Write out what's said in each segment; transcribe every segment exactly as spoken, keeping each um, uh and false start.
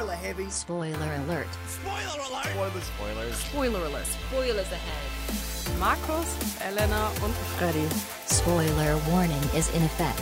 Spoiler heavy. Spoiler alert. Spoiler alert. Spoilers, Spoilers. Spoiler alert. Spoilers ahead. Markus, Elena und Freddy. Spoiler warning is in effect.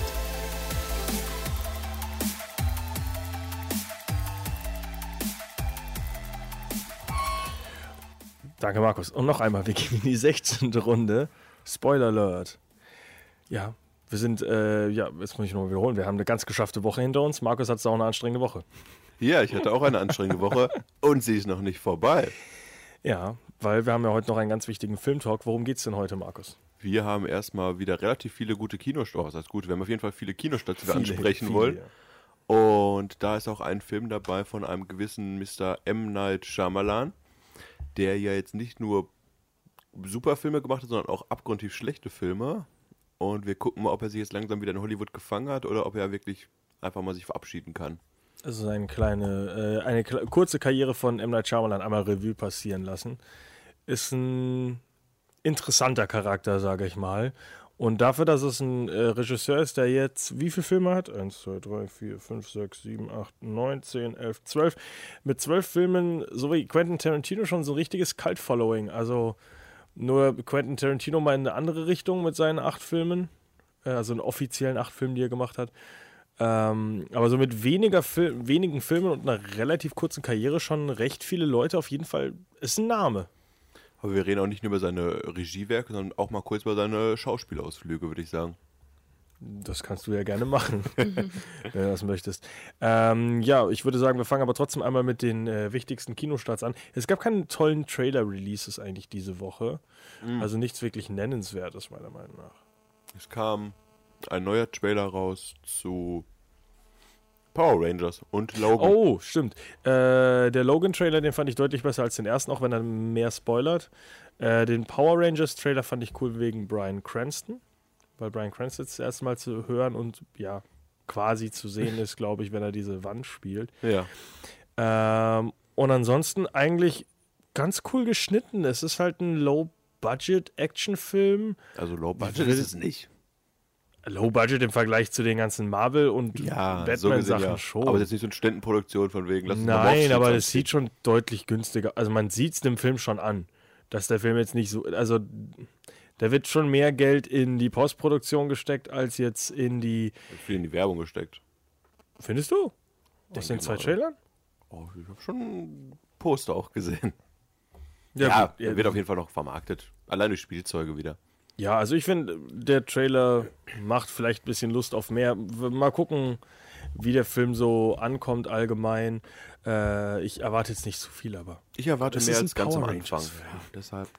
Danke, Markus. Und noch einmal, wir gehen in die sechzehnte Runde. Spoiler Alert. Ja, wir sind, äh, ja, jetzt muss ich noch wiederholen, wir haben eine ganz geschaffte Woche hinter uns. Markus hat auch eine anstrengende Woche. Ja, ich hatte auch eine anstrengende Woche und sie ist noch nicht vorbei. Ja, weil wir haben ja heute noch einen ganz wichtigen Filmtalk. Worum geht's denn heute, Markus? Wir haben erstmal wieder relativ viele gute Kinostarts. Das ist gut, wir haben auf jeden Fall viele Kinostarts, die wir Viele, ansprechen viele, wollen. ja. Und da ist auch ein Film dabei von einem gewissen Mister M. Night Shyamalan, der ja jetzt nicht nur super Filme gemacht hat, sondern auch abgrundtief schlechte Filme. Und wir gucken mal, ob er sich jetzt langsam wieder in Hollywood gefangen hat oder ob er wirklich einfach mal sich verabschieden kann. Also eine kleine, äh, eine kle- kurze Karriere von M. Night Shyamalan einmal Revue passieren lassen. Ist ein interessanter Charakter, sage ich mal. Und dafür, dass es ein äh, Regisseur ist, der jetzt wie viele Filme hat? eins, zwei, drei, vier, fünf, sechs, sieben, acht, neun, zehn, elf, zwölf. Mit zwölf Filmen, so wie Quentin Tarantino, schon so ein richtiges Cult-Following. Also nur Quentin Tarantino mal in eine andere Richtung mit seinen acht Filmen. Äh, also in offiziellen acht Filmen, die er gemacht hat. Ähm, aber so mit weniger Fil- wenigen Filmen und einer relativ kurzen Karriere schon recht viele Leute. Auf jeden Fall ist ein Name. Aber wir reden auch nicht nur über seine Regiewerke, sondern auch mal kurz über seine Schauspielausflüge, würde ich sagen. Das kannst du ja gerne machen, wenn du das möchtest. Ähm, ja, ich würde sagen, wir fangen aber trotzdem einmal mit den äh, wichtigsten Kinostarts an. Es gab keine tollen Trailer-Releases eigentlich diese Woche. Mhm. Also nichts wirklich Nennenswertes, meiner Meinung nach. Es kam ein neuer Trailer raus zu Power Rangers und Logan. Oh, stimmt. Äh, der Logan-Trailer, den fand ich deutlich besser als den ersten, auch wenn er mehr spoilert. Äh, den Power Rangers-Trailer fand ich cool wegen Bryan Cranston, weil Bryan Cranston das erste Mal zu hören und ja, quasi zu sehen ist, glaube ich, wenn er diese Wand spielt. Ja. Ähm, und ansonsten eigentlich ganz cool geschnitten. Es ist halt ein Low-Budget-Action-Film. Also Low Budget ist es nicht. Low-Budget im Vergleich zu den ganzen Marvel- und Ja, Batman-Sachen so gesehen, ja. schon. Aber das ist nicht so eine Ständenproduktion von wegen. Lass uns mal Nein, Morph aber Suits das sieht schon deutlich günstiger. Also man sieht es dem Film schon an, dass der Film jetzt nicht so, also da wird schon mehr Geld in die Postproduktion gesteckt, als jetzt in die... viel in die Werbung gesteckt. Findest du? Aus den Denke zwei mal. Trailern? Oh, ich habe schon ein Poster auch gesehen. Ja, Ja, gut, der wird auf jeden Fall noch vermarktet. Allein durch Spielzeuge wieder. Ja, also ich finde, der Trailer macht vielleicht ein bisschen Lust auf mehr. Mal gucken, wie der Film so ankommt allgemein. Äh, ich erwarte jetzt nicht zu viel, aber... Ich erwarte Das mehr ist ein als ganz am Power Anfang. Rangers-Film. Ja, deshalb.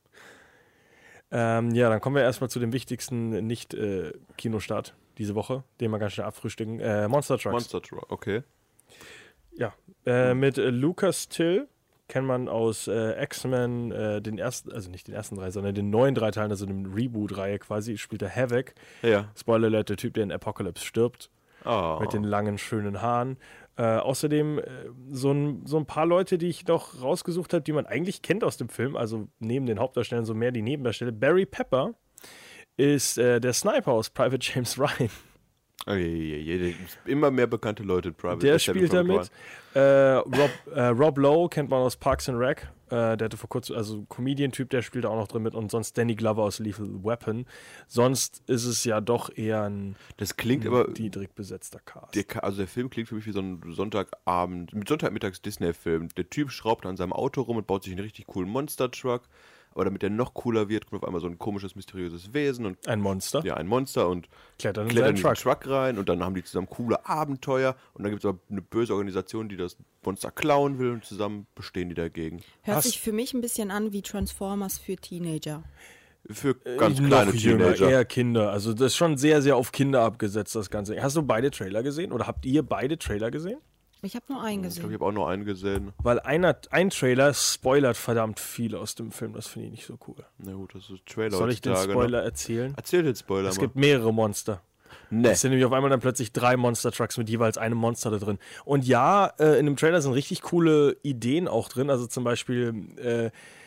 Ähm, ja, dann kommen wir erstmal zu dem wichtigsten Nicht-Kinostart diese Woche, den wir ganz schnell abfrühstücken. Äh, Monster Trucks. Monster Truck, okay. Ja, äh, mit äh, Lucas Till kennt man aus äh, X-Men äh, den ersten, also nicht den ersten drei, sondern den neuen drei Teilen, also dem Reboot-Reihe quasi, spielt er Havoc. Ja. Spoiler Alert, der Typ, der in Apocalypse stirbt. Oh. Mit den langen, schönen Haaren. Äh, außerdem äh, so, ein, so ein paar Leute, die ich noch rausgesucht habe, die man eigentlich kennt aus dem Film, also neben den Hauptdarstellern so mehr die Nebendarsteller. Barry Pepper ist äh, der Sniper aus Private James Ryan. Oh, je, je, je. Immer mehr bekannte Leute in Private. Der James spielt Ryan. damit. Äh, Rob, äh, Rob Lowe kennt man aus Parks and Rec. Äh, der hatte vor kurzem, also Comedian-Typ, der spielt da auch noch drin mit. Und sonst Danny Glover aus Lethal Weapon. Sonst ist es ja doch eher ein Das klingt aber. niedrig besetzter Cast. Der, also der Film klingt für mich wie so ein Sonntagabend, mit Sonntagmittags Disney-Film. Der Typ schraubt an seinem Auto rum und baut sich einen richtig coolen Monster-Truck. Aber damit der noch cooler wird, kommt auf einmal so ein komisches, mysteriöses Wesen und Ein Monster. ja, ein Monster und Klettert in klettern seinen in den Truck. Truck rein und dann haben die zusammen coole Abenteuer und dann gibt es aber eine böse Organisation, die das Monster klauen will und zusammen bestehen die dagegen. Hört Hast- sich für mich ein bisschen an wie Transformers für Teenager. Für ganz Äh, kleine noch jünger, Teenager. eher Kinder. Also das ist schon sehr, sehr auf Kinder abgesetzt, das Ganze. Hast du beide Trailer gesehen? Oder habt ihr beide Trailer gesehen? Ich habe nur einen Ich glaube, gesehen. ich habe auch nur einen gesehen. Weil einer, ein Trailer spoilert verdammt viel aus dem Film. Das finde ich nicht so cool. Na gut, das ist Trailer Soll ich den heutzutage, Spoiler Ne? erzählen? Erzähl den Spoiler Es mal. gibt mehrere Monster. Nee. Es sind nämlich auf einmal dann plötzlich drei Monster-Trucks mit jeweils einem Monster da drin. Und ja, äh, in dem Trailer sind richtig coole Ideen auch drin. Also zum Beispiel, äh,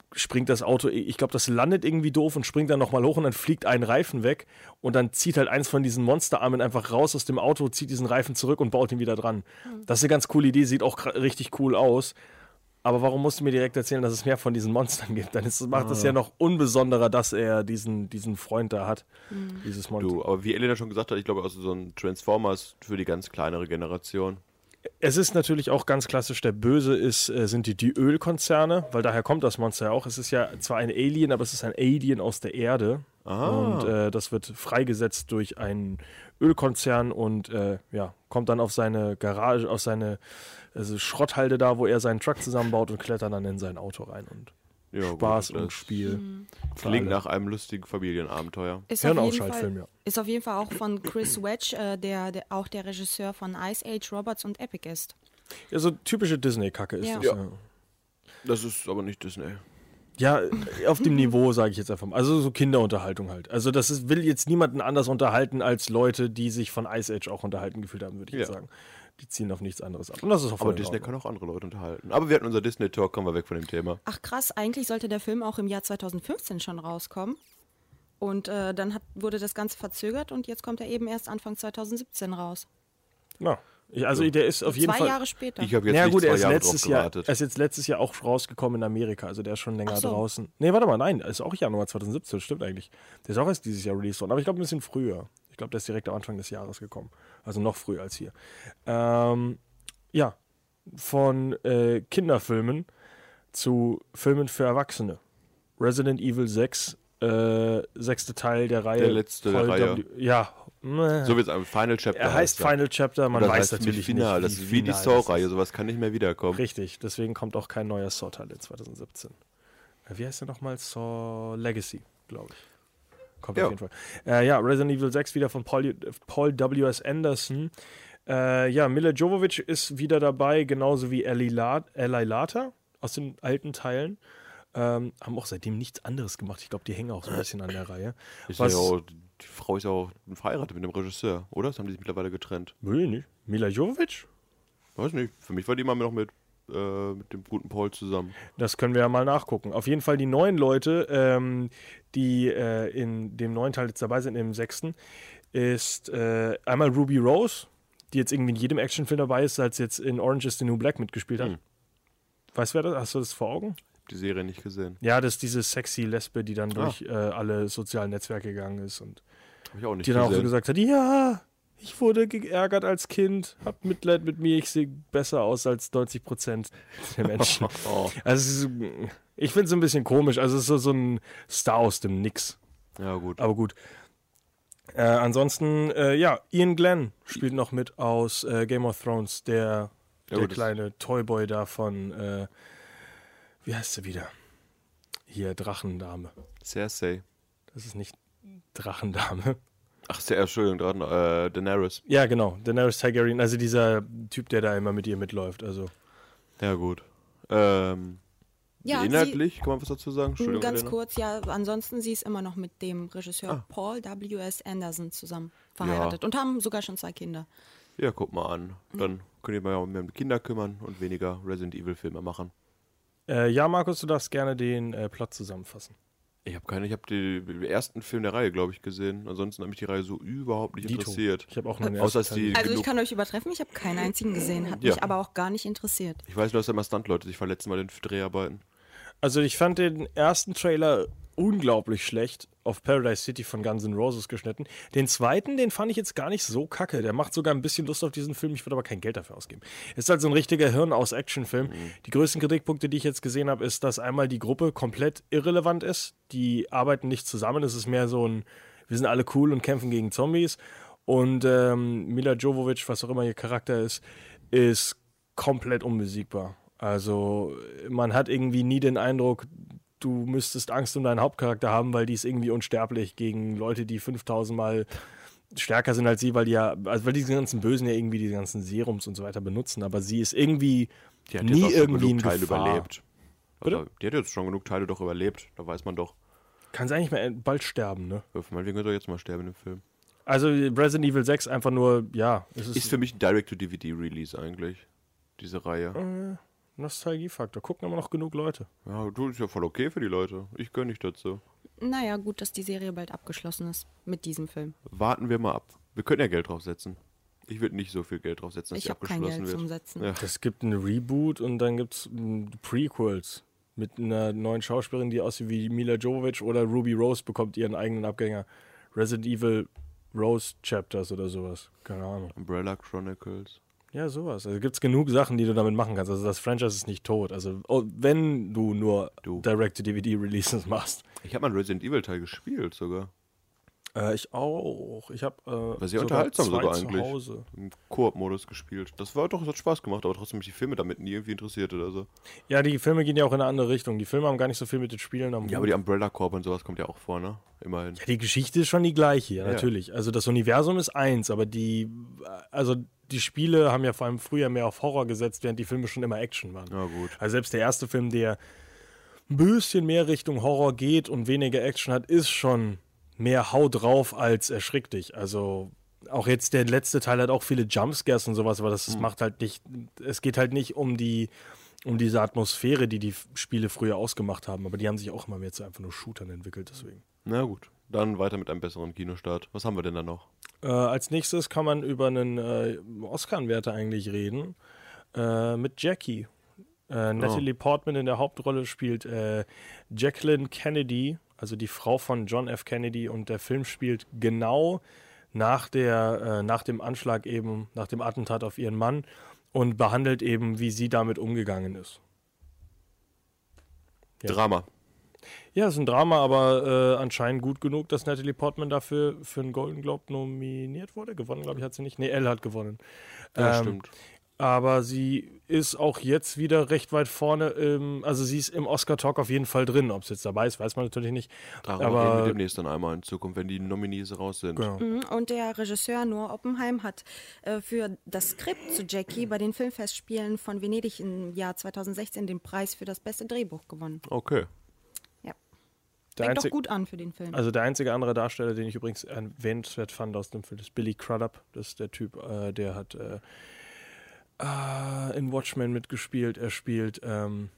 springt das Auto, ich glaube, das landet irgendwie doof und springt dann nochmal hoch und dann fliegt ein Reifen weg und dann zieht halt eins von diesen Monsterarmen einfach raus aus dem Auto, zieht diesen Reifen zurück und baut ihn wieder dran. Das ist eine ganz coole Idee, sieht auch richtig cool aus. Aber warum musst du mir direkt erzählen, dass es mehr von diesen Monstern gibt? Dann ist, macht es ja noch unbesonderer, dass er diesen, diesen Freund da hat, mhm. dieses Monster. Du, aber wie Elena schon gesagt hat, ich glaube, also so ein Transformers für die ganz kleinere Generation. Es ist natürlich auch ganz klassisch, der Böse ist, äh, sind die, die Ölkonzerne, weil daher kommt das Monster ja auch. Es ist ja zwar ein Alien, aber es ist ein Alien aus der Erde. Ah. Und äh, das wird freigesetzt durch einen Ölkonzern und äh, ja, kommt dann auf seine Garage, auf seine also Schrotthalde da, wo er seinen Truck zusammenbaut und klettert dann in sein Auto rein und ja, Spaß gut, und Spiel. Mhm. Klingt nach einem lustigen Familienabenteuer. Ist auf, jeden Hirnausschaltfilm, Fall, ja. ist auf jeden Fall auch von Chris Wedge, äh, der, der auch der Regisseur von Ice Age, Robots und Epic ist. Ja, so typische Disney-Kacke ist Ja. das. Ja. Ja. Das ist aber nicht Disney. Ja, auf dem Niveau, sage ich jetzt einfach mal. Also so Kinderunterhaltung halt. Also das ist, will jetzt niemanden anders unterhalten als Leute, die sich von Ice Age auch unterhalten gefühlt haben, würde ich Ja. jetzt sagen. Die ziehen auf nichts anderes ab. Und das ist auch Aber voll in Disney Ordnung. kann auch andere Leute unterhalten. Aber wir hatten unser Disney-Talk, kommen wir weg von dem Thema. Ach krass, eigentlich sollte der Film auch im Jahr zweitausendfünfzehn schon rauskommen. Und äh, dann hat, wurde das Ganze verzögert und jetzt kommt er eben erst Anfang zweitausendsiebzehn raus. Ja. Ich, also der ist auf jeden Zwei Fall... Jahre später. Ich habe jetzt Ja nicht gut, er zwei ist, Jahre letztes drauf Jahr, gewartet. er ist jetzt letztes Jahr auch rausgekommen in Amerika, also der ist schon länger Ach so. draußen. Nee, warte mal, nein, ist auch Januar zweitausendsiebzehn, stimmt eigentlich. Der ist auch erst dieses Jahr released worden, aber ich glaube ein bisschen früher. Ich glaube, der ist direkt am Anfang des Jahres gekommen. Also noch früher als hier. Ähm, ja, von äh, Kinderfilmen zu Filmen für Erwachsene. Resident Evil sechs, äh, sechste Teil der Reihe. Der letzte der Paul Reihe. W. Ja. meh. So wie es am Final Chapter er heißt ja. Final Chapter, man Oder weiß heißt natürlich Final. nicht. Das ist wie die final Saw-Reihe, das ist. sowas kann nicht mehr wiederkommen. Richtig, deswegen kommt auch kein neuer Saw-Teil in zweitausendsiebzehn. Äh, Wie heißt der nochmal? Saw Legacy, glaube ich. Kommt Ja. auf jeden Fall. Äh, ja, Resident Evil sechs wieder von Paul, Paul W S. Anderson. Äh, ja, Mila Jovovich ist wieder dabei, genauso wie Eli La- Eli Lata aus den alten Teilen. Ähm, haben auch seitdem nichts anderes gemacht. Ich glaube, die hängen auch so ein bisschen an der Reihe. Ist Was- ja auch, die Frau ist ja auch verheiratet mit dem Regisseur, oder? Das haben die sich mittlerweile getrennt. Nee, nicht. Mila Jovovich? Weiß nicht. Für mich war die immer noch mit, äh, mit dem guten Paul zusammen. Das können wir ja mal nachgucken. Auf jeden Fall die neuen Leute, ähm, die äh, in dem neuen Teil jetzt dabei sind, im sechsten, ist äh, einmal Ruby Rose, die jetzt irgendwie in jedem Actionfilm dabei ist, als jetzt in Orange is the New Black mitgespielt hat. Hm. Weißt du, wer das? Hast du das vor Augen? Die Serie nicht gesehen. Ja, das ist diese sexy Lesbe, die dann durch äh, alle sozialen Netzwerke gegangen ist und Hab ich auch nicht die dann auch so gesehen. gesagt hat, ja, ich wurde geärgert als Kind, habt Mitleid mit mir, ich sehe besser aus als neunzig Prozent der Menschen. Oh. Also es ist, ich finde es ein bisschen komisch, also es ist so, so ein Star aus dem Nix, Ja, gut. aber gut. Äh, ansonsten, äh, ja, Ian Glenn spielt noch mit aus äh, Game of Thrones, der, Ja, der gut, das- kleine Toyboy da von, äh, wie heißt sie wieder? Hier, Drachendame. Cersei. Das ist nicht Drachendame. Ach, sehr, Entschuldigung, dran, äh, Daenerys. Ja, genau, Daenerys Targaryen, also dieser Typ, der da immer mit ihr mitläuft, also. Ja, gut. Ähm, Ja, inhaltlich, kann man was dazu sagen? Sie, Entschuldigung, ganz Elena. kurz, ja, ansonsten sie ist immer noch mit dem Regisseur Ah. Paul W S. Anderson zusammen verheiratet und haben sogar schon zwei Kinder. Ja, guck mal an. Dann könnt ihr mal um die Kinder kümmern und weniger Resident Evil Filme machen. Äh, ja, Markus, du darfst gerne den äh, Plot zusammenfassen. Ich habe keine, ich habe den ersten Film der Reihe, glaube ich, gesehen. Ansonsten hat mich die Reihe so überhaupt nicht Dito. interessiert. Ich habe auch nur den Außer, ersten dass die Teil. Also ich genug, kann euch übertreffen, ich habe keinen einzigen gesehen, hat Ja. mich aber auch gar nicht interessiert. ich weiß nur, dass da immer Stuntleute sich verletzen bei den Dreharbeiten. Also ich fand den ersten Trailer unglaublich schlecht, auf Paradise City von Guns N' Roses geschnitten. Den zweiten, den fand ich jetzt gar nicht so kacke. Der macht sogar ein bisschen Lust auf diesen Film, ich würde aber kein Geld dafür ausgeben. Ist halt so ein richtiger Hirn-aus-Action-Film. Mhm. Die größten Kritikpunkte, die ich jetzt gesehen habe, ist, dass einmal die Gruppe komplett irrelevant ist. Die arbeiten nicht zusammen. Es ist mehr so ein, wir sind alle cool und kämpfen gegen Zombies. Und ähm, Mila Jovovich, was auch immer ihr Charakter ist, ist komplett unbesiegbar. Also man hat irgendwie nie den Eindruck, du müsstest Angst um deinen Hauptcharakter haben, weil die ist irgendwie unsterblich gegen Leute, die fünftausend Mal stärker sind als sie, weil die ja, also weil diese ganzen Bösen ja irgendwie die ganzen Serums und so weiter benutzen, aber sie ist irgendwie Die hat nie jetzt auch schon irgendwie in genug Teile Gefahr. überlebt. Also, Bitte? die hat jetzt schon genug Teile doch überlebt. Da weiß man doch. Kann sie eigentlich mal bald sterben, ne? Ja, meinetwegen könnte er jetzt mal sterben im Film. Also Resident Evil sechs einfach nur, ja, es ist, Ist für mich ein Direct-to-D V D-Release eigentlich, diese Reihe. äh, Nostalgiefaktor. Gucken immer noch genug Leute. Ja, du, ist ja voll okay für die Leute. Ich gönn nicht dazu. Naja, gut, dass die Serie bald abgeschlossen ist mit diesem Film. Warten wir mal ab. Wir können ja Geld draufsetzen. Ich würde nicht so viel Geld draufsetzen, dass Ich die habe kein abgeschlossen Geld wird. zum Setzen. Ja. Es gibt einen Reboot und dann gibt es Prequels mit einer neuen Schauspielerin, die aussieht wie Mila Jovovich, oder Ruby Rose bekommt ihren eigenen Abgänger. Resident Evil Rose Chapters oder sowas. Keine Ahnung. Umbrella Chronicles. Ja, sowas. Also gibt es genug Sachen, die du damit machen kannst. Also das Franchise ist nicht tot. Also oh, wenn du nur Du. Direct-to-D V D-Releases machst. Ich habe mal einen Resident Evil Teil gespielt sogar. Äh, ich auch. Ich habe äh, War sehr unterhaltsam sogar zu eigentlich. Hause. Im Koop-Modus gespielt. Das war doch, das hat Spaß gemacht, aber trotzdem mich die Filme damit nie irgendwie interessiert oder so. Ja, die Filme gehen ja auch in eine andere Richtung. Die Filme haben gar nicht so viel mit den Spielen am Ja, Hut. aber die Umbrella Corp und sowas kommt ja auch vor, ne? Immerhin. Ja, die Geschichte ist schon die gleiche, ja, Ja. natürlich. Also das Universum ist eins, aber die, also die Spiele haben ja vor allem früher mehr auf Horror gesetzt, während die Filme schon immer Action waren. Na gut. Also selbst der erste Film, der ein bisschen mehr Richtung Horror geht und weniger Action hat, ist schon mehr Hau drauf als erschrick dich. Also auch jetzt der letzte Teil hat auch viele Jumpscares und sowas, aber das Mhm. macht halt nicht, es geht halt nicht um die, um diese Atmosphäre, die die Spiele früher ausgemacht haben, aber die haben sich auch immer mehr zu einfach nur Shootern entwickelt, deswegen. Na gut. Dann weiter mit einem besseren Kinostart. Was haben wir denn da noch? Äh, als nächstes kann man über einen äh, Oscar-Anwärter eigentlich reden, äh, mit Jackie. Äh, Natalie Portman in der Hauptrolle spielt äh, Jacqueline Kennedy, also die Frau von John F. Kennedy, und der Film spielt genau nach, der, äh, nach dem Anschlag eben, nach dem Attentat auf ihren Mann und behandelt eben, wie sie damit umgegangen ist. Ja. Drama. Ja, es ist ein Drama, aber äh, anscheinend gut genug, dass Natalie Portman dafür für einen Golden Globe nominiert wurde. Gewonnen, glaube ich, hat sie nicht. Nee, Elle hat gewonnen. Ja, Ähm, stimmt. Aber sie ist auch jetzt wieder recht weit vorne. Im, also sie ist im Oscar-Talk auf jeden Fall drin. Ob es jetzt dabei ist, weiß man natürlich nicht. Darüber aber- reden wir demnächst dann einmal in Zukunft, wenn die Nominees raus sind. Genau. Mhm, Und der Regisseur Noah Oppenheim hat äh, für das Skript zu Jackie bei den Filmfestspielen von Venedig im Jahr zweitausendsechzehn den Preis für das beste Drehbuch gewonnen. Okay. Ja. Der Fängt doch einzig- gut an für den Film. Also der einzige andere Darsteller, den ich übrigens erwähnenswert fand aus dem Film, ist Billy Crudup. Das ist der Typ, äh, der hat äh, äh, in Watchmen mitgespielt. Er spielt ähm,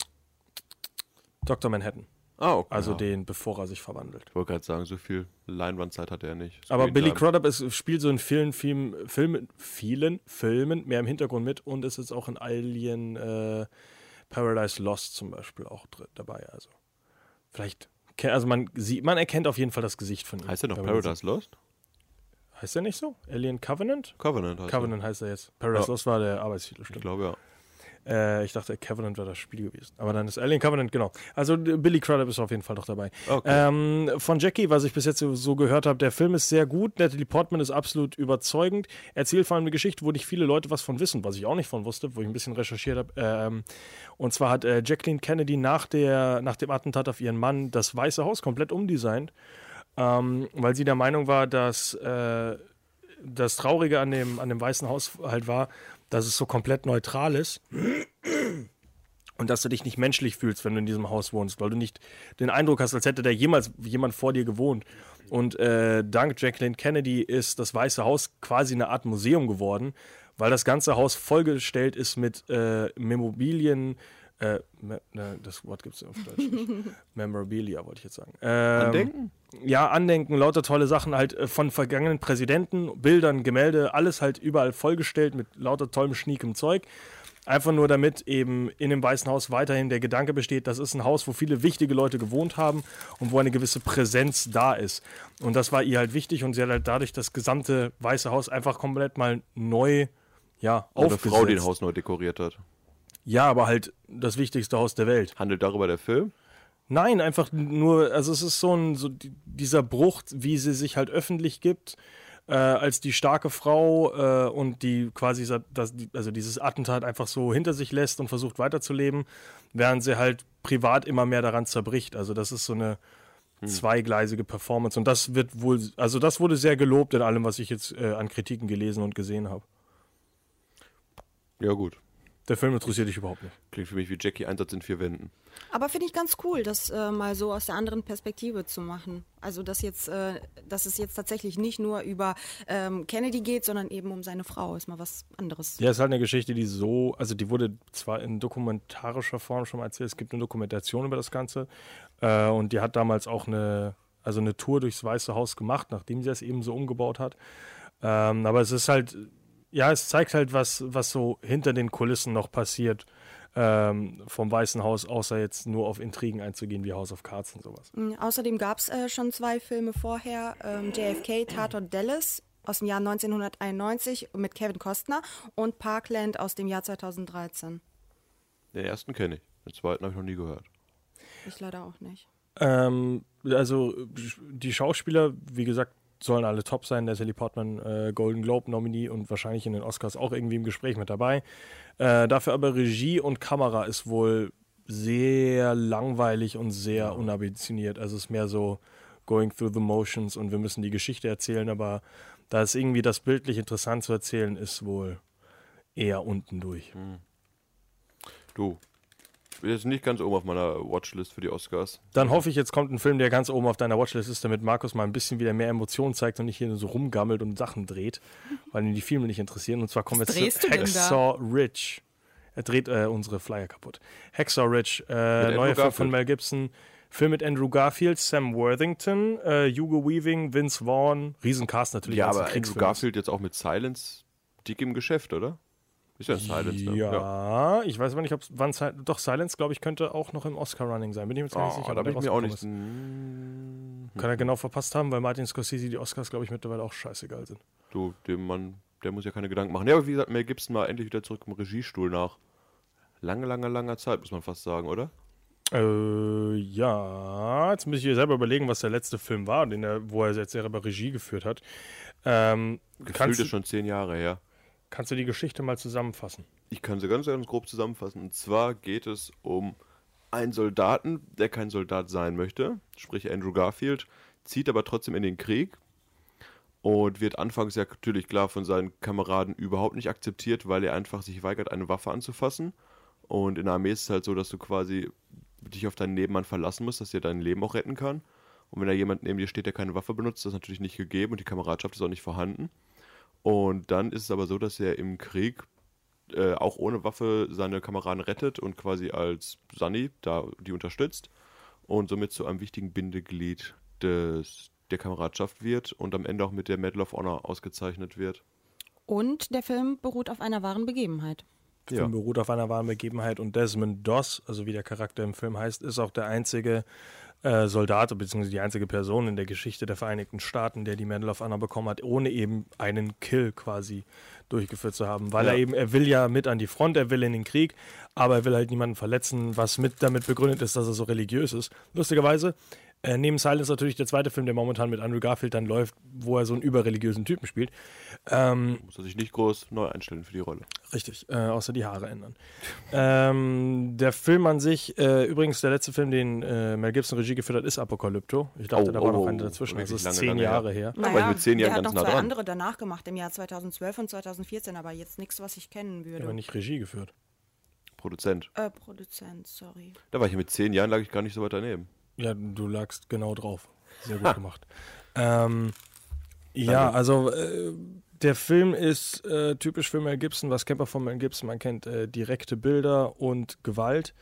Doktor Manhattan. Ah, okay. Also ja. den, bevor er sich verwandelt. Ich wollte gerade sagen, so viel Leinwandzeit hat er nicht. Aber Billy Screentime. Crudup ist, spielt so in vielen Filmen, Filmen, vielen Filmen mehr im Hintergrund mit und ist jetzt auch in Alien äh, Paradise Lost zum Beispiel auch dr- dabei. Also vielleicht, ke- also man sieht, man erkennt auf jeden Fall das Gesicht von ihm. Heißt er noch wenn man ihn Paradise Lost? sieht. Heißt er nicht so? Alien Covenant? Covenant heißt Covenant heißt er jetzt. Paradise Ja. Lost war der Arbeitstitel, er. Ich stimmt. glaube, ja. Äh, ich dachte, Covenant wäre das Spiel gewesen. Aber dann ist Alien Covenant, genau. Also äh, Billy Crudup ist auf jeden Fall noch dabei. Okay. Ähm, von Jackie, was ich bis jetzt so, so gehört habe, der Film ist sehr gut. Natalie Portman ist absolut überzeugend. Erzählt vor allem eine Geschichte, wo nicht viele Leute was von wissen, was ich auch nicht von wusste, wo ich ein bisschen recherchiert habe. Ähm, und zwar hat äh, Jacqueline Kennedy nach, der, nach dem Attentat auf ihren Mann das Weiße Haus komplett umdesignt, ähm, weil sie der Meinung war, dass äh, das Traurige an dem, an dem Weißen Haus halt war, dass es so komplett neutral ist und dass du dich nicht menschlich fühlst, wenn du in diesem Haus wohnst, weil du nicht den Eindruck hast, als hätte da jemals jemand vor dir gewohnt. Und äh, dank Jacqueline Kennedy ist das Weiße Haus quasi eine Art Museum geworden, weil das ganze Haus vollgestellt ist mit äh, Memorabilien, äh, me, ne, das Wort gibt es auf Deutsch nicht. Memorabilia, wollte ich jetzt sagen. Ähm, Andenken? Ja, Andenken, lauter tolle Sachen halt äh, von vergangenen Präsidenten, Bildern, Gemälde, alles halt überall vollgestellt mit lauter tollem, schniekem Zeug. Einfach nur damit eben in dem Weißen Haus weiterhin der Gedanke besteht, das ist ein Haus, wo viele wichtige Leute gewohnt haben und wo eine gewisse Präsenz da ist. Und das war ihr halt wichtig und sie hat halt dadurch das gesamte Weiße Haus einfach komplett mal neu, ja, Eine aufgesetzt. Frau, die ein Haus neu dekoriert hat. Ja, aber halt das wichtigste Haus der Welt. Handelt darüber der Film? Nein, einfach nur, also es ist so ein, so die, dieser Bruch, wie sie sich halt öffentlich gibt, äh, als die starke Frau äh, und die quasi, sa- das, die, also dieses Attentat einfach so hinter sich lässt und versucht weiterzuleben, während sie halt privat immer mehr daran zerbricht. Also das ist so eine zweigleisige Performance und das wird wohl, also das wurde sehr gelobt in allem, was ich jetzt äh, an Kritiken gelesen und gesehen habe. Ja, gut. Der Film interessiert dich überhaupt nicht. Klingt für mich wie Jackie Einsatz in vier Wänden. Aber finde ich ganz cool, das äh, mal so aus der anderen Perspektive zu machen. Also dass jetzt, äh, dass es jetzt tatsächlich nicht nur über ähm, Kennedy geht, sondern eben um seine Frau. Ist mal was anderes. Ja, ist halt eine Geschichte, die so, also die wurde zwar in dokumentarischer Form schon mal erzählt, es gibt eine Dokumentation über das Ganze äh, und die hat damals auch eine, also eine Tour durchs Weiße Haus gemacht, nachdem sie es eben so umgebaut hat. Ähm, aber es ist halt, ja, es zeigt halt, was, was so hinter den Kulissen noch passiert ähm, vom Weißen Haus, außer jetzt nur auf Intrigen einzugehen wie House of Cards und sowas. Mhm, außerdem gab es äh, schon zwei Filme vorher, ähm, J F K, Tatort Dallas aus dem Jahr neunzehnhunderteinundneunzig mit Kevin Costner und Parkland aus dem Jahr zweitausenddreizehn. Den ersten kenne ich, den zweiten habe ich noch nie gehört. Ich leider auch nicht. Ähm, also die Schauspieler, wie gesagt, sollen alle top sein. Natalie Portman, äh, Golden Globe Nominee und wahrscheinlich in den Oscars auch irgendwie im Gespräch mit dabei. Äh, dafür aber Regie und Kamera ist wohl sehr langweilig und sehr unambitioniert. Also es ist mehr so going through the motions und wir müssen die Geschichte erzählen, aber da ist irgendwie das bildlich interessant zu erzählen, ist wohl eher unten durch. Hm. Du, jetzt nicht ganz oben auf meiner Watchlist für die Oscars. Dann hoffe ich, jetzt kommt ein Film, der ganz oben auf deiner Watchlist ist, damit Markus mal ein bisschen wieder mehr Emotionen zeigt und nicht hier nur so rumgammelt und Sachen dreht, weil ihn die Filme nicht interessieren. Und zwar kommen wir Was zu drehst du denn da? Hacksaw Ridge. Er dreht äh, unsere Flyer kaputt. Hacksaw Ridge, äh, neuer Film von Mel Gibson. Film mit Andrew Garfield, Sam Worthington, äh, Hugo Weaving, Vince Vaughn. Riesencast natürlich. Ja, als aber ein Andrew Kriegsfilm. Garfield jetzt auch mit Silence dick im Geschäft, oder? Ist ja ein Silence, ne? Ja, ich weiß aber nicht, ob es wann Sil- doch Silence, glaube ich, könnte auch noch im Oscar-Running sein. Bin ich mir jetzt gar nicht Oh, sicher. da wann bin der ich mir auch rausgekommen nicht. ist. Kann er genau verpasst haben, weil Martin Scorsese die Oscars, glaube ich, mittlerweile auch scheißegal sind. Du, dem Mann, der muss ja keine Gedanken machen. Ja, aber wie gesagt, Mel Gibson mal endlich wieder zurück im Regiestuhl nach lange, lange, langer Zeit, muss man fast sagen, oder? Äh, ja, jetzt muss ich mir selber überlegen, was der letzte Film war, den er, wo er jetzt selber Regie geführt hat. Ähm, Gefühlt kannst, ist schon zehn Jahre her. kannst du die Geschichte mal zusammenfassen? Ich kann sie ganz, ganz grob zusammenfassen. Und zwar geht es um einen Soldaten, der kein Soldat sein möchte, sprich Andrew Garfield, zieht aber trotzdem in den Krieg und wird anfangs ja natürlich klar von seinen Kameraden überhaupt nicht akzeptiert, weil er einfach sich weigert, eine Waffe anzufassen. Und in der Armee ist es halt so, dass du quasi dich auf deinen Nebenmann verlassen musst, dass er dein Leben auch retten kann. Und wenn da jemand neben dir steht, der keine Waffe benutzt, ist das natürlich nicht gegeben und die Kameradschaft ist auch nicht vorhanden. Und dann ist es aber so, dass er im Krieg äh, auch ohne Waffe seine Kameraden rettet und quasi als Sunny da die unterstützt und somit zu einem wichtigen Bindeglied des, der Kameradschaft wird und am Ende auch mit der Medal of Honor ausgezeichnet wird. Und der Film beruht auf einer wahren Begebenheit. Der Film beruht auf einer wahren Begebenheit und Desmond Doss, also wie der Charakter im Film heißt, ist auch der einzige äh, Soldat bzw. die einzige Person in der Geschichte der Vereinigten Staaten, der die Medal of Honor bekommen hat, ohne eben einen Kill quasi durchgeführt zu haben. Weil Ja. er eben, er will ja mit an die Front, er will in den Krieg, aber er will halt niemanden verletzen, was mit damit begründet ist, dass er so religiös ist. Lustigerweise, äh, neben Silence natürlich der zweite Film, der momentan mit Andrew Garfield dann läuft, wo er so einen überreligiösen Typen spielt. Ähm, Muss er sich nicht groß neu einstellen für die Rolle. Richtig, äh, außer die Haare ändern. ähm, der Film an sich, äh, übrigens der letzte Film, den äh, Mel Gibson Regie geführt hat, ist Apokalypto. Ich dachte, Oh, da war oh, noch einer dazwischen. Das wirklich ist lange, zehn lange Jahre her. her. Da war ich mit zehn Jahren der hat ganz noch nah zwei dran. andere danach gemacht, im Jahr zweitausendzwölf und zweitausendvierzehn, aber jetzt nichts, was ich kennen würde. Aber nicht Regie geführt. Produzent. Äh, Produzent, sorry. Da war ich mit zehn Jahren, lag ich gar nicht so weit daneben. Ja, du lagst genau drauf. Sehr gut gemacht. Ähm, ja, also äh, der Film ist äh, typisch für Mel Gibson. Was kennt man von Mel Gibson? Man kennt äh, direkte Bilder und Gewalt.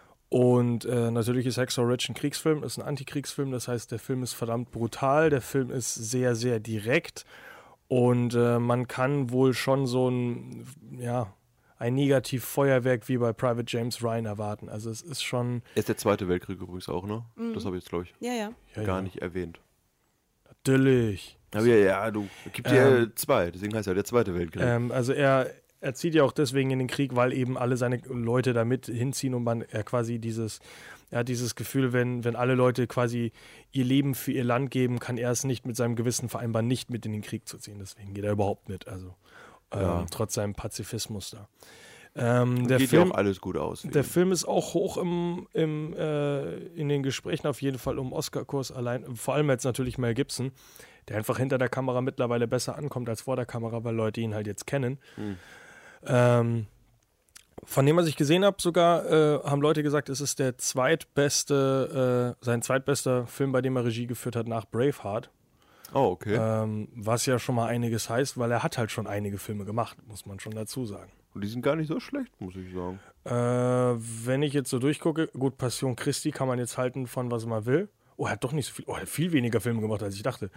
Und äh, natürlich ist Hacksaw Ridge ein Kriegsfilm, ist ein Antikriegsfilm. Das heißt, der Film ist verdammt brutal. Der Film ist sehr, sehr direkt. Und äh, man kann wohl schon so ein, ja, ein Negativ-Feuerwerk wie bei Private James Ryan erwarten. Also es ist schon... Ist der Zweite Weltkrieg übrigens auch, ne? Das habe ich jetzt, glaube ich, Ja, ja. Ja, gar ja. nicht erwähnt. Natürlich. Aber ja, ja, du, es gibt ja zwei, deswegen heißt er der Zweite Weltkrieg. Ähm, also er, er zieht ja auch deswegen in den Krieg, weil eben alle seine Leute da mit hinziehen und man er quasi dieses, er hat dieses Gefühl, wenn, wenn alle Leute quasi ihr Leben für ihr Land geben, kann er es nicht mit seinem Gewissen vereinbaren, nicht mit in den Krieg zu ziehen. Deswegen geht er überhaupt mit, also ähm, Ja. trotz seinem Pazifismus da. Ähm, der Geht ja Film, auch alles gut aus. der Film ist auch hoch im, im, äh, in den Gesprächen auf jeden Fall um Oscar-Kurs allein. Vor allem jetzt natürlich Mel Gibson, der einfach hinter der Kamera mittlerweile besser ankommt als vor der Kamera, weil Leute ihn halt jetzt kennen. Hm. Ähm, Von dem, was ich gesehen habe, sogar äh, haben Leute gesagt, es ist der zweitbeste, äh, sein zweitbester Film, bei dem er Regie geführt hat, nach Braveheart. Oh, okay. Ähm, was ja schon mal einiges heißt, weil er hat halt schon einige Filme gemacht, muss man schon dazu sagen. Und die sind gar nicht so schlecht, muss ich sagen. Äh, wenn ich jetzt so durchgucke, gut, Passion Christi kann man jetzt halten von was man will. Oh, er hat doch nicht so viel, oh, er hat viel weniger Filme gemacht, als ich dachte.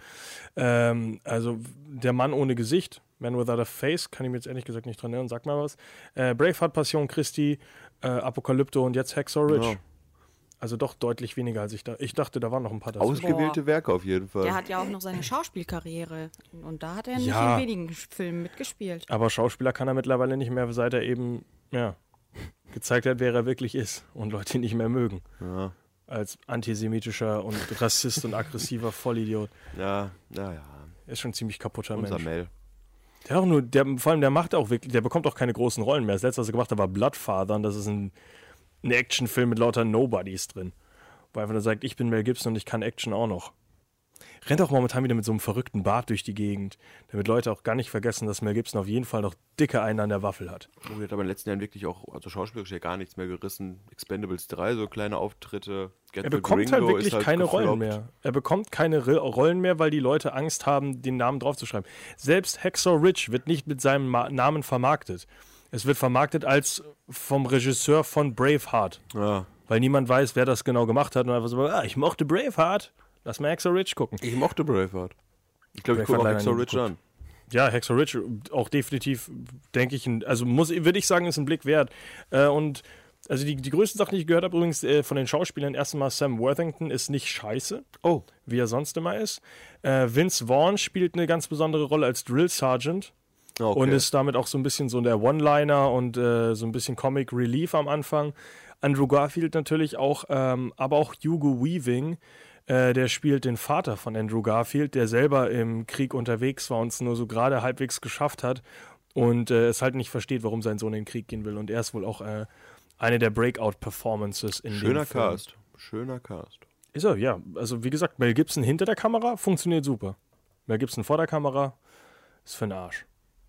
Ähm, also, Der Mann ohne Gesicht, Man Without a Face, kann ich mir jetzt ehrlich gesagt nicht dran erinnern, sag mal was. Äh, Braveheart, Passion Christi, äh, Apokalypto und jetzt Hacksaw Ridge. Ja. Also doch deutlich weniger, als ich da. Ich dachte, da waren noch ein paar dazu. Ausgewählte Boah. Werke auf jeden Fall. Der hat ja auch noch seine Schauspielkarriere. Und da hat er nicht Ja. in wenigen Filmen mitgespielt. Aber Schauspieler kann er mittlerweile nicht mehr, seit er eben, ja, gezeigt hat, wer er wirklich ist und Leute ihn nicht mehr mögen. Ja, Als antisemitischer und Rassist und aggressiver Vollidiot. ja, naja. Er ist schon ein ziemlich kaputter Unser Mensch. Mel. Der auch nur, der, vor allem der macht auch wirklich, der bekommt auch keine großen Rollen mehr. Das letzte, was er gemacht hat, war Bloodfather und das ist ein, ein Actionfilm mit lauter Nobodies drin. Wo er einfach nur sagt, ich bin Mel Gibson und ich kann Action auch noch. Rennt auch momentan wieder mit so einem verrückten Bart durch die Gegend, damit Leute auch gar nicht vergessen, dass Mel Gibson auf jeden Fall noch dicke einen an der Waffel hat. Oh, der hat aber in den letzten Jahren wirklich auch, also schauspielerisch ja gar nichts mehr gerissen. Expendables drei, so kleine Auftritte. Get Er the bekommt Gringo halt wirklich ist halt keine gefloppt. Rollen mehr. Er bekommt keine Ri- Rollen mehr, weil die Leute Angst haben, den Namen draufzuschreiben. Selbst Hacksaw Ridge wird nicht mit seinem Ma- Namen vermarktet. Es wird vermarktet als vom Regisseur von Braveheart. Ja. Weil niemand weiß, wer das genau gemacht hat. Und einfach so, ah, ich mochte Braveheart. Lass mal Hacksaw Ridge gucken. Ich mochte Braveheart. Ich glaube, ich Braveheart gucke auch leider Hacksaw nie Ridge geguckt. an. Ja, Hacksaw Ridge auch definitiv, denke ich, ein- also muss, würde ich sagen, ist ein Blick wert. Äh, und also die, die größten Sachen, die ich gehört habe, übrigens äh, von den Schauspielern, erst einmal Sam Worthington ist nicht scheiße, Oh, wie er sonst immer ist. Äh, Vince Vaughn spielt eine ganz besondere Rolle als Drill Sergeant okay. und ist damit auch so ein bisschen so der One-Liner und äh, so ein bisschen Comic Relief am Anfang. Andrew Garfield natürlich auch, ähm, aber auch Hugo Weaving, äh, der spielt den Vater von Andrew Garfield, der selber im Krieg unterwegs war und es nur so gerade halbwegs geschafft hat und äh, es halt nicht versteht, warum sein Sohn in den Krieg gehen will. Und er ist wohl auch äh, eine der Breakout-Performances in Schöner dem Film. Cast. Schöner Cast. Ist er, ja. Also wie gesagt, Mel Gibson hinter der Kamera funktioniert super. Mel Gibson vor der Kamera ist für den Arsch.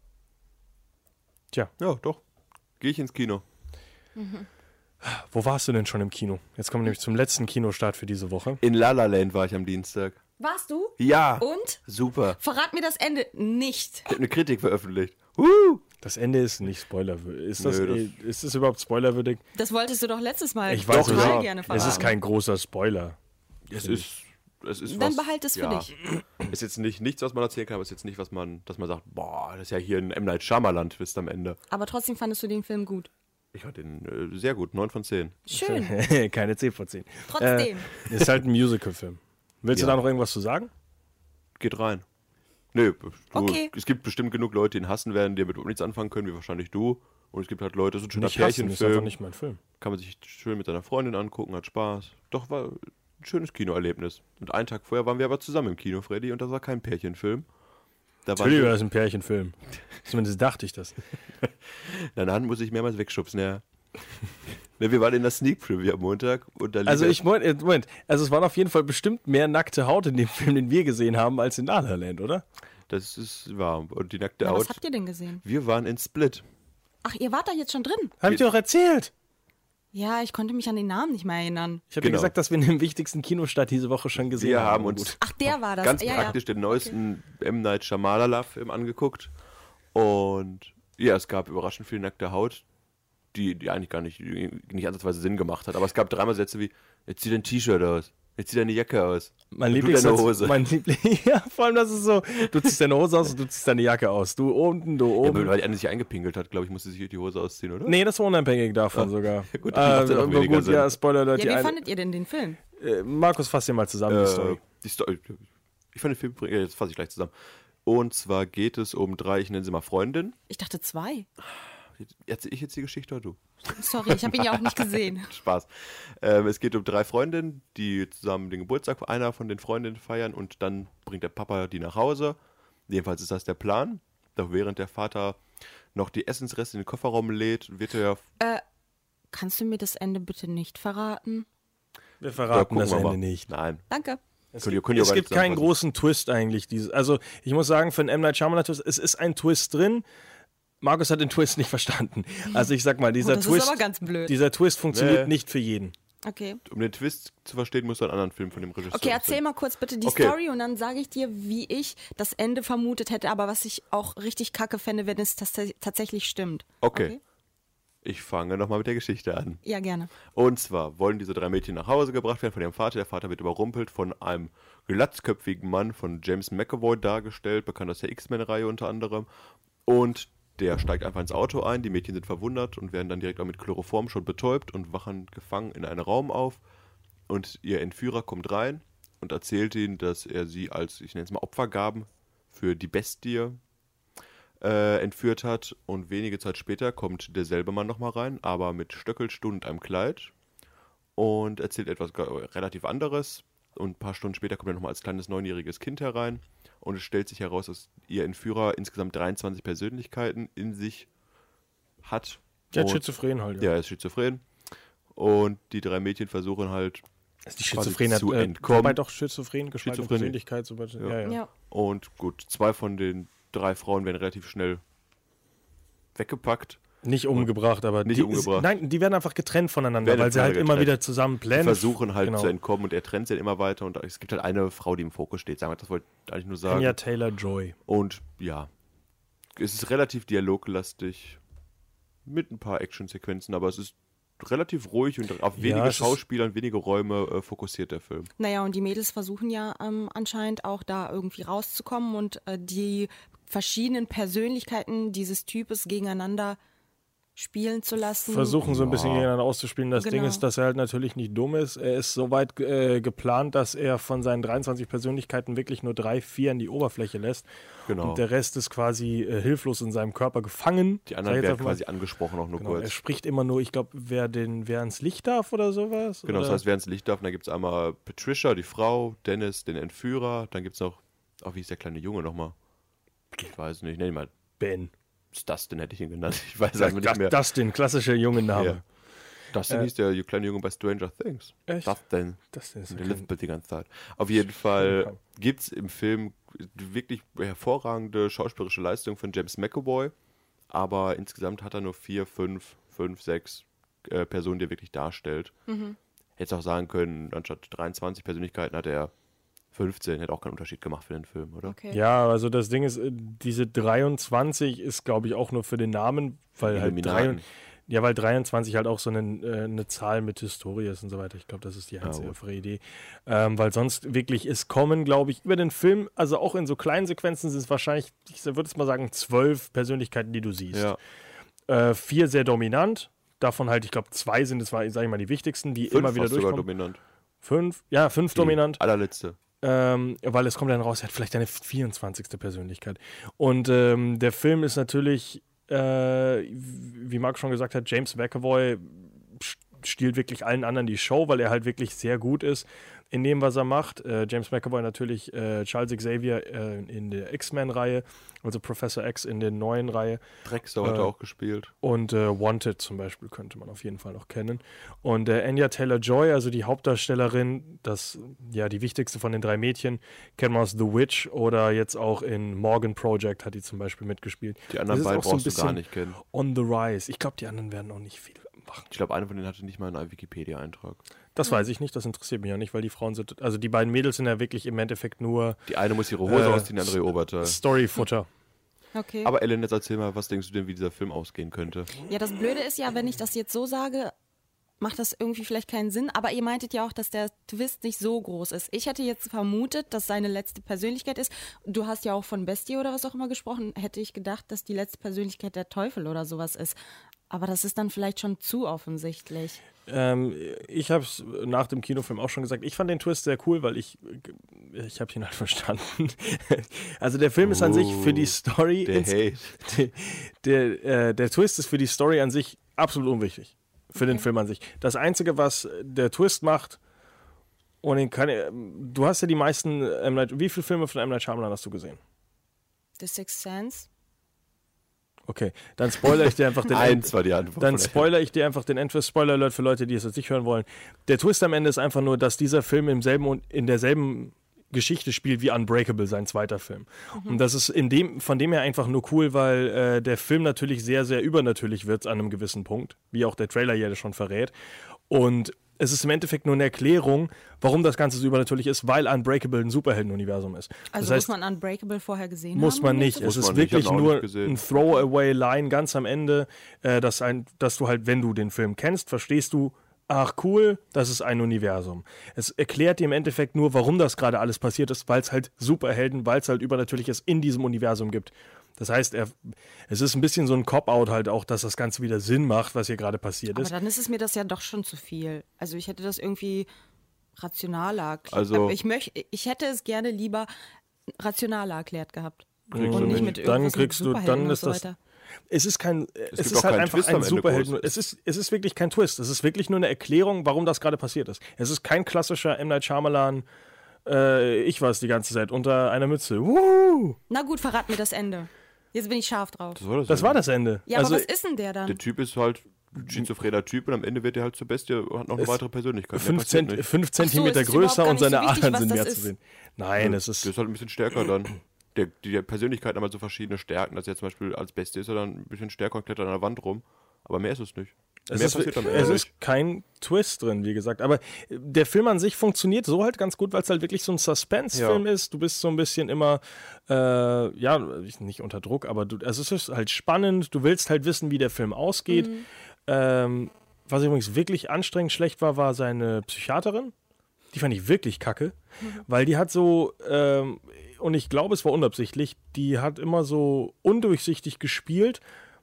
Ja, doch. Gehe ich ins Kino. Wo warst du denn schon im Kino? Jetzt kommen wir nämlich zum letzten Kinostart für diese Woche. In La La Land war ich am Dienstag. Warst du? Ja. Und? Super. Verrat mir das Ende nicht. Ich habe eine Kritik veröffentlicht. Uh. Das Ende ist nicht spoilerwürdig. Ist das, Nö, das- eh- ist das überhaupt spoilerwürdig? Das wolltest du doch letztes Mal Ich weiß, total ja. gerne Es verraten. ist kein großer Spoiler. Es ist, es ist Dann was, behalt es für ja. dich. Ist jetzt nicht nichts, was man erzählen kann, aber ist jetzt nicht, was man, dass man sagt, boah, das ist ja hier ein M. Night Shyamalan-Twist am Ende. Aber trotzdem fandest du den Film gut. Ich fand den äh, sehr gut, neun von zehn. Schön. Keine zehn von zehn. Trotzdem. Äh, ist halt ein Musical-Film. Willst Ja. du da noch irgendwas zu sagen? Geht rein. Nö, du, Okay. es gibt bestimmt genug Leute, die ihn hassen werden, die damit überhaupt nichts anfangen können, wie wahrscheinlich du. Und es gibt halt Leute, so ein schöner Nicht hassen, ist einfach Pärchenfilm. nicht mein Film. Kann man sich schön mit seiner Freundin angucken, hat Spaß. Doch, war ein schönes Kinoerlebnis. Und einen Tag vorher waren wir aber zusammen im Kino, Freddy, und das war kein Pärchenfilm. Da war Natürlich war das ein Pärchenfilm. Zumindest dachte ich das. Deine Hand muss ich mehrmals wegschubsen, ja. Ne, wir waren in der Sneak Preview am Montag und da lief Also er- ich Moment, äh, Moment, also es waren auf jeden Fall bestimmt mehr nackte Haut in dem Film, den wir gesehen haben, als in La La Land, oder? Das ist warm. Und die nackte Na, Haut. was habt ihr denn gesehen? Wir waren in Split. Ach, ihr wart da jetzt schon drin? Hab ich dir doch erzählt. Ja, ich konnte mich an den Namen nicht mehr erinnern. Ich habe dir Genau. gesagt, dass wir den wichtigsten Kinostart diese Woche schon gesehen Wir haben. haben Gut. uns Ach, der war das. ganz ja, praktisch den neuesten M. Night Shyamalan-Film angeguckt. Und ja, es gab überraschend viel nackte Haut, die, die eigentlich gar nicht, nicht ansatzweise Sinn gemacht hat. Aber es gab dreimal Sätze wie, jetzt zieh dein T-Shirt aus, jetzt zieh deine Jacke aus. Mein Du Lieblingssatz, deine Hose. mein Liebling, ja, vor allem das ist so, du ziehst deine Hose aus und du ziehst deine Jacke aus. Du unten, du Ja, oben. weil die eine sich eingepinkelt hat, glaube ich, musste sich die Hose ausziehen, oder? Nee, das war unabhängig davon sogar. gut, äh, dann macht ja noch aber weniger gut, Sinn. ja, Spoiler, Ja, Leute. wie die eine, fandet ihr denn den Film? äh, Markus, fass dir mal zusammen die Story. Äh, die Story. Ich fand den Film, ja, jetzt fasse ich gleich zusammen. Und zwar geht es um drei, ich nenne sie mal Freundinnen. Ich dachte zwei. Erzähle ich jetzt die Geschichte oder du? Sorry, ich habe ihn ja auch nicht gesehen. Spaß. Ähm, es geht um drei Freundinnen, die zusammen den Geburtstag einer von den Freundinnen feiern und dann bringt der Papa die nach Hause. Jedenfalls ist das der Plan. Doch während der Vater noch die Essensreste in den Kofferraum lädt, wird er Kannst du mir das Ende bitte nicht verraten? Wir Ja, verraten gucken das wir Ende mal. nicht. Nein. Danke. Es Könnt ihr- gibt, könnt ihr es aber gibt nicht keinen zusammenfassen. großen Twist eigentlich. Dieses, also ich muss sagen, für einen M. Night Shyamalan Twist, es ist ein Twist drin. Markus hat den Twist nicht verstanden. Also ich sag mal, dieser Oh, das ist Twist, aber ganz blöd. dieser Twist funktioniert Nee. nicht für jeden. Okay. Um den Twist zu verstehen, musst du einen anderen Film von dem Regisseur Okay, erzähl sehen. mal kurz bitte die Okay. Story und dann sage ich dir, wie ich das Ende vermutet hätte, aber was ich auch richtig kacke fände, wenn es tats- tatsächlich stimmt. Okay. Ich fange nochmal mit der Geschichte an. Ja, gerne. Und zwar wollen diese drei Mädchen nach Hause gebracht werden von ihrem Vater. Der Vater wird überrumpelt von einem glatzköpfigen Mann von James McAvoy dargestellt, bekannt aus der X-Men-Reihe unter anderem. Und der steigt einfach ins Auto ein, die Mädchen sind verwundert und werden dann direkt auch mit Chloroform schon betäubt und wachen gefangen in einen Raum auf. Und ihr Entführer kommt rein und erzählt ihnen, dass er sie als, ich nenne es mal, Opfergaben für die Bestie äh, entführt hat. Und wenige Zeit später kommt derselbe Mann nochmal rein, aber mit Stöckelstuhl und einem Kleid und erzählt etwas ga- relativ anderes. Und ein paar Stunden später kommt er nochmal als kleines neunjähriges Kind herein. Und es stellt sich heraus, dass ihr Entführer insgesamt dreiundzwanzig Persönlichkeiten in sich hat. Ja, Und- schizophren halt. Ja, er ist schizophren. Und die drei Mädchen versuchen halt Ist die quasi Schizophren hat, zu äh, entkommen. wobei doch Schizophren, gespaltene Schizophrenie. Persönlichkeit, sobald, ja. Ja, ja. Ja. Und gut, zwei von den drei Frauen werden relativ schnell weggepackt. Nicht umgebracht, aber Nicht die, umgebracht. Nein, die werden einfach getrennt voneinander, Werden weil sie halt voneinander immer getrennt. wieder zusammen Die planen. versuchen halt genau. zu entkommen und er trennt sie dann immer weiter. Und es gibt halt eine Frau, die im Fokus steht. Sagen wir, das wollte ich eigentlich nur sagen. Anya Taylor-Joy. Und ja, es ist relativ dialoglastig mit ein paar Actionsequenzen, aber es ist relativ ruhig und auf wenige es ist- Schauspieler und wenige Räume äh, fokussiert der Film. Naja, und die Mädels versuchen ja ähm, anscheinend auch da irgendwie rauszukommen und äh, die verschiedenen Persönlichkeiten dieses Types gegeneinander spielen zu lassen. Versuchen so ein bisschen gegeneinander auszuspielen. Das Ding Genau. ist, dass er halt natürlich nicht dumm ist. Er ist so weit äh, geplant, dass er von seinen dreiundzwanzig Persönlichkeiten wirklich nur drei, vier an die Oberfläche lässt. Genau. Und der Rest ist quasi äh, hilflos in seinem Körper gefangen. Die Sag anderen ich jetzt werden einfach mal. quasi angesprochen, auch nur Genau, er kurz. spricht immer nur, ich glaube, wer, den, wer ans Licht darf oder sowas. Genau, oder? das heißt, wer ins Licht darf, und da gibt es einmal Patricia, die Frau, Dennis, den Entführer, dann gibt es noch, oh, wie ist der kleine Junge nochmal? Ich weiß nicht, nenn ihn mal Ben. Dustin hätte ich ihn genannt. Ich weiß einfach nicht mehr. Dustin, klassischer Jungenname. Ja. Dustin Äh, hieß der kleine Junge bei Stranger Things. Echt? Dustin. Dustin ist Und okay. der lispelt die ganze Zeit. Auf jeden Fall Fall. gibt es im Film wirklich hervorragende schauspielerische Leistung von James McAvoy, aber insgesamt hat er nur vier, fünf, fünf, sechs äh, Personen, die er wirklich darstellt. Mhm. Hätte auch sagen können, anstatt dreiundzwanzig Persönlichkeiten hat er fünfzehn, hätte auch keinen Unterschied gemacht für den Film, oder? Okay. Ja, also das Ding ist, äh, diese dreiundzwanzig ist, glaube ich, auch nur für den Namen, weil halt Illuminaten. drei, ja, weil dreiundzwanzig halt auch so eine, äh, eine Zahl mit Historie ist und so weiter. Ich glaube, das ist die einzige gut. Idee. Ähm, weil sonst wirklich ist kommen, glaube ich, über den Film, also auch in so kleinen Sequenzen sind es wahrscheinlich, ich würde es mal sagen, zwölf Persönlichkeiten, die du siehst. Ja, Äh, vier sehr dominant, davon halt, ich glaube, zwei sind, das war, sage ich mal, die wichtigsten, die fünf immer wieder fast sogar durchkommen. dominant. Fünf, ja, fünf dominant. Die allerletzte. Ähm, weil es kommt dann raus, er hat vielleicht eine vierundzwanzigste Persönlichkeit. Und ähm, der Film ist natürlich, äh, wie Marc schon gesagt hat, James McAvoy stiehlt wirklich allen anderen die Show, weil er halt wirklich sehr gut ist in dem, was er macht. Äh, James McAvoy natürlich äh, Charles Xavier äh, in der X-Men-Reihe, also Professor X in der neuen Reihe. Drexler hat Äh, er auch gespielt. Und äh, Wanted zum Beispiel könnte man auf jeden Fall noch kennen. Und äh, Anya Taylor-Joy, also die Hauptdarstellerin, das, ja, die wichtigste von den drei Mädchen, kennen wir aus The Witch oder jetzt auch in Morgan Project hat die zum Beispiel mitgespielt. Die anderen Das ist beiden auch so ein brauchst du gar bisschen nicht kennen. On the Rise. Ich glaube, die anderen werden auch nicht viel machen. Ich glaube, einer von denen hatte nicht mal einen Wikipedia-Eintrag. Das weiß ich nicht, das interessiert mich ja nicht, weil die Frauen sind, also die beiden Mädels sind ja wirklich im Endeffekt nur Die eine muss ihre Hose Äh, ausziehen, die andere ihr Oberteil. Storyfutter. Okay. Aber Ellen, jetzt erzähl mal, was denkst du denn, wie dieser Film ausgehen könnte? Ja, das Blöde ist ja, wenn ich das jetzt so sage, macht das irgendwie vielleicht keinen Sinn. Aber ihr meintet ja auch, dass der Twist nicht so groß ist. Ich hätte jetzt vermutet, dass seine letzte Persönlichkeit ist. Du hast ja auch von Bestie oder was auch immer gesprochen. Hätte ich gedacht, dass die letzte Persönlichkeit der Teufel oder sowas ist. Aber das ist dann vielleicht schon zu offensichtlich. Ähm, ich habe es nach dem Kinofilm auch schon gesagt, ich fand den Twist sehr cool, weil ich, ich habe ihn halt verstanden. Also der Film ist an sich für die Story, Der ins, Hate. der, der, äh, der Twist ist für die Story an sich absolut unwichtig, für den Film an sich. Das Einzige, was der Twist macht, und den kann, du hast ja die meisten, M. Night, wie viele Filme von M. Night Shyamalan hast du gesehen? The Sixth Sense? Okay, dann spoilere ich dir einfach den Eins war die Antwort. Dann von spoilere ich dir einfach den Endtwist. Spoiler-Alert für Leute, die es jetzt nicht hören wollen. Der Twist am Ende ist einfach nur, dass dieser Film im selben, in derselben Geschichte spielt wie Unbreakable, sein zweiter Film. Mhm. Und das ist in dem, von dem her einfach nur cool, weil äh, der Film natürlich sehr, sehr übernatürlich wird an einem gewissen Punkt, wie auch der Trailer ja schon verrät. Und es ist im Endeffekt nur eine Erklärung, warum das Ganze so übernatürlich ist, weil Unbreakable ein Superheldenuniversum ist. Also das heißt, muss man Unbreakable vorher gesehen muss haben? man nicht. Muss Es ist man nicht, wirklich hab ich auch nur nicht gesehen. ein Throwaway-Line ganz am Ende, äh, dass, ein, dass du halt, wenn du den Film kennst, verstehst du, ach cool, das ist ein Universum. Es erklärt dir im Endeffekt nur, warum das gerade alles passiert ist, weil es halt Superhelden, weil es halt Übernatürliches in diesem Universum gibt. Das heißt, er, es ist ein bisschen so ein Cop-Out halt auch, dass das Ganze wieder Sinn macht, was hier gerade passiert ist. Aber dann ist es mir das ja doch schon zu viel. Also ich hätte das irgendwie rationaler erklärt. Also- ich, möch, ich hätte es gerne lieber rationaler erklärt gehabt. Kriegst Und du nicht nicht. mit Dann irgendwas mit kriegst du, Superhelden dann und ist so das. weiter. Es ist kein, es, gibt ist auch halt keinen einfach Twist am ein Ende Superhelden. groß. Es ist, es ist wirklich kein Twist. Es ist wirklich nur eine Erklärung, warum das gerade passiert ist. Es ist kein klassischer M. Night Shyamalan, äh, ich war es die ganze Zeit, unter einer Mütze. Woo! Na gut, verrat mir das Ende. Jetzt bin ich scharf drauf. Das war das, Das war das Ende. Ja, also, aber was ist denn der dann? Der Typ ist halt ein schizophrener Typ und am Ende wird er halt zur Bestie und hat noch eine Es- weitere Persönlichkeit. Mehr fünf, passiert Zent, nicht. fünf so, Zentimeter es ist überhaupt größer gar und nicht so seine wichtig, Adern was sind das mehr ist. zu sehen. Nein, es Das ist. ist halt ein bisschen stärker dann. Der, die der Persönlichkeit haben halt so verschiedene Stärken, dass er zum Beispiel als Bestie ist er dann ein bisschen stärker und klettert an der Wand rum. Aber mehr ist es nicht. Es, mehr ist, passiert am Ende es nicht. ist kein Twist drin, wie gesagt. Aber der Film an sich funktioniert so halt ganz gut, weil es halt wirklich so ein Suspense-Film Ja. ist. Du bist so ein bisschen immer, äh, ja, nicht unter Druck, aber du, also es ist halt spannend. Du willst halt wissen, wie der Film ausgeht. Mhm. Ähm, was übrigens wirklich anstrengend schlecht war, war seine Psychiaterin. Die fand ich wirklich kacke, Mhm. weil die hat so, ähm, und ich glaube, es war unabsichtlich, die hat immer so undurchsichtig gespielt,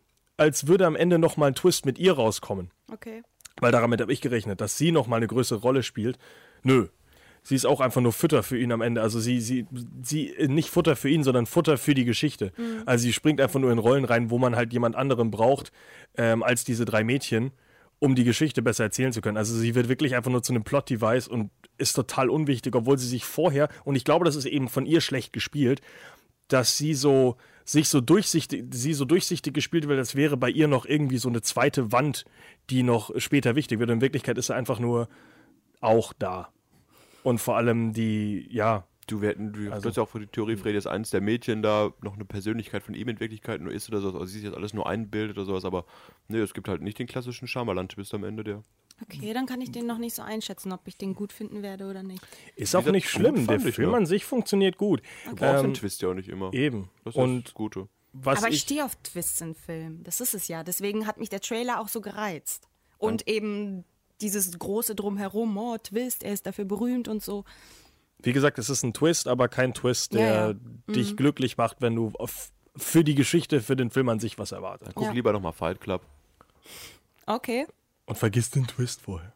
als würde am Ende nochmal ein Twist mit ihr rauskommen. Okay. Weil damit habe ich gerechnet, dass sie nochmal eine größere Rolle spielt. Nö. Sie ist auch einfach nur Futter für ihn am Ende. Also sie, sie, sie, nicht Futter für ihn, sondern Futter für die Geschichte. Mhm. Also sie springt einfach nur in Rollen rein, wo man halt jemand anderen braucht, ähm, als diese drei Mädchen, um die Geschichte besser erzählen zu können. Also sie wird wirklich einfach nur zu einem Plot-Device und ist total unwichtig, obwohl sie sich vorher, und ich glaube, das ist eben von ihr schlecht gespielt, dass sie so sich so durchsichtig, sie so durchsichtig gespielt wird, als wäre bei ihr noch irgendwie so eine zweite Wand, die noch später wichtig wird. Und in Wirklichkeit ist sie einfach nur auch da. Und vor allem die, ja, Du, wir hätten, du Also- hast ja auch vor die Theorie, Freddy, dass eins der Mädchen da noch eine Persönlichkeit von ihm in Wirklichkeit nur ist oder so. Also sie ist jetzt alles nur einbildet oder sowas, aber nee, es gibt halt nicht den klassischen Shyamalan-Twist am Ende, der. Okay, dann kann ich den noch nicht so einschätzen, ob ich den gut finden werde oder nicht. ist auch gesagt, nicht gut schlimm. Der fand ich, Film ja. an sich funktioniert gut. Du brauchst Ähm, den Twist ja auch nicht immer. Eben. Das ist Und das Gute. was Aber ich ich, stehe auf Twists in Filmen. Das ist es ja. Deswegen hat mich der Trailer auch so gereizt. Und eben dieses große Drumherum, oh, Twist, er ist dafür berühmt und so. wie gesagt, es ist ein Twist, aber kein Twist, der Ja, ja. dich glücklich macht, wenn du auf, für die Geschichte, für den Film an sich was erwartest. Guck Ja. lieber nochmal Fight Club. Okay. Und vergiss den Twist vorher.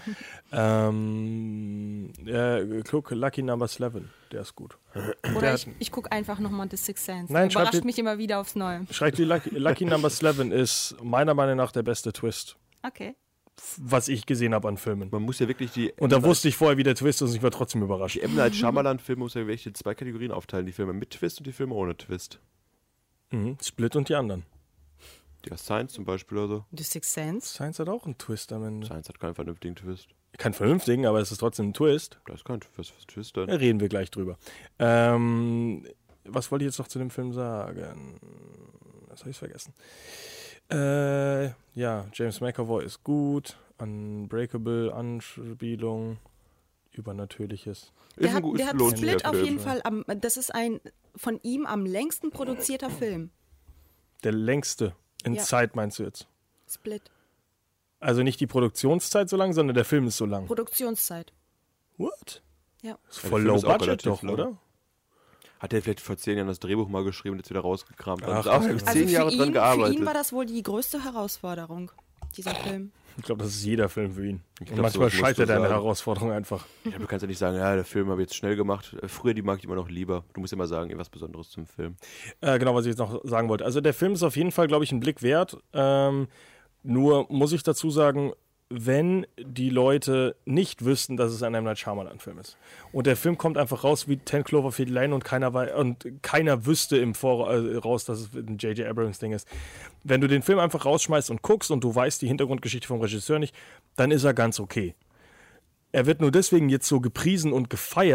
ähm, äh, guck, Lucky Number elf, der ist gut. Oder Der ich, ich gucke einfach nochmal The Sixth Sense. Nein, Der schreib überrascht dir- mich immer wieder aufs Neue. Schreibt die Lucky, Lucky Number elf ist meiner Meinung nach der beste Twist, Okay. was ich gesehen habe an Filmen. Man muss ja wirklich die. Und da wusste ich vorher, wie der Twist ist und ich war trotzdem überrascht. Die M. Night Shyamalan-Filme muss ja wirklich in zwei Kategorien aufteilen: die Filme mit Twist und die Filme ohne Twist. Mhm. Split und die anderen. Ja, Science zum Beispiel oder so. The Sixth Sense? Science hat auch einen Twist am Ende. Science hat keinen vernünftigen Twist. Kein vernünftigen, aber es ist trotzdem ein Twist. Da ist kein was, was Twist denn. Da reden wir gleich drüber. Ähm, was wollte ich jetzt noch zu dem Film sagen? Das habe ich vergessen. Äh, ja, James McAvoy ist gut. Unbreakable, Anspielung, Übernatürliches. Ist Der ein hat, gut- der hat lohnt sich Split der auf Film. jeden Fall am, das ist ein von ihm am längsten produzierter Film. Der längste in Ja. Zeit, meinst du jetzt? Split. Also nicht die Produktionszeit so lang, sondern der Film ist so lang. Produktionszeit. What? Ja. Ist der voll Film low ist auch budget relativ doch, lang. oder? Hat der vielleicht vor zehn Jahren das Drehbuch mal geschrieben und jetzt wieder rausgekramt? Ach, Ach, auch also zehn Also für Jahre ihn, dran für gearbeitet. ihn war das wohl die größte Herausforderung, dieser Film. Ich glaube, das ist jeder Film für ihn. Ich Und glaub, manchmal sowas musst scheitert du er an der sagen. Herausforderung einfach. Ja, du kannst ja nicht sagen, ja, der Film habe ich jetzt schnell gemacht. Äh, Früher, die mag ich immer noch lieber. Du musst immer sagen, irgendwas Besonderes zum Film. Äh, genau, was ich jetzt noch sagen wollte. Also der Film ist auf jeden Fall, glaube ich, ein Blick wert. Ähm, nur muss ich dazu sagen, wenn die Leute nicht wüssten, dass es ein M. Night Shyamalan-Film ist. Und der Film kommt einfach raus wie Ten Cloverfield Lane und keiner, wei- und keiner wüsste im Voraus, dass es ein J J Abrams-Ding ist. Wenn du den Film einfach rausschmeißt und guckst und du weißt die Hintergrundgeschichte vom Regisseur nicht, dann ist er ganz okay. Er wird nur deswegen jetzt so gepriesen und gefeiert,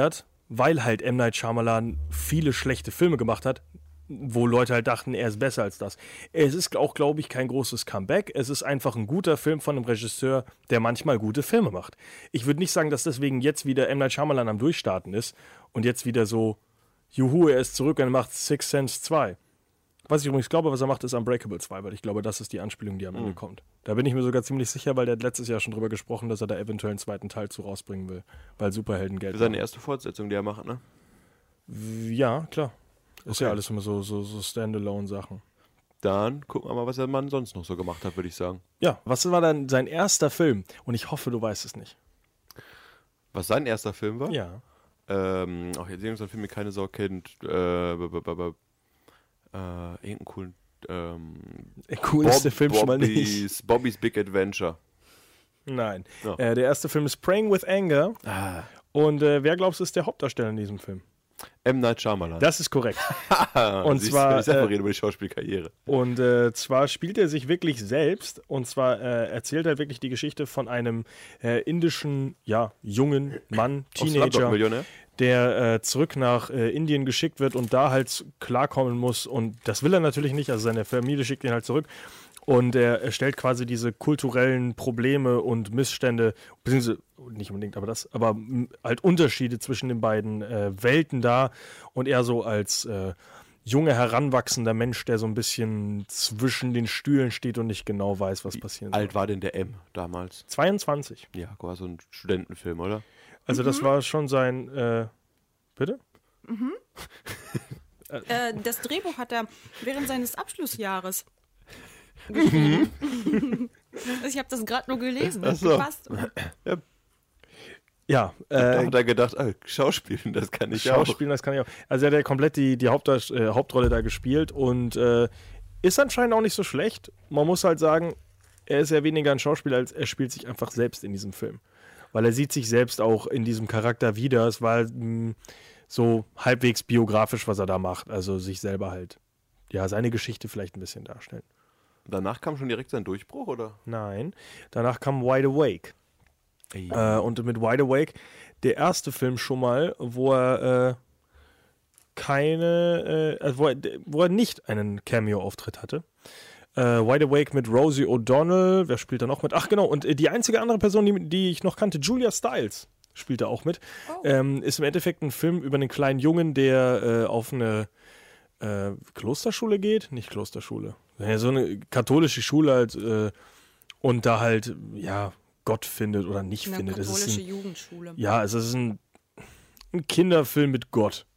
weil halt M. Night Shyamalan viele schlechte Filme gemacht hat, wo Leute halt dachten, er ist besser als das. Es ist auch, glaube ich, kein großes Comeback. Es ist einfach ein guter Film von einem Regisseur, der manchmal gute Filme macht. Ich würde nicht sagen, dass deswegen jetzt wieder M. Night Shyamalan am Durchstarten ist und jetzt wieder so, juhu, er ist zurück und er macht Sixth Sense zwei. Was ich übrigens glaube, was er macht, ist Unbreakable zwei, weil ich glaube, das ist die Anspielung, die am Ende mhm. kommt. Da bin ich mir sogar ziemlich sicher, weil der hat letztes Jahr schon drüber gesprochen, dass er da eventuell einen zweiten Teil zu rausbringen will, weil Superhelden Geld Das ist seine machen. erste Fortsetzung, die er macht, ne? Ja, klar. Ist Okay. ja alles immer so, so, so Standalone-Sachen. Dann gucken wir mal, was der Mann sonst noch so gemacht hat, würde ich sagen. Ja, was war dann sein erster Film? Und ich hoffe, du weißt es nicht. Was sein erster Film war? Ja. Ähm, auch jetzt irgendein Film, den keine Sau kennt. Äh, b- b- b- b- äh, irgendeinen coolen. Ähm, Cool ist der Film schon mal nicht. Bobby's, Bobby's Big Adventure. Nein. Ja. Äh, der erste Film ist Praying with Anger. Ah. Und äh, wer glaubst du ist der Hauptdarsteller in diesem Film? M. Night Shyamalan. Das ist korrekt. und und zwar, Ich sag mal, äh, reden über die Schauspielkarriere. Und äh, zwar spielt er sich wirklich selbst. Und zwar äh, erzählt er wirklich die Geschichte von einem äh, indischen, ja, jungen Mann, Aus Teenager, Slumdog-Millionär? der äh, zurück nach äh, Indien geschickt wird und da halt klarkommen muss. Und das will er natürlich nicht. Also seine Familie schickt ihn halt zurück. Und er, er stellt quasi diese kulturellen Probleme und Missstände, beziehungsweise nicht unbedingt, aber das, aber m, halt Unterschiede zwischen den beiden äh, Welten dar. Und er so als äh, junger, heranwachsender Mensch, der so ein bisschen zwischen den Stühlen steht und nicht genau weiß, was passieren soll. Alt war denn der M damals? zweiundzwanzig. Ja, war so ein Studentenfilm, oder? Also das war schon sein, äh, bitte? Äh, das Drehbuch hat er während seines Abschlussjahres geschrieben. Ich habe das gerade nur gelesen. Das Ach so. passt. Ja, Da äh, hat er gedacht, ah, Schauspielen, das kann ich Schauspielen, das kann ich auch. Also er hat ja komplett die, die Hauptdarst- äh, Hauptrolle da gespielt und äh, ist anscheinend auch nicht so schlecht. Man muss halt sagen, er ist ja weniger ein Schauspieler, als er spielt sich einfach selbst in diesem Film. Weil er sieht sich selbst auch in diesem Charakter wieder. Es war mh, so halbwegs biografisch, was er da macht. Also sich selber halt, ja, seine Geschichte vielleicht ein bisschen darstellen. auch. Danach kam schon direkt sein Durchbruch, oder? Nein, danach kam Wide Awake. Äh, und mit Wide Awake, der erste Film schon mal, wo er äh, keine, äh, also wo, er, wo er nicht einen Cameo-Auftritt hatte. Äh, Wide Awake mit Rosie O'Donnell, wer spielt da noch mit? Ach genau, und äh, die einzige andere Person, die, die ich noch kannte, Julia Stiles, spielt da auch mit. Oh. Ähm, ist im Endeffekt ein Film über einen kleinen Jungen, der äh, auf eine äh, Klosterschule geht, nicht Klosterschule, ja, so eine katholische Schule halt äh, und da halt, ja, Gott findet oder nicht Eine findet. Es ist katholische ein, Jugendschule. ja, es ist ein, ein Kinderfilm mit Gott.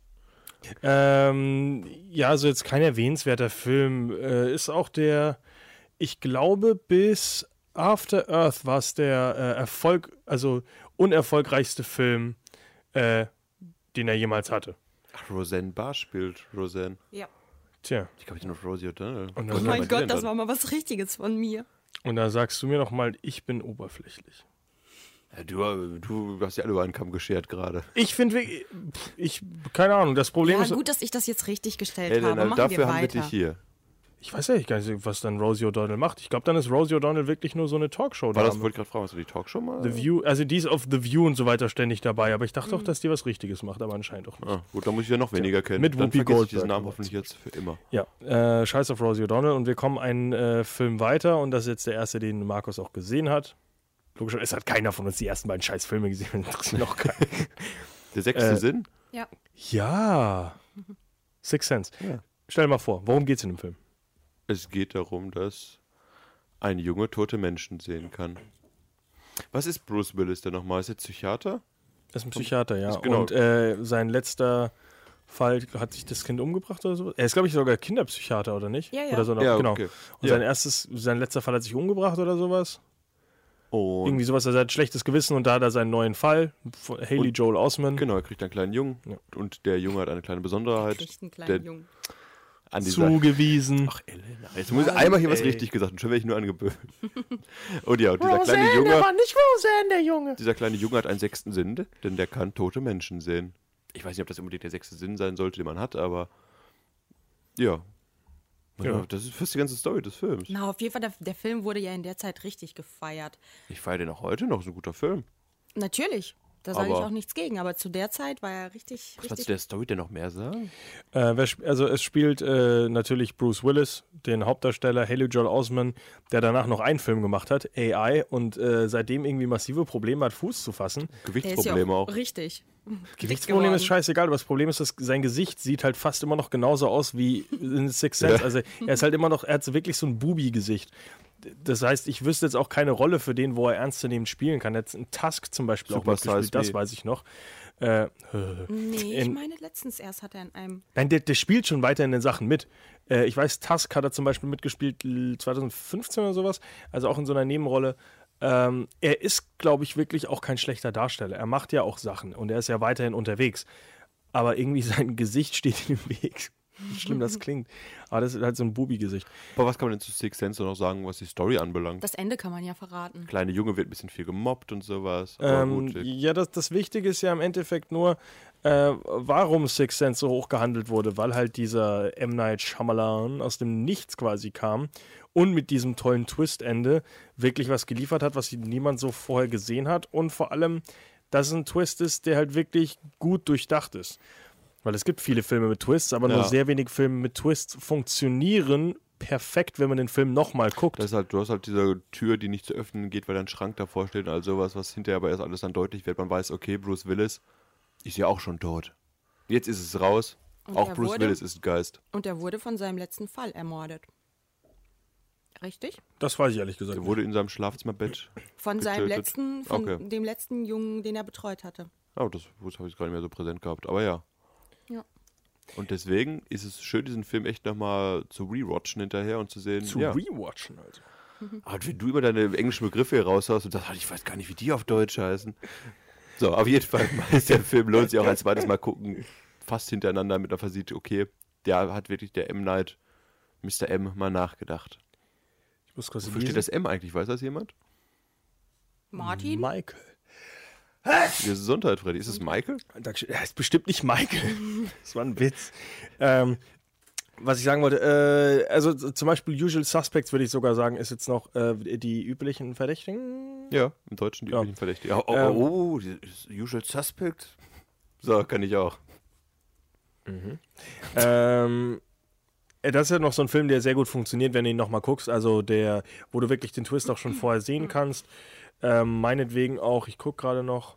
Ähm, ja, also jetzt kein erwähnenswerter Film. Äh, ist auch der, ich glaube, bis After Earth war es der äh, Erfolg, also unerfolgreichste Film, äh, den er jemals hatte. Ach, Roseanne Barr spielt Roseanne. Ja. Tja, Ich glaube, ich noch Rosie O'Donnell. Und Oh dann- mein Was Gott, denn das dann? war mal was Richtiges von mir. und da sagst du mir noch mal, ich bin oberflächlich. Ja, du, du hast ja alle über einen Kamm geschert gerade. Ich finde, ich, keine Ahnung, das Problem Ja, ist, gut, dass ich das jetzt richtig gestellt habe. Elena, Machen dafür wir haben wir weiter. dich hier. ich weiß ja nicht, gar nicht, was dann Rosie O'Donnell macht. Ich glaube, dann ist Rosie O'Donnell wirklich nur so eine Talkshow War da. das, wollte ich gerade fragen, hast du die Talkshow mal? The View, also die ist auf The View und so weiter ständig dabei, aber ich dachte auch, dass die was Richtiges macht, aber anscheinend auch nicht. Ah, gut, dann muss ich ja noch weniger kennen. Mit dann Whoopi vergesse ich Goldberg. diesen Namen hoffentlich jetzt für immer. Ja, äh, scheiß auf Rosie O'Donnell und wir kommen einen äh, Film weiter und das ist jetzt der erste, den Markus auch gesehen hat. Logischerweise, es hat keiner von uns die ersten beiden scheiß Filme gesehen, interessiert noch keinen. Der sechste Äh, Sinn? Ja. Ja, Sixth Sense. Ja. Stell dir mal vor, worum geht's in dem Film? Es geht darum, dass ein Junge tote Menschen sehen kann. Was ist Bruce Willis denn nochmal? Ist er Psychiater? Das ist ein Psychiater, ja. Ist genau- Und äh, sein letzter Fall, hat sich das Kind umgebracht oder so? Er ist, glaube ich, sogar Kinderpsychiater, oder nicht? Ja, ja. Oder so noch, Ja, genau. okay. Und Ja. sein erstes, sein letzter Fall hat sich umgebracht oder sowas? Und Irgendwie sowas, also er hat schlechtes Gewissen und da hat er seinen neuen Fall, von Haley Und- Joel Osment. genau, er kriegt einen kleinen Jungen Ja. und der Junge hat eine kleine Besonderheit. Kriegt einen kleinen der- Jungen. An dieser Zugewiesen. Ach, Elena, jetzt muss ich einmal hier was ey. richtig gesagt und schon werde ich nur angeböhnt. Und ja, und dieser kleine Junge, nicht Roseanne, der Junge. dieser kleine Junge hat einen sechsten Sinn, denn der kann tote Menschen sehen. Ich weiß nicht, ob das unbedingt der sechste Sinn sein sollte, den man hat, aber ja. Ja. Ja, das ist fast die ganze Story des Films. Na, auf jeden Fall, der, der Film wurde ja in der Zeit richtig gefeiert. Ich feiere den auch heute noch, ist ein guter Film. Natürlich. Da sage ich Aber- auch nichts gegen, aber zu der Zeit war er richtig, Was kannst du richtig. der Story denn noch mehr sagen? Äh, wer sp- also es spielt äh, natürlich Bruce Willis, den Hauptdarsteller, Haley Joel Osment, der danach noch einen Film gemacht hat, A I, und äh, seitdem irgendwie massive Probleme hat, Fuß zu fassen. Der ist ja Gewichtsprobleme auch, auch. richtig. Gewichtsproblem ist geworden. scheißegal, aber das Problem ist, dass sein Gesicht sieht halt fast immer noch genauso aus wie in Sixth Sense. Ja. Also er ist halt immer noch, er hat so wirklich so ein Bubi-Gesicht. Das heißt, ich wüsste jetzt auch keine Rolle für den, wo er ernstzunehmend spielen kann. Jetzt in Tusk zum Beispiel Super auch mitgespielt, Size das Me. weiß ich noch. Äh, Nee, ich in- meine, letztens erst hat er in einem. Nein, der, der spielt schon weiter in den Sachen mit. Äh, ich weiß, Tusk hat er zum Beispiel mitgespielt l- zwanzig fünfzehn oder sowas, also auch in so einer Nebenrolle. Ähm, er ist, glaube ich, wirklich auch kein schlechter Darsteller. Er macht ja auch Sachen und er ist ja weiterhin unterwegs. Aber irgendwie sein Gesicht steht ihm im Weg. Wie schlimm das klingt. Aber das ist halt so ein Bubi-Gesicht. Aber was kann man denn zu Sixth Sense noch sagen, was die Story anbelangt? Das Ende kann man ja verraten. Kleine Junge wird ein bisschen viel gemobbt und sowas. Aber Ähm, gut, ja, das, das Wichtige ist ja im Endeffekt nur, äh, warum Sixth Sense so hoch gehandelt wurde, weil halt dieser M. Night Shyamalan aus dem Nichts quasi kam und mit diesem tollen Twist-Ende wirklich was geliefert hat, was niemand so vorher gesehen hat und vor allem, dass es ein Twist ist, der halt wirklich gut durchdacht ist. Weil es gibt viele Filme mit Twists, aber nur Ja. sehr wenig Filme mit Twists funktionieren perfekt, wenn man den Film nochmal guckt. das ist halt, du hast halt diese Tür, die nicht zu öffnen geht, weil da ein Schrank davor steht und all sowas, was hinterher aber erst alles dann deutlich wird. Man weiß, okay, Bruce Willis ist ja auch schon tot. Jetzt ist es raus. Und auch er Bruce wurde- Willis ist ein Geist. Und er wurde von seinem letzten Fall ermordet. Richtig? Das weiß ich ehrlich gesagt Er nicht. wurde in seinem Schlafzimmerbett. Von seinem Getötet. letzten, von Okay. dem letzten Jungen, den er betreut hatte. Oh, das habe ich gar nicht mehr so präsent gehabt. Aber ja. Ja. Und deswegen ist es schön, diesen Film echt nochmal zu rewatchen hinterher und zu sehen. Zu ja. rewatchen also. Aber wenn du immer deine englischen Begriffe hier raushaust und sagst, ich weiß gar nicht, wie die auf Deutsch heißen. So, auf jeden Fall ist der Film, lohnt sich auch ein zweites Mal gucken, fast hintereinander, damit man versieht, okay, der hat wirklich der M. Night, Mister M, mal nachgedacht. Ich muss kurz Wofür steht das M eigentlich? Weiß das jemand? Martin? Michael. Gesundheit, Freddy. Ist es Michael? Dankeschön. Ja, ist bestimmt nicht Michael. Das war ein Witz. Ähm, was ich sagen wollte, äh, also z- zum Beispiel Usual Suspects würde ich sogar sagen, ist jetzt noch äh, die üblichen Verdächtigen. Ja, im Deutschen die Ja. üblichen Verdächtigen. Oh, oh, Ähm. oh, oh, die- Usual Suspect. So, kann ich auch. Ähm, äh, das ist ja noch so ein Film, der sehr gut funktioniert, wenn du ihn nochmal guckst. Also der, wo du wirklich den Twist auch schon vorher sehen kannst. Ähm, meinetwegen auch, ich gucke gerade noch.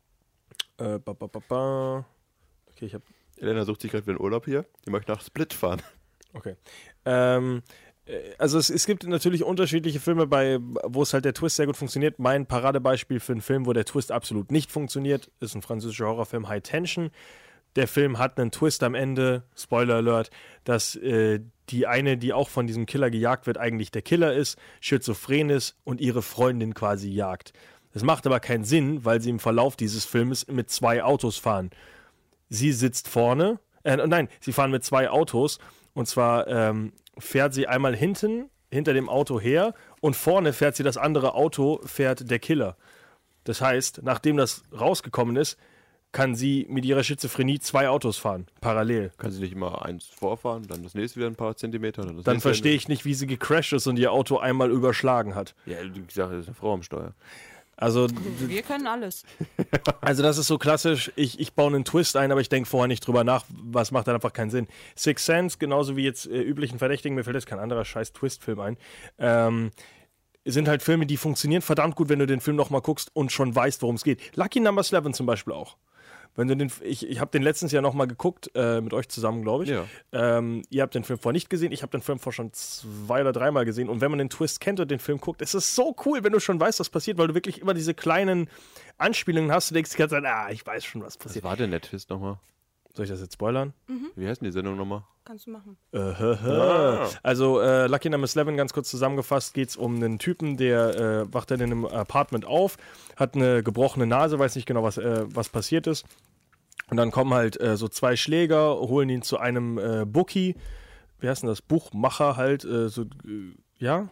Äh, ba, ba, ba, ba. Okay, ich habe Elena sucht sich gerade wieder einen Urlaub hier. Die möchte nach Split fahren. Okay. Ähm, äh, also es, es gibt natürlich unterschiedliche Filme, bei, wo es halt der Twist sehr gut funktioniert. Mein Paradebeispiel für einen Film, wo der Twist absolut nicht funktioniert, ist ein französischer Horrorfilm, High Tension. Der Film hat einen Twist am Ende, Spoiler Alert, dass äh, die eine, die auch von diesem Killer gejagt wird, eigentlich der Killer ist, schizophren ist und ihre Freundin quasi jagt. Das macht aber keinen Sinn, weil sie im Verlauf dieses Filmes mit zwei Autos fahren. Sie sitzt vorne, äh, nein, sie fahren mit zwei Autos und zwar ähm, fährt sie einmal hinten, hinter dem Auto her und vorne fährt sie das andere Auto, fährt der Killer. Das heißt, nachdem das rausgekommen ist, kann sie mit ihrer Schizophrenie zwei Autos fahren, parallel. Kann sie nicht immer eins vorfahren, dann das nächste wieder ein paar Zentimeter. Dann, das Dann nächste verstehe ich nicht, wie sie gecrashed ist und ihr Auto einmal überschlagen hat. Ja, wie gesagt, das ist eine Frau am Steuer. Also, Wir können alles. also das ist so klassisch, ich, ich baue einen Twist ein, aber ich denke vorher nicht drüber nach, was macht dann einfach keinen Sinn. Sixth Sense, genauso wie jetzt äh, üblichen Verdächtigen, mir fällt jetzt kein anderer scheiß Twist-Film ein, ähm, sind halt Filme, die funktionieren verdammt gut, wenn du den Film nochmal guckst und schon weißt, worum es geht. Lucky Number eleven zum Beispiel auch. Wenn du den, ich ich habe den letztens ja nochmal geguckt, äh, mit euch zusammen, glaube ich. Ja. Ähm, ihr habt den Film vorher nicht gesehen, ich habe den Film vorher schon zwei oder dreimal gesehen. Und wenn man den Twist kennt und den Film guckt, ist es so cool, wenn du schon weißt, was passiert, weil du wirklich immer diese kleinen Anspielungen hast. Du denkst die ganze Zeit, ah, ich weiß schon, was Was passiert. war denn der Twist nochmal? Soll ich das jetzt spoilern? Wie heißt denn die Sendung nochmal? Kannst du machen. Äh, hö, hö. Also äh, Lucky Number eleven, ganz kurz zusammengefasst, geht es um einen Typen, der äh, wacht dann in einem Apartment auf, hat eine gebrochene Nase, weiß nicht genau, was, äh, was passiert ist. Und dann kommen halt äh, so zwei Schläger, holen ihn zu einem äh, Bookie, wie heißt denn das, Buchmacher halt, äh, so, äh, ja?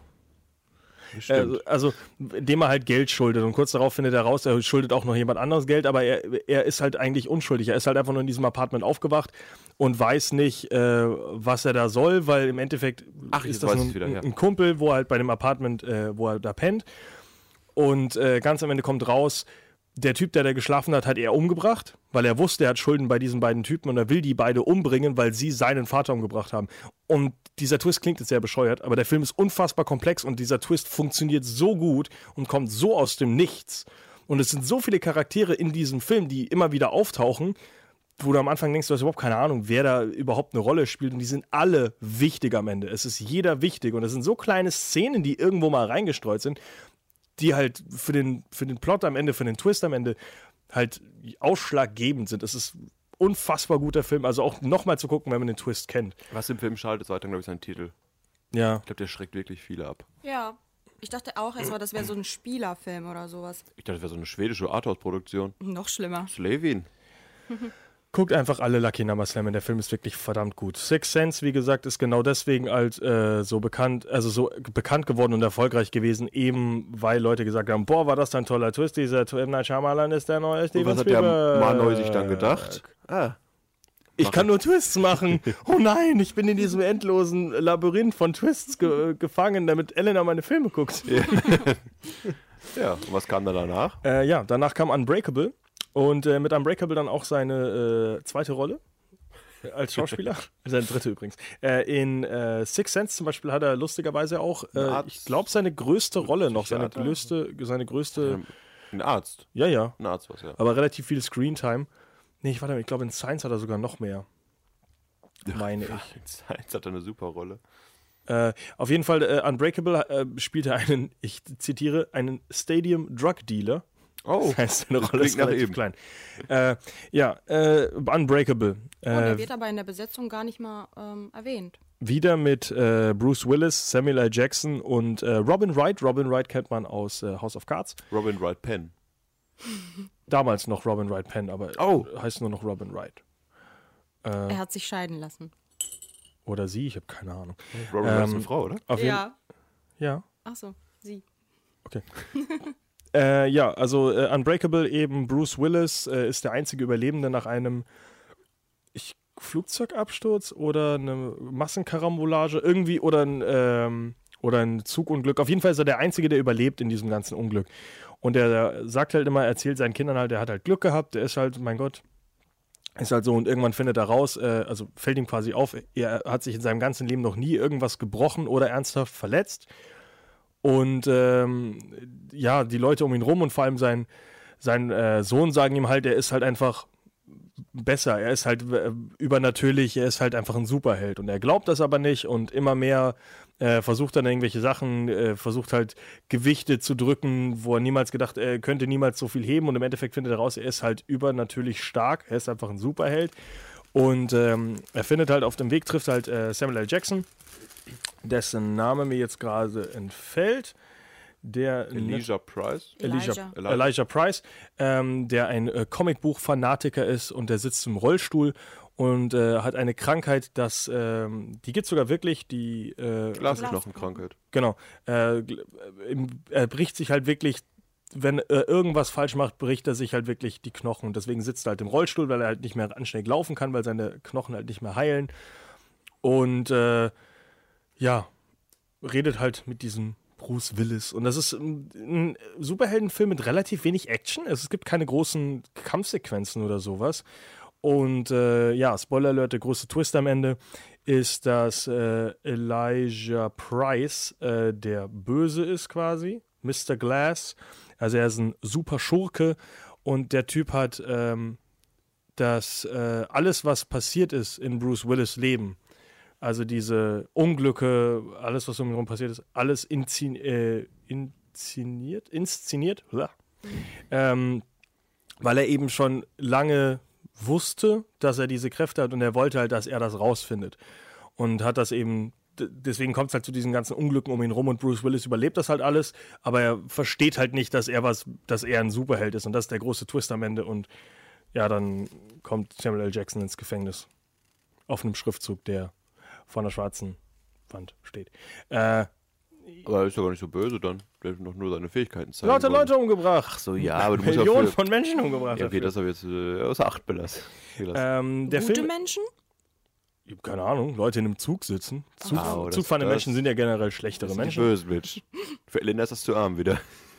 Stimmt. Äh, also, dem er halt Geld schuldet. Und kurz darauf findet er raus, er schuldet auch noch jemand anderes Geld, aber er, er ist halt eigentlich unschuldig. Er ist halt einfach nur in diesem Apartment aufgewacht und weiß nicht, äh, was er da soll, weil im Endeffekt Ach, jetzt ist das weiß ein, ich's wieder, ja. ein Kumpel, wo er halt bei dem Apartment, äh, wo er da pennt. Und äh, ganz am Ende kommt raus, der Typ, der da geschlafen hat, hat er umgebracht, weil er wusste, er hat Schulden bei diesen beiden Typen und er will die beide umbringen, weil sie seinen Vater umgebracht haben. Und dieser Twist klingt jetzt sehr bescheuert, aber der Film ist unfassbar komplex und dieser Twist funktioniert so gut und kommt so aus dem Nichts. Und es sind so viele Charaktere in diesem Film, die immer wieder auftauchen, wo du am Anfang denkst, du hast überhaupt keine Ahnung, wer da überhaupt eine Rolle spielt. Und die sind alle wichtig am Ende. Es ist jeder wichtig. Und es sind so kleine Szenen, die irgendwo mal reingestreut sind, die halt für den, für den Plot am Ende, für den Twist am Ende halt ausschlaggebend sind. Es ist ein unfassbar guter Film. Also auch nochmal zu gucken, wenn man den Twist kennt. Was im Film schade ist, war dann, glaube ich, sein Titel. Ja. Ich glaube, der schreckt wirklich viele ab. Ja. Ich dachte auch erstmal, das wäre so ein Spielerfilm oder sowas. Ich dachte, das wäre so eine schwedische Arthouse-Produktion. Noch schlimmer. Slavin. Guckt einfach alle Lucky Number Slam, der Film ist wirklich verdammt gut. Sixth Sense, wie gesagt, ist genau deswegen als äh, so bekannt, also so bekannt geworden und erfolgreich gewesen, eben weil Leute gesagt haben, boah, war das ein toller Twist, dieser M. Night Shyamalan ist der neue Steven Und was hat Spielberg. der Mann sich dann gedacht? Ah, Ich kann nur Twists machen. Oh nein, ich bin in diesem endlosen Labyrinth von Twists ge gefangen, damit Elena meine Filme guckt. Ja. Ja, und was kam dann danach? Äh, ja, danach kam Unbreakable. Und äh, mit Unbreakable dann auch seine äh, zweite Rolle als Schauspieler. Seine dritte übrigens. Äh, in äh, Sixth Sense zum Beispiel hat er lustigerweise auch, äh, ich glaube, seine größte Rolle noch, seine größte, seine größte. Ein Arzt. Ja, ja. Ein Arzt was, ja. Aber relativ viel Screentime. Nee, ich warte mal, ich glaube, in Science hat er sogar noch mehr. Meine ich. Science hat er eine super Rolle. Äh, auf jeden Fall, äh, Unbreakable äh, spielte einen, ich zitiere, einen Stadium Drug Dealer. Oh, das heißt, seine Rolle ist nach relativ eben. klein. Äh, ja, äh, Unbreakable. Äh, Und er wird aber in der Besetzung gar nicht mal ähm, erwähnt. wieder mit äh, Bruce Willis, Samuel L. Jackson und äh, Robin Wright. Robin Wright kennt man aus äh, House of Cards. Robin Wright Penn. Damals noch Robin Wright Penn, aber Oh. heißt nur noch Robin Wright. Äh, Er hat sich scheiden lassen. oder sie, ich habe keine Ahnung. Robin Wright ist Ähm, eine Frau, oder? Auf jeden- Ja. Ja. Ach so, sie. Okay. äh, ja, also äh, Unbreakable eben, Bruce Willis äh, ist der einzige Überlebende nach einem ich, Flugzeugabsturz oder eine Massenkarambolage irgendwie oder ein, ähm, oder ein Zugunglück. Auf jeden Fall ist er der Einzige, der überlebt in diesem ganzen Unglück. Und er sagt halt immer, erzählt seinen Kindern halt, er hat halt Glück gehabt, der ist halt, mein Gott, ist halt so und irgendwann findet er raus, äh, also fällt ihm quasi auf, er hat sich in seinem ganzen Leben noch nie irgendwas gebrochen oder ernsthaft verletzt. Und ähm, ja, die Leute um ihn rum und vor allem sein, sein äh, Sohn sagen ihm halt, er ist halt einfach besser, er ist halt äh, übernatürlich, er ist halt einfach ein Superheld. Und er glaubt das aber nicht und immer mehr äh, versucht dann irgendwelche Sachen, äh, versucht halt Gewichte zu drücken, wo er niemals gedacht, er könnte niemals so viel heben und im Endeffekt findet er raus, er ist halt übernatürlich stark, er ist einfach ein Superheld. Und ähm, er findet halt auf dem Weg, trifft halt äh, Samuel L. Jackson, dessen Name mir jetzt gerade entfällt. Der Elijah Price. Elijah, Elijah. Elijah Price, ähm, der ein äh, Comicbuch-Fanatiker ist und der sitzt im Rollstuhl und äh, hat eine Krankheit, dass, ähm, die gibt es sogar wirklich, die, äh, Glasknochenkrankheit. genau, äh, gl- äh, im, er bricht sich halt wirklich, wenn er irgendwas falsch macht, bricht er sich halt wirklich die Knochen und deswegen sitzt er halt im Rollstuhl, weil er halt nicht mehr anständig laufen kann, weil seine Knochen halt nicht mehr heilen und äh, ja, redet halt mit diesem Bruce Willis. Und das ist ein, ein Superheldenfilm mit relativ wenig Action. Also es gibt keine großen Kampfsequenzen oder sowas. Und äh, ja, Spoiler Alert, der große Twist am Ende ist, dass äh, Elijah Price äh, der Böse ist quasi. Mister Glass. Also er ist ein super Schurke. Und der Typ hat ähm, das äh, alles, was passiert ist in Bruce Willis Leben, also diese Unglücke, alles, was um ihn herum passiert ist, alles inszin äh, inszeniert, inszeniert, ähm, weil er eben schon lange wusste, dass er diese Kräfte hat und er wollte halt, dass er das rausfindet. Und hat das eben, d- deswegen kommt es halt zu diesen ganzen Unglücken um ihn rum und Bruce Willis überlebt das halt alles, aber er versteht halt nicht, dass er was, dass er ein Superheld ist und das ist der große Twist am Ende und ja, dann kommt Samuel L. Jackson ins Gefängnis. Auf einem Schriftzug, der vor einer schwarzen Wand steht. Äh, Aber er ist ja gar nicht so böse dann. Der hat doch nur seine Fähigkeiten zeigen Lauter wollen. Leute umgebracht. Ach so, ja, aber du musst ja Millionen für... von Menschen umgebracht. Ja, okay, dafür. das habe ich jetzt äh, außer Acht belassen. gelassen. ähm, der Gute Film, Menschen? ich hab keine Ahnung, Leute in einem Zug sitzen. Zug, Ah, oh, das- Zugfahrende das- Menschen sind ja generell schlechtere Das sind die Menschen. bösen Menschen. Für Elena ist das zu arm wieder.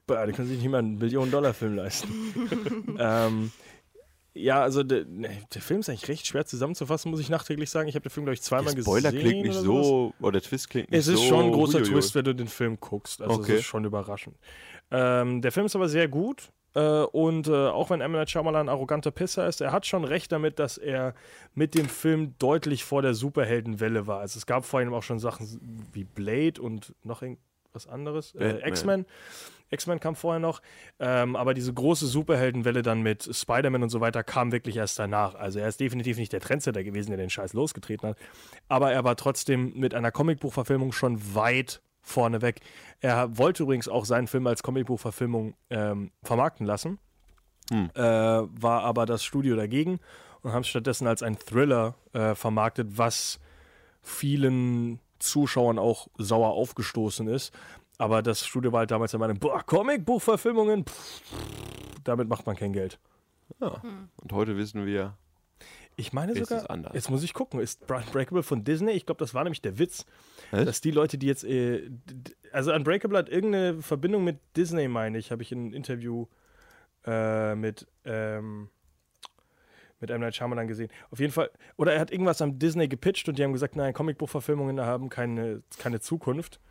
Bah, die können sich nicht mal einen Millionen-Dollar-Film leisten. ähm, ja, also der, der Film ist eigentlich recht schwer zusammenzufassen, muss ich nachträglich sagen. Ich habe den Film, glaube ich, zweimal Der gesehen. Spoiler klingt nicht oder so, sowas. oder der Twist klingt nicht Es so. ist schon ein großer Uiuiui. Twist, wenn du den Film guckst. Also Okay. es ist schon überraschend. Ähm, der Film ist aber sehr gut. Äh, und äh, auch wenn M. Night Shyamalan ein arroganter Pisser ist, er hat schon recht damit, dass er mit dem Film deutlich vor der Superheldenwelle war. Also es gab vor allem auch schon Sachen wie Blade und noch irgendwas anderes. Äh, Batman. X-Men. X-Men kam vorher noch. Ähm, aber diese große Superheldenwelle dann mit Spider-Man und so weiter kam wirklich erst danach. Also er ist definitiv nicht der Trendsetter gewesen, der den Scheiß losgetreten hat. Aber er war trotzdem mit einer Comicbuchverfilmung schon weit vorneweg. Er wollte übrigens auch seinen Film als Comicbuchverfilmung ähm, vermarkten lassen, Hm. äh, war aber das Studio dagegen und haben es stattdessen als ein Thriller äh, vermarktet, was vielen Zuschauern auch sauer aufgestoßen ist. Aber das Studio war halt damals der Meinung, boah, Comicbuchverfilmungen, pff, damit macht man kein Geld. Ja. Und heute wissen wir, Ich meine Ist sogar, es anders? jetzt muss ich gucken, ist Unbreakable von Disney? Ich glaube, das war nämlich der Witz, Was? dass die Leute, die jetzt, äh, d- d- also Unbreakable hat irgendeine Verbindung mit Disney, meine ich, habe ich in einem Interview äh, mit, ähm, mit M. Night Shyamalan gesehen. Auf jeden Fall, oder er hat irgendwas am Disney gepitcht und die haben gesagt, nein, Comicbuchverfilmungen haben keine, keine Zukunft.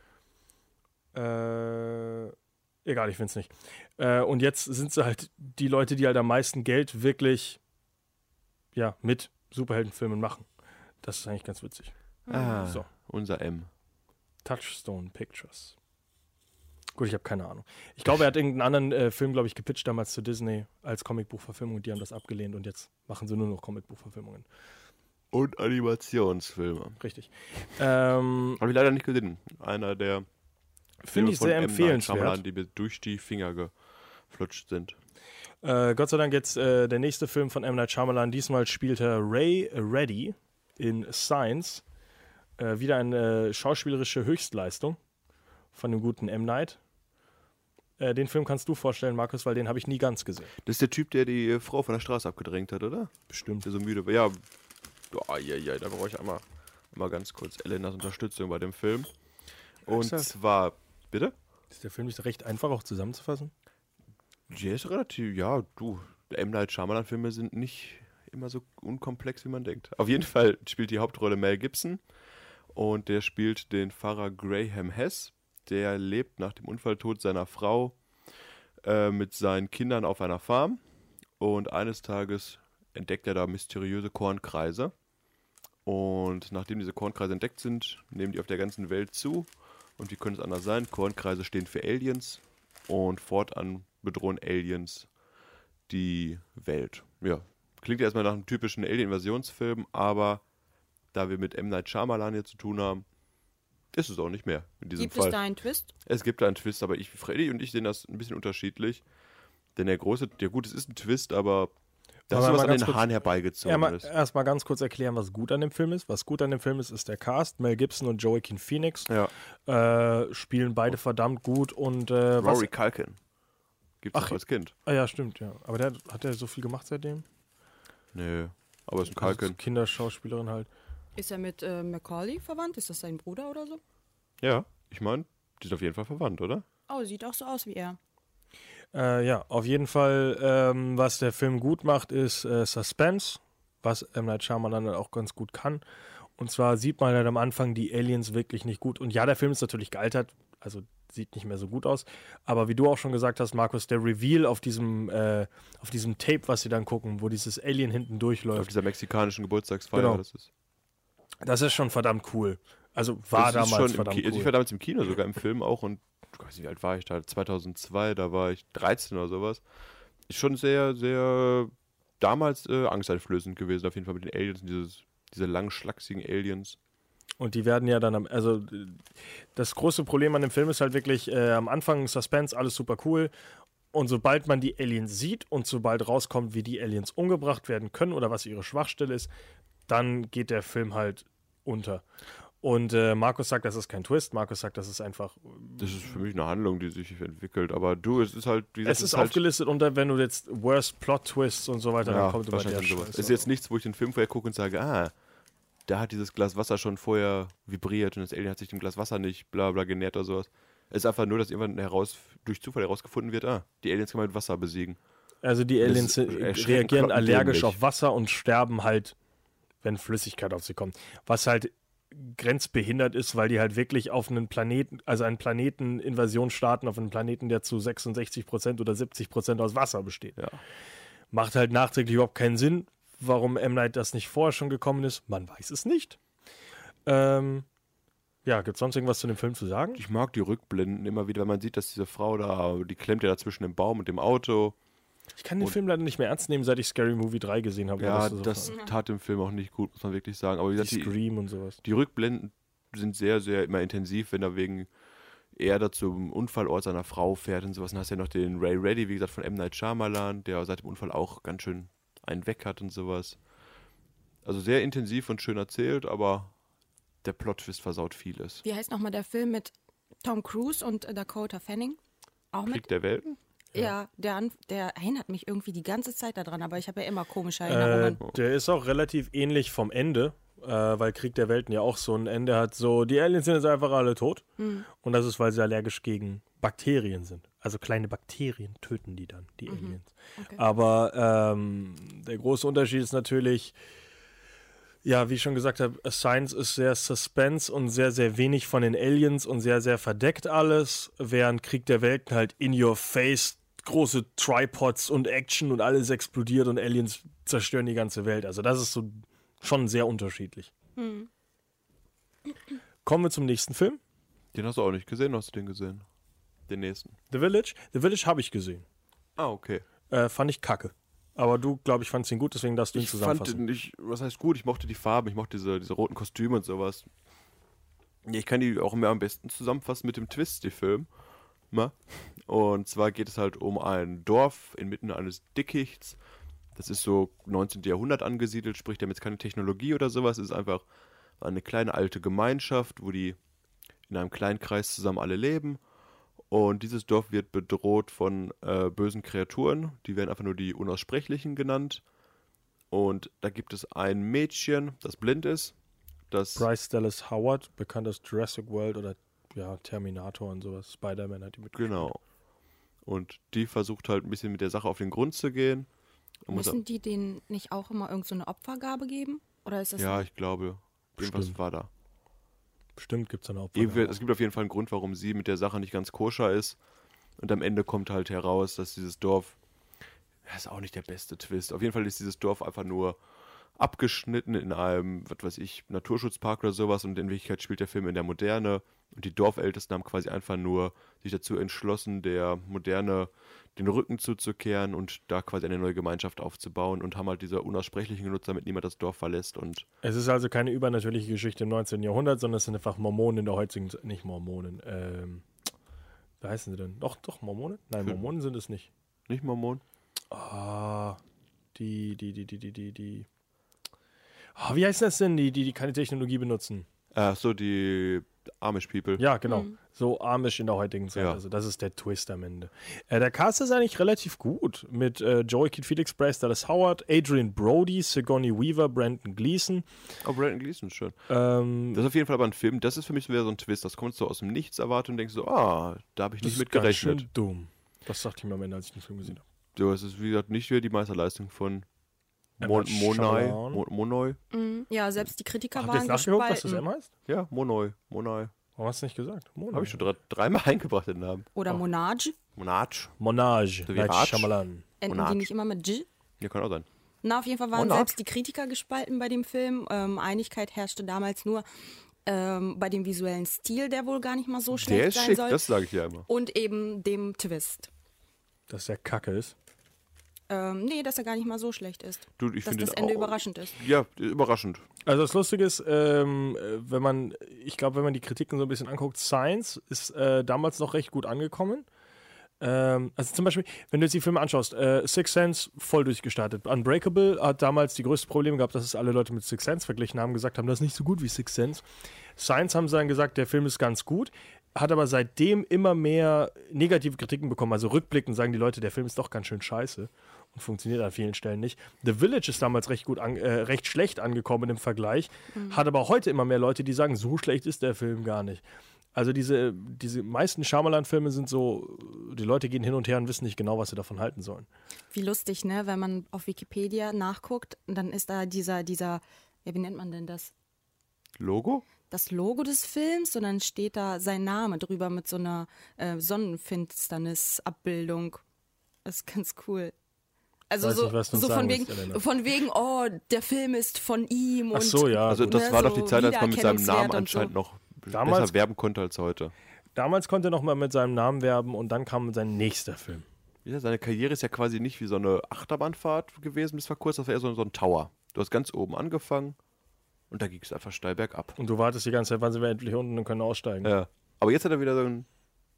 Äh, egal, ich finde es nicht. Äh, und jetzt sind sie halt die Leute, die halt am meisten Geld wirklich ja, mit Superheldenfilmen machen. Das ist eigentlich ganz witzig. ah, So. unser M. Touchstone Pictures. Gut, ich habe keine Ahnung. Ich glaube, er hat irgendeinen anderen äh, Film, glaube ich, gepitcht damals zu Disney als Comicbuchverfilmung und die haben das abgelehnt und jetzt machen sie nur noch Comicbuchverfilmungen. Und Animationsfilme. Richtig. Ähm, Habe ich leider nicht gesehen. Einer der Finde ich von sehr M. Night empfehlenswert. Shyamalan, die mir durch die Finger geflutscht sind. Äh, Gott sei Dank jetzt äh, der nächste Film von M. Night Shyamalan. Diesmal spielt er Ray Reddy in Signs. Äh, wieder eine schauspielerische Höchstleistung von dem guten M. Night. Äh, den Film kannst du vorstellen, Markus, weil den habe ich nie ganz gesehen. Das ist der Typ, der die äh, Frau von der Straße abgedrängt hat, oder? Bestimmt. Der so müde war. Ja, oh, ja, ja, da brauche ich einmal, einmal ganz kurz Elenas Unterstützung bei dem Film. Und Exakt. zwar, bitte? Ist der Film nicht recht einfach auch zusammenzufassen? Der ist relativ, ja, du, M. Night Shyamalan-Filme sind nicht immer so unkomplex, wie man denkt. Auf jeden Fall spielt die Hauptrolle Mel Gibson und der spielt den Pfarrer Graham Hess. Der lebt nach dem Unfalltod seiner Frau äh, mit seinen Kindern auf einer Farm und eines Tages entdeckt er da mysteriöse Kornkreise. Und nachdem diese Kornkreise entdeckt sind, nehmen die auf der ganzen Welt zu. Und wie könnte es anders sein? Kornkreise stehen für Aliens und fortan bedrohen Aliens die Welt. Ja, klingt erstmal nach einem typischen Alien-Invasionsfilm, aber da wir mit M. Night Shyamalan hier zu tun haben, ist es auch nicht mehr in diesem Gibt Fall. es da einen Twist? Es gibt da einen Twist, aber ich, Freddy und ich sehen das ein bisschen unterschiedlich. Denn der große, ja gut, es ist ein Twist, aber das Aber ist mal was an ganz den kurz- Haaren herbeigezogen Ja, mal, ist. erstmal ganz kurz erklären, was gut an dem Film ist. Was gut an dem Film ist, ist der Cast. Mel Gibson und Joaquin Phoenix Ja, äh, spielen beide verdammt gut. Und äh, was, Rory Culkin gibt es Ach, auch als Kind. ah, ja, stimmt, ja. Aber der, hat der so viel gemacht seitdem? Nö, aber es ist ein Also Culkin. Kinderschauspielerin halt. Ist er mit äh, Macaulay verwandt? Ist das sein Bruder oder so? Ja, ich meine, die sind auf jeden Fall verwandt, oder? Oh, sieht auch so aus wie er. Äh, ja, auf jeden Fall, ähm, was der Film gut macht, ist äh, Suspense, was M. Night Shyamalan dann auch ganz gut kann. Und zwar sieht man halt am Anfang die Aliens wirklich nicht gut. Und ja, der Film ist natürlich gealtert, also sieht nicht mehr so gut aus. Aber wie du auch schon gesagt hast, Markus, der Reveal auf diesem, äh, auf diesem Tape, was sie dann gucken, wo dieses Alien hinten Auf durchläuft, dieser mexikanischen Geburtstagsfeier. Genau. Das ist, das ist schon verdammt cool. Also war das ist damals schon im verdammt Ki- also ich cool. war damals im Kino, sogar im Film auch. Und ich weiß nicht, wie alt war ich da? zweitausendzwei, da war ich dreizehn oder sowas. Ist schon sehr, sehr damals äh, angsteinflößend gewesen, auf jeden Fall mit den Aliens, dieses, diese langen, schlachsigen Aliens. Und die werden ja dann, am, also äh, das große Problem an dem Film ist halt wirklich, äh, am Anfang Suspense, alles super cool. Und sobald man die Aliens sieht und sobald rauskommt, wie die Aliens umgebracht werden können oder was ihre Schwachstelle ist, dann geht der Film halt unter. Und äh, Markus sagt, das ist kein Twist. Markus sagt, das ist einfach. Das ist für mich eine Handlung, die sich entwickelt. Aber du, es ist halt, wie gesagt, Es ist halt, aufgelistet unter, wenn du jetzt Worst Plot Twists und so weiter, ja, dann kommt immer der wahrscheinlich sowas. Scheiß. Es ist jetzt nichts, wo ich den Film vorher gucke und sage, ah, da hat dieses Glas Wasser schon vorher vibriert und das Alien hat sich dem Glas Wasser nicht bla bla genährt oder sowas. Es ist einfach nur, dass irgendwann heraus, durch Zufall herausgefunden wird, ah, die Aliens kann man mit Wasser besiegen. Also die Das Aliens ist äh, erschreckend reagieren allergisch kloppendämlich. auf Wasser und sterben halt, wenn Flüssigkeit auf sie kommt. Was halt grenzbehindert ist, weil die halt wirklich auf einen Planeten, also einen Planeteninvasion starten, auf einen Planeten, der zu sechsundsechzig Prozent oder siebzig Prozent aus Wasser besteht. Ja. Macht halt nachträglich überhaupt keinen Sinn. Warum M. Night das nicht vorher schon gekommen ist, man weiß es nicht. Ähm, ja, gibt es sonst irgendwas zu dem Film zu sagen? Ich mag die Rückblenden immer wieder, wenn man sieht, dass diese Frau da, die klemmt ja da zwischen dem Baum und dem Auto. Ich kann den Und- Film leider nicht mehr ernst nehmen, seit ich Scary Movie drei gesehen habe. Ja, weil so das tat dem Film auch nicht gut, muss man wirklich sagen. Aber wie die gesagt, die, Scream und sowas. die Rückblenden sind sehr, sehr immer intensiv, wenn er wegen er da zum Unfallort seiner Frau fährt und sowas. Dann hast du ja noch den Ray Reddy, wie gesagt, von M. Night Shyamalan, der seit dem Unfall auch ganz schön einen weg hat und sowas. Also sehr intensiv und schön erzählt, aber der Plot-Twist versaut vieles. Wie heißt nochmal der Film mit Tom Cruise und äh, Dakota Fanning? Auch mit? Krieg der Welten? Ja, der, Anf- der erinnert mich irgendwie die ganze Zeit daran, aber ich habe ja immer komische Äh, Erinnerungen. der ist auch relativ ähnlich vom Ende, äh, weil Krieg der Welten ja auch so ein Ende hat, so die Aliens sind jetzt einfach alle tot. Hm. Und das ist, weil sie allergisch gegen Bakterien sind. Also kleine Bakterien töten die dann, die Aliens. Okay. Aber ähm, der große Unterschied ist natürlich, ja, wie ich schon gesagt habe, Science ist sehr Suspense und sehr, sehr wenig von den Aliens und sehr, sehr verdeckt alles, während Krieg der Welten halt in your face große Tripods und Action und alles explodiert und Aliens zerstören die ganze Welt. Also das ist so schon sehr unterschiedlich. Hm. Kommen wir zum nächsten Film. Den hast du auch nicht gesehen, hast du den gesehen? Den nächsten. The Village. The Village habe ich gesehen. Ah, okay. Äh, fand ich kacke. Aber du, glaube ich, fandst ihn gut, deswegen darfst du ihn Ich fand zusammenfassen. den nicht, was heißt gut, ich mochte die Farben, ich mochte diese, diese roten Kostüme und sowas. Ja, ich kann die auch immer am besten zusammenfassen mit dem Twist, die Film. Na? Und zwar geht es halt um ein Dorf inmitten eines Dickichts. Das ist so neunzehnten. Jahrhundert angesiedelt, sprich, da haben jetzt keine Technologie oder sowas. Es ist einfach eine kleine alte Gemeinschaft, wo die in einem kleinen Kreis zusammen alle leben. Und dieses Dorf wird bedroht von äh, bösen Kreaturen. Die werden einfach nur die Unaussprechlichen genannt. Und da gibt es ein Mädchen, das blind ist. Das Bryce Dallas Howard, bekannt aus Jurassic World oder ja, Terminator und sowas. Spider-Man hat die mitgespielt. Genau. Und die versucht halt ein bisschen mit der Sache auf den Grund zu gehen. Und muss Müssen die denen nicht auch immer irgend so eine Opfergabe geben? Oder ist das ja, ich glaube, irgendwas Bestimmt. war da. Bestimmt gibt es eine Irgendwie- Opfergabe. Es gibt auf jeden Fall einen Grund, warum sie mit der Sache nicht ganz koscher ist. Und am Ende kommt halt heraus, dass dieses Dorf, das ist auch nicht der beste Twist. Auf jeden Fall ist dieses Dorf einfach nur abgeschnitten in einem, was weiß ich, Naturschutzpark oder sowas. Und in Wirklichkeit spielt der Film in der Moderne. Und die Dorfältesten haben quasi einfach nur sich dazu entschlossen, der Moderne den Rücken zuzukehren und da quasi eine neue Gemeinschaft aufzubauen und haben halt diese unaussprechlichen Genutzer, damit niemand das Dorf verlässt. Und Es ist also keine übernatürliche Geschichte im neunzehnten. Jahrhundert, sondern es sind einfach Mormonen in der heutigen Zeit. Nicht Mormonen, ähm, wie heißen sie denn? Doch, doch, Mormonen? Nein, Hm. Mormonen sind es nicht. nicht Mormon? Ah, die, die, die, die, die, die, die. Ah, wie heißt das denn, die, die, die keine Technologie benutzen? Ach so, die Amish People. Ja, genau. Mhm. So Amish in der heutigen Zeit. Ja. Also das ist der Twist am Ende. Äh, der Cast ist eigentlich relativ gut. Mit äh, Joaquin Phoenix, Bryce Dallas Howard, Adrian Brody, Sigourney Weaver, Brandon Gleeson. Oh, Brandon Gleeson, schön. Ähm, Das ist auf jeden Fall aber ein Film, das ist für mich so wieder so ein Twist. Das kommt so aus dem Nichts erwartet und denkst so, ah, da habe ich das nicht ist mit ganz gerechnet. schön dumm. Das dachte ich mir am Ende, als ich den Film gesehen habe. So, es ist wie gesagt nicht wieder die Meisterleistung von M. Mon Night Monai. Shyamalan. Mon Monoi. Mhm. Ja, selbst die Kritiker Habt ihr waren jetzt nachgeguckt, was das gespalten. M heißt? Ja, Monoi. Monai. Warum hast du nicht gesagt? Monage. Habe ich schon drei, dreimal eingebracht, den Namen. Oder Monage. Monage. Monage. So wie Night Raj. Shyamalan. Enden Monage. die nicht immer mit J? Ja, kann auch sein. Na, auf jeden Fall waren Monarch. selbst die Kritiker gespalten bei dem Film. Ähm, Einigkeit herrschte damals nur ähm, bei dem visuellen Stil, der wohl gar nicht mal so schlecht Der ist sein schick, soll. das sage ich ja immer. Und eben dem Twist. Dass der Kacke ist. Ähm, nee, dass er gar nicht mal so schlecht ist. Du, ich dass finde das den Ende auch- überraschend ist. Ja, überraschend. Also das Lustige ist, ähm, äh, wenn man, ich glaube, wenn man die Kritiken so ein bisschen anguckt, Science ist äh, damals noch recht gut angekommen. Ähm, also zum Beispiel, wenn du jetzt die Filme anschaust, äh, Sixth Sense voll durchgestartet. Unbreakable hat damals die größten Probleme gehabt, dass es alle Leute mit Sixth Sense verglichen haben, gesagt haben, das ist nicht so gut wie Sixth Sense. Science haben sie dann gesagt, der Film ist ganz gut, hat aber seitdem immer mehr negative Kritiken bekommen. Also rückblickend sagen die Leute, der Film ist doch ganz schön scheiße und funktioniert an vielen Stellen nicht. The Village ist damals recht gut, an, äh, recht schlecht angekommen im Vergleich, hat aber heute immer mehr Leute, die sagen, so schlecht ist der Film gar nicht. Also diese, diese meisten Shyamalan-Filme sind so, die Leute gehen hin und her und wissen nicht genau, was sie davon halten sollen. Wie lustig, ne? Wenn man auf Wikipedia nachguckt, dann ist da dieser, dieser, ja, wie nennt man denn das? Logo? Das Logo des Films und dann steht da sein Name drüber mit so einer äh, Sonnenfinsternis-Abbildung. Das ist ganz cool. Also Weiß so, nicht, was du uns so von, sagen wegen, willst, Elena. von wegen, oh, der Film ist von ihm. Ach und so, ja. Also gut. das ne, war so doch die Zeit, als man mit seinem Namen Wiedererkennungswert und anscheinend so. noch Damals- besser werben konnte als heute. Damals konnte er noch mal mit seinem Namen werben und dann kam sein nächster Film. Ja, seine Karriere ist ja quasi nicht wie so eine Achterbahnfahrt gewesen bis vor kurzem, das war eher so, so ein Tower. Du hast ganz oben angefangen und da ging es einfach steil bergab. Und du wartest die ganze Zeit, wann sind wir endlich unten und können aussteigen. Ja. Aber jetzt hat er wieder so ein...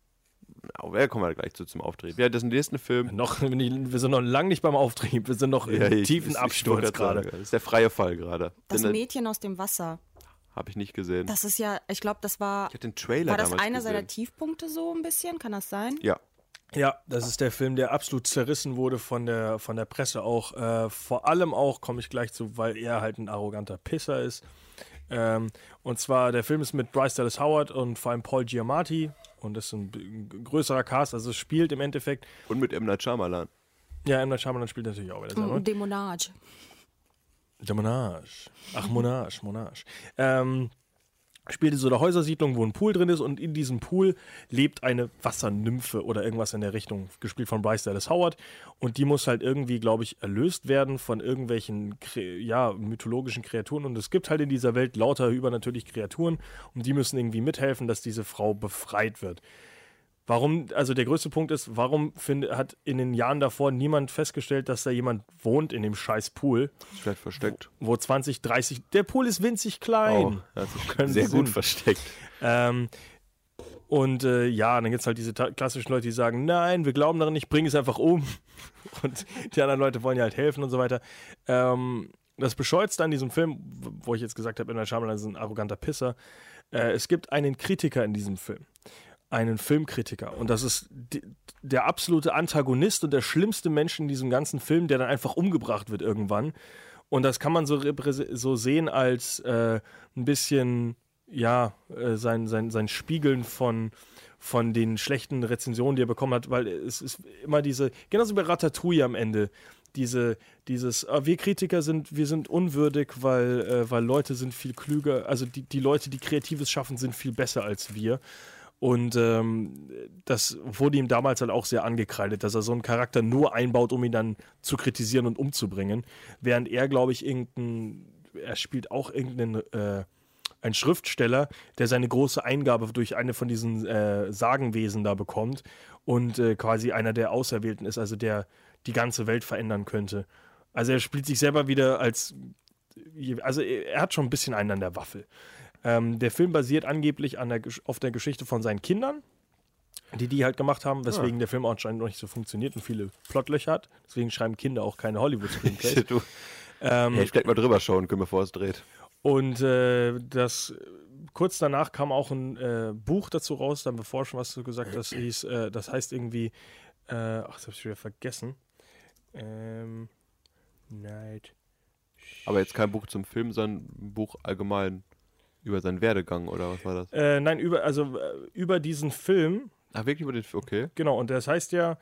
Oh, ja, kommen wir gleich zu zum Auftrieb. Ja, das ist der nächste Film. Noch, wir sind noch lang nicht beim Auftrieb, wir sind noch im Ja, ich- tiefen ich- ich Absturz wollte gerade. sagen, Das ist der freie Fall gerade. Das Den, Mädchen aus dem Wasser. Habe ich nicht gesehen. Das ist ja, ich glaube, das war, ich hatte den Trailer war das damals einer gesehen. seiner Tiefpunkte so ein bisschen? Kann das sein? Ja. Ja, das ist der Film, der absolut zerrissen wurde von der, von der Presse auch. Äh, vor allem auch, komme ich gleich zu, weil er halt ein arroganter Pisser ist. Ähm, und zwar, der Film ist mit Bryce Dallas Howard und vor allem Paul Giamatti. Und das ist ein, ein größerer Cast, also es spielt im Endeffekt. Und mit M. Night Shyamalan. Ja, M. Night Shyamalan spielt natürlich auch wieder. Mm, Ne? Demonage. Der Monarch. Ach, Monarch, Monarch. Ähm, spielt in so einer Häusersiedlung, wo ein Pool drin ist und in diesem Pool lebt eine Wassernymphe oder irgendwas in der Richtung, gespielt von Bryce Dallas Howard. Und die muss halt irgendwie, glaube ich, erlöst werden von irgendwelchen Kre- ja, mythologischen Kreaturen. Und es gibt halt in dieser Welt lauter übernatürliche Kreaturen und die müssen irgendwie mithelfen, dass diese Frau befreit wird. Warum, also der größte Punkt ist, warum find, hat in den Jahren davor niemand festgestellt, dass da jemand wohnt in dem scheiß Pool, Ist vielleicht versteckt. wo zwanzig, dreißig, der Pool ist winzig klein. Oh, das ist Können sehr Sie gut sehen. versteckt. Ähm, und äh, ja, dann gibt es halt diese ta- klassischen Leute, die sagen, nein, wir glauben daran nicht, bring es einfach um. Und die anderen Leute wollen ja halt helfen und so weiter. Ähm, das Bescheuertste an diesem Film, wo ich jetzt gesagt habe, M. Night Shyamalan ist ein arroganter Pisser, äh, es gibt einen Kritiker in diesem Film. Einen Filmkritiker. Und das ist die, der absolute Antagonist und der schlimmste Mensch in diesem ganzen Film, der dann einfach umgebracht wird irgendwann. Und das kann man so, repräse- so sehen als äh, ein bisschen, ja, äh, sein, sein, sein Spiegeln von, von den schlechten Rezensionen, die er bekommen hat, weil es ist immer diese, genauso bei Ratatouille am Ende, diese, dieses, ah, wir Kritiker sind, wir sind unwürdig, weil, äh, weil Leute sind viel klüger, also die, die Leute, die Kreatives schaffen, sind viel besser als wir. Und ähm, das wurde ihm damals halt auch sehr angekreidet, dass er so einen Charakter nur einbaut, um ihn dann zu kritisieren und umzubringen. Während er, glaube ich, irgendein, er spielt auch irgendeinen, äh, ein Schriftsteller, der seine große Eingabe durch eine von diesen äh, Sagenwesen da bekommt und äh, quasi einer der Auserwählten ist, also der die ganze Welt verändern könnte. Also er spielt sich selber wieder als, also er hat schon ein bisschen einen an der Waffel. Ähm, der Film basiert angeblich an der, Gesch- auf der Geschichte von seinen Kindern, die die halt gemacht haben, weswegen der Film auch anscheinend noch nicht so funktioniert und viele Plotlöcher hat. Deswegen schreiben Kinder auch keine Hollywood-Screenplays. du, ähm, ja, ich vielleicht mal drüber schauen können, bevor es dreht. und äh, das kurz danach kam auch ein äh, Buch dazu raus, dann bevor schon was du gesagt hast, hieß, äh, das heißt irgendwie, äh, ach, das hab ich wieder vergessen. Ähm, Night. Aber jetzt kein Buch zum Film, sondern ein Buch allgemein über seinen Werdegang, oder was war das? Äh, nein, über, also äh, über diesen Film. Ach, wirklich über den Film? Okay. Genau, und das heißt ja,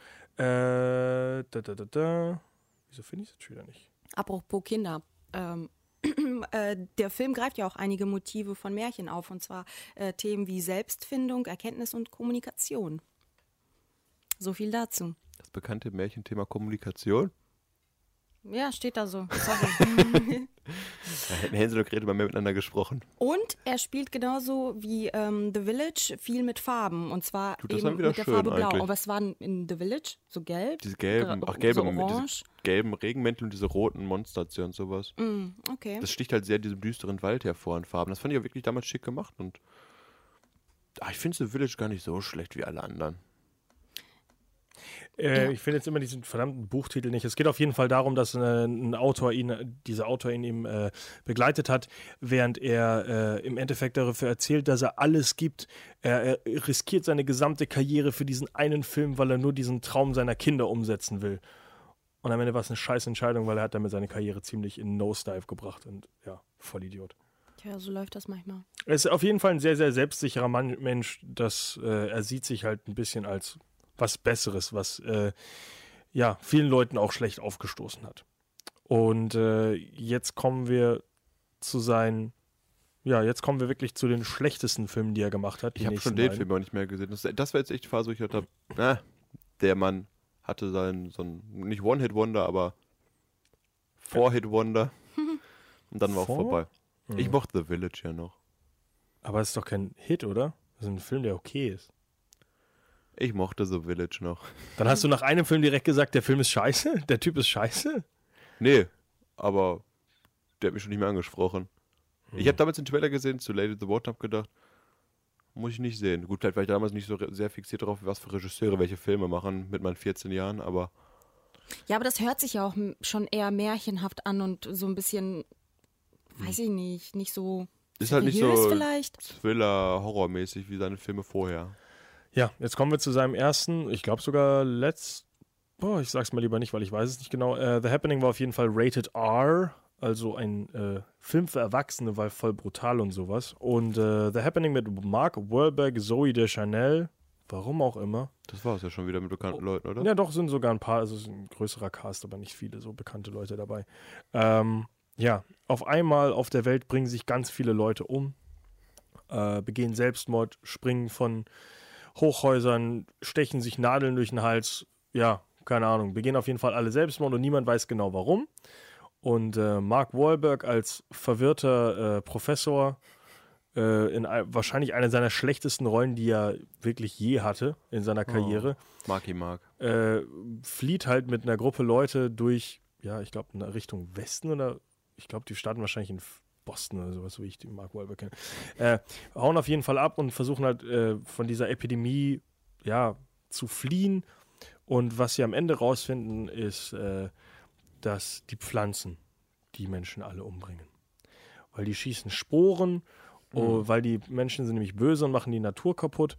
äh, da, da, da, da. Wieso finde ich das schon wieder nicht? Apropos Kinder. Ähm, äh, der Film greift ja auch einige Motive von Märchen auf, und zwar äh, Themen wie Selbstfindung, Erkenntnis und Kommunikation. So viel dazu. Das bekannte Märchenthema Kommunikation. Ja, steht da so. Sorry. Da hätten Hänsel und Gretel mal mehr miteinander gesprochen. Und er spielt genauso wie ähm, The Village viel mit Farben. Und zwar Du, das eben war wieder mit der schön Farbe Blau. eigentlich. Aber es waren in The Village so gelb. Diese gelben, gra- ach, gelbe, so Moment, orange. diese gelben Regenmäntel und diese roten Monstertiere und sowas. Mm, okay. Das sticht halt sehr diesem düsteren Wald hervor in Farben. Das fand ich auch wirklich damals schick gemacht. Und ach, ich finde The Village gar nicht so schlecht wie alle anderen. Äh, Ja. Ich finde jetzt immer diesen verdammten Buchtitel nicht. Es geht auf jeden Fall darum, dass äh, ein Autor ihn, dieser Autor ihn ihm äh, begleitet hat, während er äh, im Endeffekt dafür erzählt, dass er alles gibt. Er, er riskiert seine gesamte Karriere für diesen einen Film, weil er nur diesen Traum seiner Kinder umsetzen will. Und am Ende war es eine scheiß Entscheidung, weil er hat damit seine Karriere ziemlich in Nosedive gebracht und ja, Vollidiot. Tja, so läuft das manchmal. Er ist auf jeden Fall ein sehr, sehr selbstsicherer Mann, Mensch. Das, äh, er sieht sich halt ein bisschen als was Besseres, was äh, ja, vielen Leuten auch schlecht aufgestoßen hat. Und äh, jetzt kommen wir zu seinen, ja, jetzt kommen wir wirklich zu den schlechtesten Filmen, die er gemacht hat. Ich habe schon den Film auch nicht mehr gesehen. Das, das war jetzt echt die Phase, wo ich gedacht habe, na, der Mann hatte seinen, so ein, nicht One-Hit-Wonder, aber Four-Hit-Wonder. Und dann war auch Four? vorbei. Ich Mhm. mochte The Village ja noch. Aber es ist doch kein Hit, oder? Das ist ein Film, der okay ist. Ich mochte The Village noch. Dann hast du nach einem Film direkt gesagt, der Film ist scheiße? Der Typ ist scheiße? Nee, aber der hat mich schon nicht mehr angesprochen. Ich habe damals den Trailer gesehen, zu Lady the Water, hab gedacht, muss ich nicht sehen. Gut, vielleicht war ich damals nicht so re- sehr fixiert darauf, was für Regisseure welche Filme machen mit meinen vierzehn Jahren, aber Ja, aber das hört sich ja auch m- schon eher märchenhaft an und so ein bisschen, weiß ich nicht, nicht so ist halt nicht seriös so vielleicht. Thriller-Horrormäßig wie seine Filme vorher. Ja, jetzt kommen wir zu seinem ersten, ich glaube sogar letzt, boah, ich sag's mal lieber nicht, weil ich weiß es nicht genau. Äh, The Happening war auf jeden Fall Rated R, also ein äh, Film für Erwachsene, weil voll brutal und sowas. Und äh, The Happening mit Mark Wahlberg, Zoe Deschanel, warum auch immer. Das war es ja schon wieder mit bekannten Leuten, oder? Ja, doch, sind sogar ein paar, also es ist ein größerer Cast, aber nicht viele so bekannte Leute dabei. Ähm, ja, auf einmal auf der Welt bringen sich ganz viele Leute um, äh, begehen Selbstmord, springen von Hochhäusern, stechen sich Nadeln durch den Hals, ja, keine Ahnung, begehen auf jeden Fall alle Selbstmord und niemand weiß genau warum. Und äh, Mark Wahlberg als verwirrter äh, Professor äh, in ein, wahrscheinlich einer seiner schlechtesten Rollen, die er wirklich je hatte in seiner Karriere, Marky Mark. äh, flieht halt mit einer Gruppe Leute durch, ja, ich glaube, in Richtung Westen oder ich glaube, die starten wahrscheinlich in Boston oder sowas, so wie ich den Mark Wahlberg kenne. Äh, hauen auf jeden Fall ab und versuchen halt äh, von dieser Epidemie, ja, zu fliehen. Und was sie am Ende rausfinden, ist, äh, dass die Pflanzen die Menschen alle umbringen. Weil die schießen Sporen, oh, weil die Menschen sind nämlich böse und machen die Natur kaputt.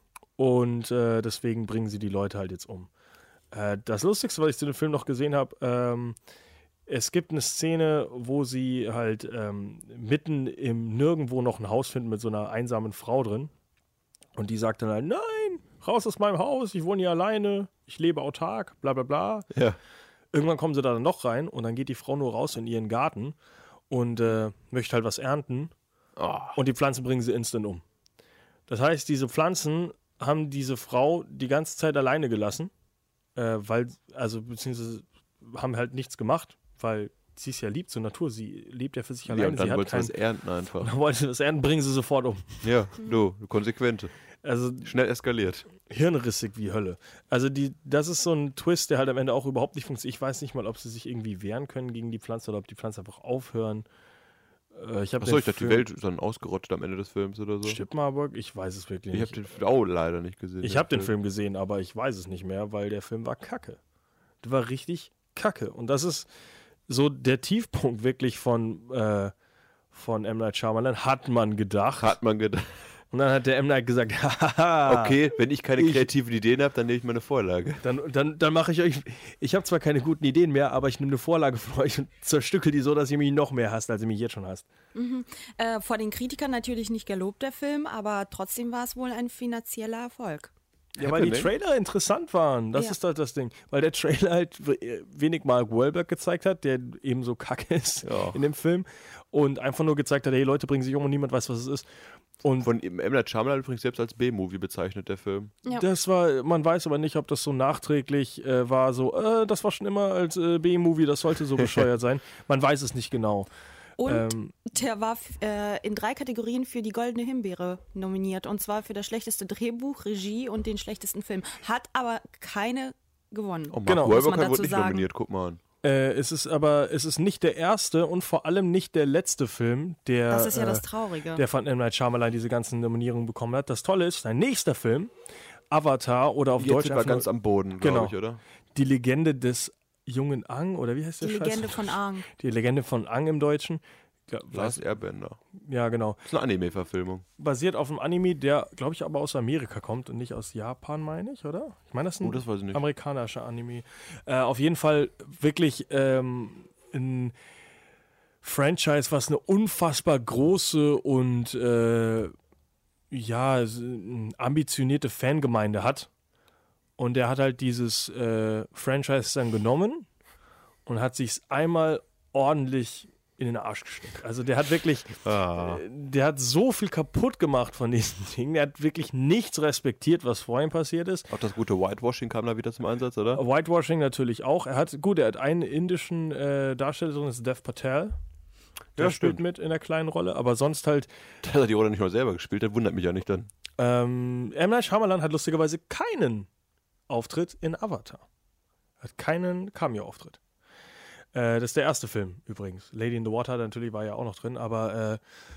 Und äh, deswegen bringen sie die Leute halt jetzt um. Äh, das Lustigste, was ich zu dem Film noch gesehen habe, ähm, es gibt eine Szene, wo sie halt ähm, mitten im Nirgendwo noch ein Haus finden mit so einer einsamen Frau drin. Und die sagt dann halt, nein, raus aus meinem Haus, ich wohne hier alleine, ich lebe autark, bla bla bla. Ja. Irgendwann kommen sie da dann noch rein und dann geht die Frau nur raus in ihren Garten und äh, möchte halt was ernten. Oh. Und die Pflanzen bringen sie instant um. Das heißt, diese Pflanzen haben diese Frau die ganze Zeit alleine gelassen, äh, weil, also beziehungsweise haben halt nichts gemacht, weil sie ist ja lieb zur Natur, sie lebt ja für sich Ja, alleine. und dann sie hat wollte kein, sie was ernten einfach. dann wollte sie das ernten, bringen sie sofort um. Ja, du, konsequente. Also Schnell eskaliert. hirnrissig wie Hölle. Also die, das ist so ein Twist, der halt am Ende auch überhaupt nicht funktioniert. Ich weiß nicht mal, ob sie sich irgendwie wehren können gegen die Pflanze oder ob die Pflanzen einfach aufhören. Äh, ich habe Achso, ich dachte, die Welt ist dann ausgerottet am Ende des Films oder so. Stimmt, Marburg? Ich weiß es wirklich Ich nicht. habe den auch leider nicht gesehen. Ich habe den Film gesehen, aber ich weiß es nicht mehr, weil der Film war kacke. Der war richtig kacke. Und das ist so der Tiefpunkt wirklich von, äh, von M. Night Shyamalan, hat man gedacht. Hat man gedacht. Und dann hat der M. Night gesagt, haha. Okay, wenn ich keine Ich- kreativen Ideen habe, dann nehme ich meine Vorlage. Dann, dann, dann mache ich euch, ich habe zwar keine guten Ideen mehr, aber ich nehme eine Vorlage von euch und zerstückel die so, dass ihr mich noch mehr hasst, als ihr mich jetzt schon hasst. Äh, vor den Kritikern natürlich nicht gelobt, der Film, aber trotzdem war es wohl ein finanzieller Erfolg. Ja, weil die Happening? Trailer interessant waren. Das Ja. ist halt das Ding. Weil der Trailer halt w- wenig Mark Wahlberg gezeigt hat, der eben so kacke ist Ja. in dem Film. Und einfach nur gezeigt hat, hey, Leute bringen sich um und niemand weiß, was es ist. Und Von M. Night Shyamalan übrigens selbst als B-Movie bezeichnet, der Film. Ja. das war, man weiß aber nicht, ob das so nachträglich äh, war, so, äh, das war schon immer als äh, B-Movie, das sollte so bescheuert sein. Man weiß es nicht genau. Und Ähm, der war f- äh, in drei Kategorien für die Goldene Himbeere nominiert. Und zwar für das schlechteste Drehbuch, Regie und den schlechtesten Film. Hat aber keine gewonnen. Oh, Mark Genau, muss Wahlberg man wurde dazu nicht sagen. nominiert, guck mal an. Äh, es ist aber, es ist nicht der erste und vor allem nicht der letzte Film, der, Das ist ja äh, das Traurige. der von M. Night Shyamalan diese ganzen Nominierungen bekommen hat. Das Tolle ist, sein nächster Film, Avatar oder auf Jetzt Deutsch sind wir einfach ganz nur am Boden, Genau. glaube ich, oder? die Legende des jungen Ang, oder wie heißt der Die Scheiß? Legende von Aang. Die Legende von Ang im Deutschen. Ja, Last weiß, Airbender. ja, genau. Das ist eine Anime-Verfilmung. Basiert auf einem Anime, der, glaube ich, aber aus Amerika kommt und nicht aus Japan, meine ich, oder? Ich meine, das ist ein Oh, das weiß ich nicht. amerikanischer Anime. Äh, auf jeden Fall wirklich ähm, ein Franchise, was eine unfassbar große und äh, ja, ambitionierte Fangemeinde hat. Und der hat halt dieses äh, Franchise dann genommen und hat sich's einmal ordentlich in den Arsch gesteckt. Also der hat wirklich, Ah. äh, der hat so viel kaputt gemacht von diesen Dingen. Der hat wirklich nichts respektiert, was vorhin passiert ist. Auch das gute Whitewashing kam da wieder zum Einsatz, oder? Whitewashing natürlich auch. Er hat, gut, er hat einen indischen äh, Darsteller drin, das ist Dev Patel. Der Ja, spielt stimmt. mit in der kleinen Rolle, aber sonst halt Dass er die Rolle nicht mal selber gespielt hat, wundert mich ja nicht dann. ähm, M. Night Shyamalan hat lustigerweise keinen Auftritt in Avatar. Hat keinen Cameo-Auftritt. Äh, das ist der erste Film übrigens. Lady in the Water natürlich war ja auch noch drin, aber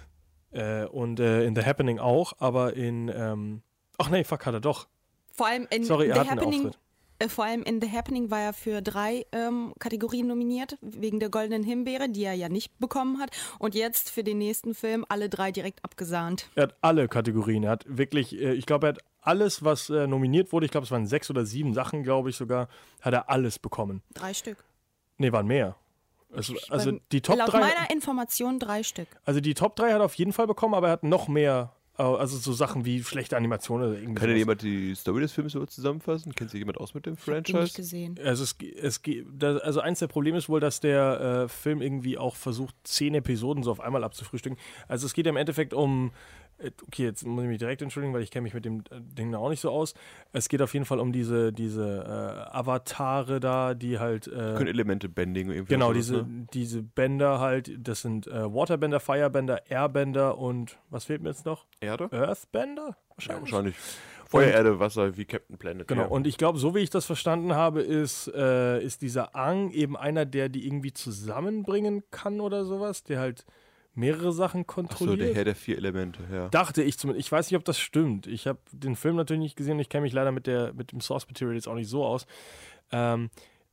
äh, äh, und äh, in The Happening auch, aber in ähm, ach nee, fuck, hat er doch. Vor allem in Sorry, er The hat einen Happening. Auftritt. Äh, vor allem in The Happening war er für drei ähm, Kategorien nominiert, wegen der Goldenen Himbeere, die er ja nicht bekommen hat. Und jetzt für den nächsten Film alle drei direkt abgesahnt. Er hat alle Kategorien. Er hat wirklich, äh, ich glaube, er hat alles, was äh, nominiert wurde, ich glaube, es waren sechs oder sieben Sachen, glaube ich sogar, hat er alles bekommen. Drei Stück. Nee, waren mehr. Also, also Beim- die Top Laut drei. meiner Information drei Stück. Also die Top drei hat er auf jeden Fall bekommen, aber er hat noch mehr, äh, also so Sachen wie schlechte Animationen oder irgendwie Kann dir sowas. jemand die Story des Films so zusammenfassen? Kennt sich jemand aus mit dem Ich hab den nicht Franchise? gesehen. Also, es, es, das, also eins der Probleme ist wohl, dass der äh, Film irgendwie auch versucht, zehn Episoden so auf einmal abzufrühstücken. Also es geht ja im Endeffekt um, äh, okay, jetzt muss ich mich direkt entschuldigen, weil ich kenne mich mit dem äh, Ding auch nicht so aus. Es geht auf jeden Fall um diese, diese äh, Avatare da, die halt... Äh, Können Elemente Bending irgendwie. Genau, sowas, diese, ne? diese Bänder halt, das sind äh, Waterbänder, Firebänder, Airbänder und was fehlt mir jetzt noch? Erde? Earthbänder? Ja, wahrscheinlich. Feuer, Erde, Wasser, wie Captain Planet. Genau, ja. und ich glaube, so wie ich das verstanden habe, ist, äh, ist dieser Aang eben einer, der die irgendwie zusammenbringen kann oder sowas, der halt mehrere Sachen Achso, kontrolliert. der Herr der vier Elemente, ja. Dachte ich zumindest. Ich weiß nicht, ob das stimmt. Ich habe den Film natürlich nicht gesehen und ich kenne mich leider mit, der, mit dem Source Material jetzt auch nicht so aus. Ähm,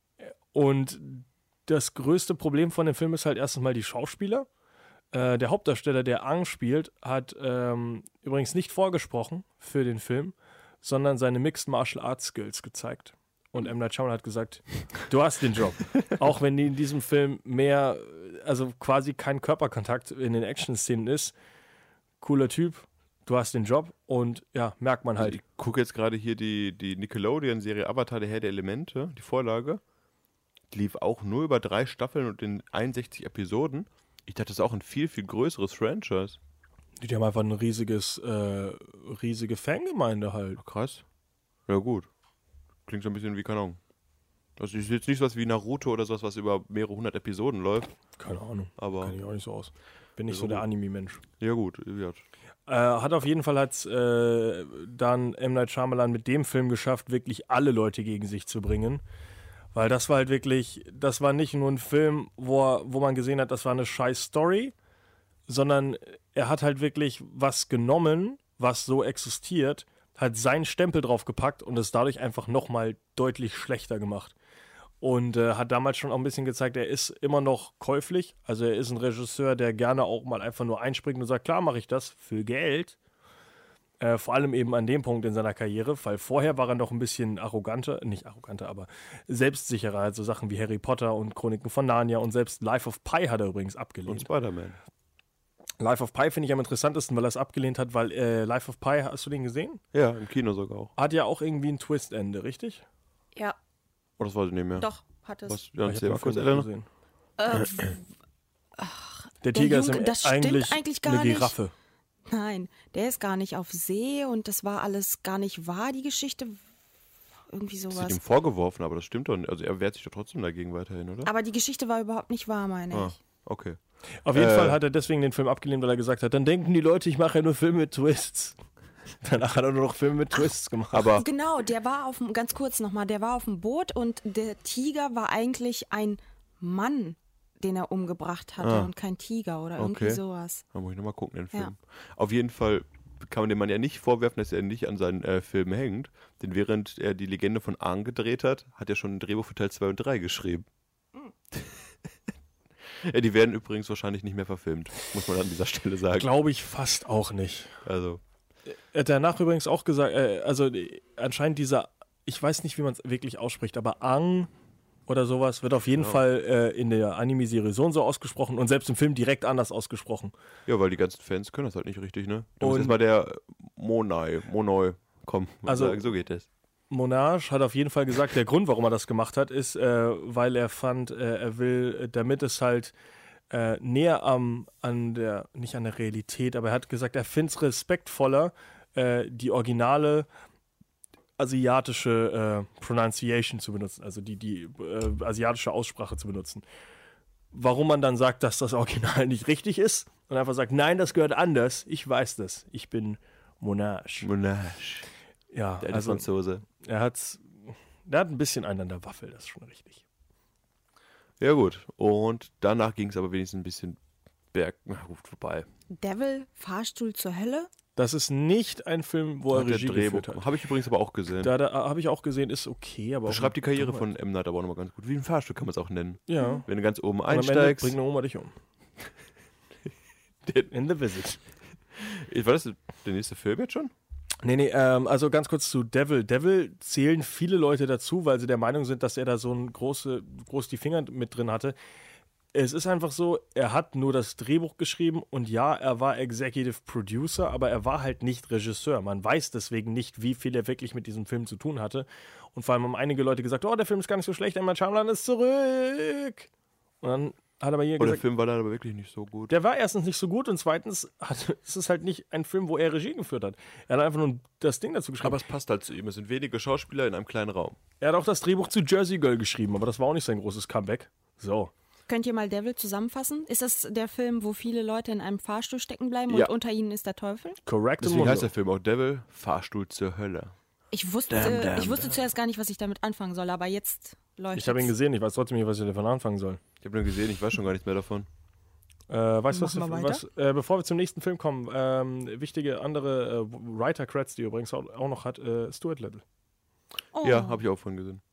und das größte Problem von dem Film ist halt erstens mal die Schauspieler. Äh, der Hauptdarsteller, der Aang spielt, hat ähm, übrigens nicht vorgesprochen für den Film, sondern seine Mixed Martial Arts Skills gezeigt. Und M. Night Shyamalan hat gesagt, du hast den Job. Auch wenn in diesem Film mehr, also quasi kein Körperkontakt in den Action-Szenen ist. Cooler Typ, du hast den Job und ja, merkt man Also halt. ich gucke jetzt gerade hier die, die Nickelodeon-Serie Avatar, der Herr der Elemente, die Vorlage. Die lief auch nur über drei Staffeln und in einundsechzig Episoden. Ich dachte, das ist auch ein viel, viel größeres Franchise. Die haben einfach ein riesiges, äh, riesige Fangemeinde halt. Krass. Ja, gut. Klingt so ein bisschen wie, keine Ahnung. Also ist jetzt nicht sowas wie Naruto oder sowas, was über mehrere hundert Episoden läuft. Keine Ahnung. Aber- Kenn ich auch nicht so aus. Bin nicht Ja, so der gut. Anime-Mensch. Ja, gut. Ja. Äh, hat auf jeden Fall hat's, äh, dann M. Night Shyamalan mit dem Film geschafft, wirklich alle Leute gegen sich zu bringen. Weil das war halt wirklich, das war nicht nur ein Film, wo, er, wo man gesehen hat, das war eine scheiß Story, sondern er hat halt wirklich was genommen, was so existiert, hat seinen Stempel drauf gepackt und es dadurch einfach nochmal deutlich schlechter gemacht. Und äh, hat damals schon auch ein bisschen gezeigt, er ist immer noch käuflich. Also er ist ein Regisseur, der gerne auch mal einfach nur einspringt und sagt, klar mache ich das für Geld. Äh, vor allem eben an dem Punkt in seiner Karriere, weil vorher war er noch ein bisschen arroganter, nicht arroganter, aber selbstsicherer. Halt so Sachen wie Harry Potter und Chroniken von Narnia und selbst Life of Pi hat er übrigens Und abgelehnt. Spider-Man. Life of Pi finde ich am interessantesten, weil er es abgelehnt hat, weil äh, Life of Pi, hast du den gesehen? Ja, im Kino sogar auch. Hat ja auch irgendwie ein Twist-Ende, richtig? Ja, Oh, das weiß ich nicht mehr. doch, hat es. Was? Ja, Ich hab erzähl den mal kurz, Film Elena. gesehen. Äh, Der der Tiger ist Junge- im, das stimmt eigentlich, eigentlich gar eine nicht. Giraffe. Nein, der ist gar nicht auf See und das war alles gar nicht wahr, die Geschichte. Irgendwie Das wird sowas. ihm vorgeworfen, aber das stimmt doch nicht. Also er wehrt sich doch trotzdem dagegen weiterhin, oder? Aber die Geschichte war überhaupt nicht wahr, meine Ah, ich. okay. Auf jeden Äh. Fall hat er deswegen den Film abgelehnt, weil er gesagt hat, dann denken die Leute, ich mache ja nur Filme mit Twists. Danach hat er nur noch Filme mit Twists gemacht. Aber Genau, der war auf dem, ganz kurz nochmal, der war auf dem Boot und der Tiger war eigentlich ein Mann, den er umgebracht hatte Ah. und kein Tiger oder irgendwie Okay. sowas. da muss ich nochmal gucken, den Film. Ja. Auf jeden Fall kann man dem Mann ja nicht vorwerfen, dass er nicht an seinen äh, Filmen hängt. Denn während er die Legende von Aang gedreht hat, hat er schon ein Drehbuch für Teil zwei und drei geschrieben. Ja, die werden übrigens wahrscheinlich nicht mehr verfilmt, muss man an dieser Stelle sagen. Glaube ich fast auch nicht. Also, Er hat danach übrigens auch gesagt, äh, also äh, anscheinend dieser, ich weiß nicht, wie man es wirklich ausspricht, aber Aang oder sowas. Wird auf jeden Genau. Fall äh, in der Anime-Serie so und so ausgesprochen und selbst im Film direkt anders ausgesprochen. Ja, weil die ganzen Fans können das halt nicht richtig, ne? Da Und- muss erstmal der Monai, Monoi kommen. und Also- sagen, so geht es. Monarch hat auf jeden Fall gesagt, der Grund, warum er das gemacht hat, ist, äh, weil er fand, äh, er will, äh, damit es halt äh, näher am, an der, nicht an der Realität, aber er hat gesagt, er findet es respektvoller, äh, die originale asiatische äh, Pronunciation zu benutzen, also die, die äh, asiatische Aussprache zu benutzen. Warum man dann sagt, dass das Original nicht richtig ist und einfach sagt, nein, das gehört anders, ich weiß das, ich bin Monarch. Monarch. Ja, Der alte also Franzose. er hat's, der hat ein bisschen einen an der Waffel, das ist schon richtig. Ja, gut. Und danach ging es aber wenigstens ein bisschen berg, na, gut, vorbei. Devil, Fahrstuhl zur Hölle? Das ist nicht ein Film, wo er Hat der Regie Drehbuch. geführt hat. Habe ich übrigens aber auch gesehen. Da, da habe ich auch gesehen, ist okay, aber auch Beschreibt die Karriere Dummheit. von M. Night aber auch nochmal ganz gut. Wie ein Fahrstuhl kann man es auch nennen. Ja. Wenn du ganz oben Und am Ende einsteigst. bringt eine Oma dich um. Der- In The Visit. War das der nächste Film jetzt schon? Nee, nee, ähm, also ganz kurz zu Devil. Devil zählen viele Leute dazu, weil sie der Meinung sind, dass er da so ein große, groß die Finger mit drin hatte. Es ist einfach so, er hat nur das Drehbuch geschrieben und ja, er war Executive Producer, aber er war halt nicht Regisseur. Man weiß deswegen nicht, wie viel er wirklich mit diesem Film zu tun hatte. Und vor allem haben einige Leute gesagt, oh, der Film ist gar nicht so schlecht, M. Night Shyamalan ist zurück. Und dann hat aber hier Oh, der gesagt, Film war dann aber wirklich nicht so gut. der war erstens nicht so gut und zweitens hat, ist es halt nicht ein Film, wo er Regie geführt hat. Er hat einfach nur das Ding dazu geschrieben. Aber es passt halt zu ihm. Es sind wenige Schauspieler in einem kleinen Raum. Er hat auch das Drehbuch zu Jersey Girl geschrieben, aber das war auch nicht sein großes Comeback. So. Könnt ihr mal Devil zusammenfassen? Ist das der Film, wo viele Leute in einem Fahrstuhl stecken bleiben Ja. und unter ihnen ist der Teufel? Correct. Deswegen heißt der Film auch Devil, Fahrstuhl zur Hölle. Ich wusste, Damn, damn, ich wusste zuerst gar nicht, was ich damit anfangen soll, aber jetzt läuft Ich habe ihn gesehen, ich weiß trotzdem nicht, was ich davon anfangen soll. Ich habe nur gesehen, ich weiß schon gar nichts mehr davon. Äh, weißt du, was, Machen wir was äh, bevor wir zum nächsten Film kommen, ähm, wichtige andere äh, Writer-Creds, die er übrigens auch, auch noch hat, äh, Stuart Little. Oh. Ja, habe ich auch von gesehen.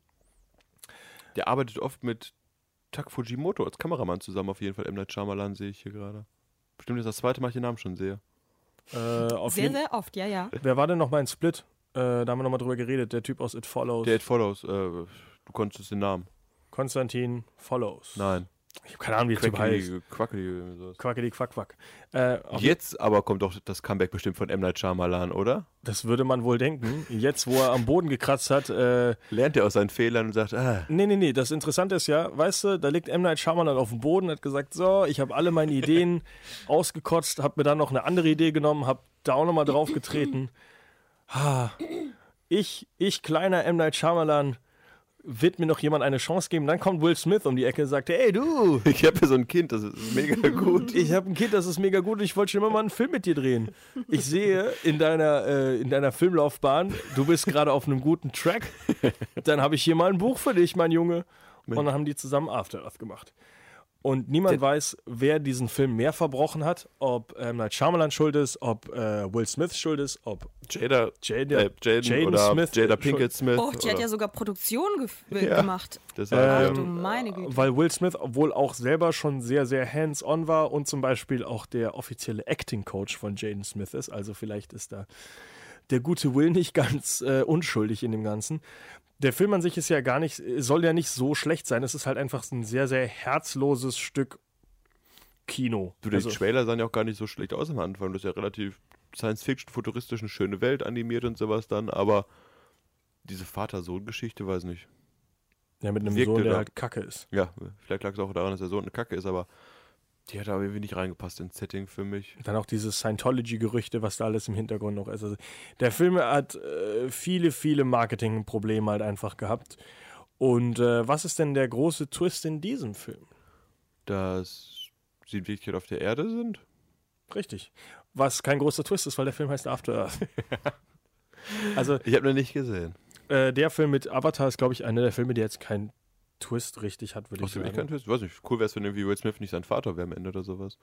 Der arbeitet oft mit Tak Fujimoto als Kameramann zusammen, auf jeden Fall. M. Night Shyamalan sehe ich hier gerade. Bestimmt ist das zweite Mal, ich den Namen schon sehe. Äh, auf Sehr, jeden, sehr oft, ja, ja. Wer war denn noch mal in Split? Äh, da haben wir noch mal drüber geredet, der Typ aus It Follows. Der It Follows, äh, du konntest den Namen. Konstantin Follows. Nein. Ich habe keine Ahnung, wie der Typ heißt. Quackeli, Quackeli, irgendwie sowas. Quackeli, quack, quack. Äh, auf Jetzt aber kommt doch das Comeback bestimmt von M. Night Shyamalan, oder? Das würde man wohl denken. Jetzt, wo er am Boden gekratzt hat, äh, Lernt er aus seinen Fehlern und sagt, ah, nee, nee, nee, das Interessante ist ja, weißt du, da liegt M. Night Shyamalan auf dem Boden, hat gesagt, so, ich habe alle meine Ideen ausgekotzt, habe mir dann noch eine andere Idee genommen, habe da auch nochmal drauf getreten. Ha, ich, ich, kleiner M. Night Shyamalan, wird mir noch jemand eine Chance geben? Dann kommt Will Smith um die Ecke und sagt, ey, du, ich habe hier so ein Kind, das ist mega gut. ich habe ein Kind, das ist mega gut und ich wollte schon immer mal einen Film mit dir drehen. Ich sehe in deiner, äh, in deiner Filmlaufbahn, du bist gerade auf einem guten Track. Dann habe ich hier mal ein Buch für dich, mein Junge. Und dann haben die zusammen After Earth gemacht. Und niemand weiß, wer diesen Film mehr verbrochen hat, ob M. Night Shyamalan schuld ist, ob äh, Will Smith schuld ist, ob Jada, Jada, äh, Jaden Jaden oder Smith, Jada äh, Pinkett Smith. Oh, die hat oder- ja sogar Produktion gef- äh, Ja. gemacht. Das Ähm, war, Ach du meine Güte. weil Will Smith wohl auch selber schon sehr, sehr hands-on war und zum Beispiel auch der offizielle Acting-Coach von Jaden Smith ist. Also vielleicht ist da der gute Will nicht ganz äh, unschuldig in dem Ganzen. Der Film an sich ist ja gar nicht, soll ja nicht so schlecht sein. Es ist halt einfach ein sehr, sehr herzloses Stück Kino. du, die Also, Trailer sahen ja auch gar nicht so schlecht aus am Anfang. Das ist ja relativ Science-Fiction, futuristisch, eine schöne Welt animiert und sowas dann, aber diese Vater-Sohn-Geschichte, weiß nicht. ja, mit einem wirkte Sohn, der da- halt Kacke ist. Ja, vielleicht lag es auch daran, dass der Sohn eine Kacke ist, aber die hat aber irgendwie nicht reingepasst ins Setting für mich. Dann auch diese Scientology-Gerüchte, was da alles im Hintergrund noch ist. Also der Film hat äh, viele, viele Marketingprobleme halt einfach gehabt. Und äh, was ist denn der große Twist in diesem Film? Dass sie in Wirklichkeit auf der Erde sind? Richtig. Was kein großer Twist ist, weil der Film heißt After Earth. Also Ich habe noch nicht gesehen. äh, der Film mit Avatar ist, glaube ich, einer der Filme, der jetzt keinen Twist richtig hat, würde ich Trotzdem, ich sagen. kann Twist. Weiß nicht, cool wäre es, wenn irgendwie Will Smith nicht sein Vater wäre am Ende oder sowas.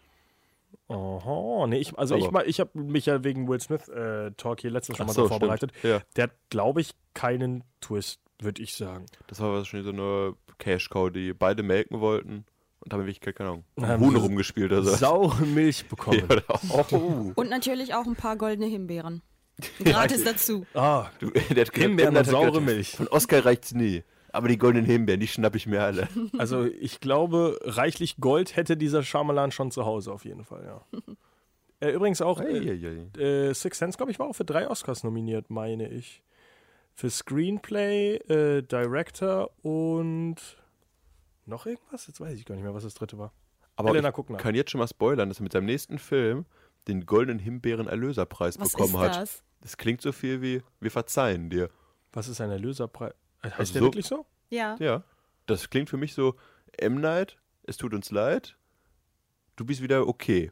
Aha, nee, ich, also ich, Aber- mal- ich habe mich ja wegen Will Smith äh, Talk hier letztens schon Ach mal so, drauf vorbereitet. stimmt. Ja, Der hat, glaube ich, keinen Twist, würde ich sagen. das war wahrscheinlich so eine Cash-Cow, die beide melken wollten und haben in Wirklichkeit, keine Ahnung, Haben Huhn sie rumgespielt oder so. Saure Milch bekommen. Ja, oh. Und natürlich auch ein paar goldene Himbeeren. Gratis dazu. Ah, Du, der hat gesagt, Himbeeren der hat und saure gesagt, Milch. Von Oscar reicht's nie. Aber die goldenen Himbeeren, die schnapp ich mir alle. Also ich glaube, reichlich Gold hätte dieser Shyamalan schon zu Hause auf jeden Fall, ja. äh, übrigens auch äh, Eieiei. äh, Sixth Sense, glaube ich, war auch für drei Oscars nominiert, meine ich. Für Screenplay, äh, Director und noch irgendwas? Jetzt weiß ich gar nicht mehr, was das dritte war. Aber Helena, ich guck nach. kann jetzt schon mal spoilern, dass er mit seinem nächsten Film den goldenen Himbeeren-Erlöserpreis Was bekommen ist hat. das? Das klingt so viel wie, wir verzeihen dir. Was ist ein Erlöserpreis? Heißt Also der so- wirklich so? Ja. Ja, das klingt für mich so, M. Night, es tut uns leid, du bist wieder okay.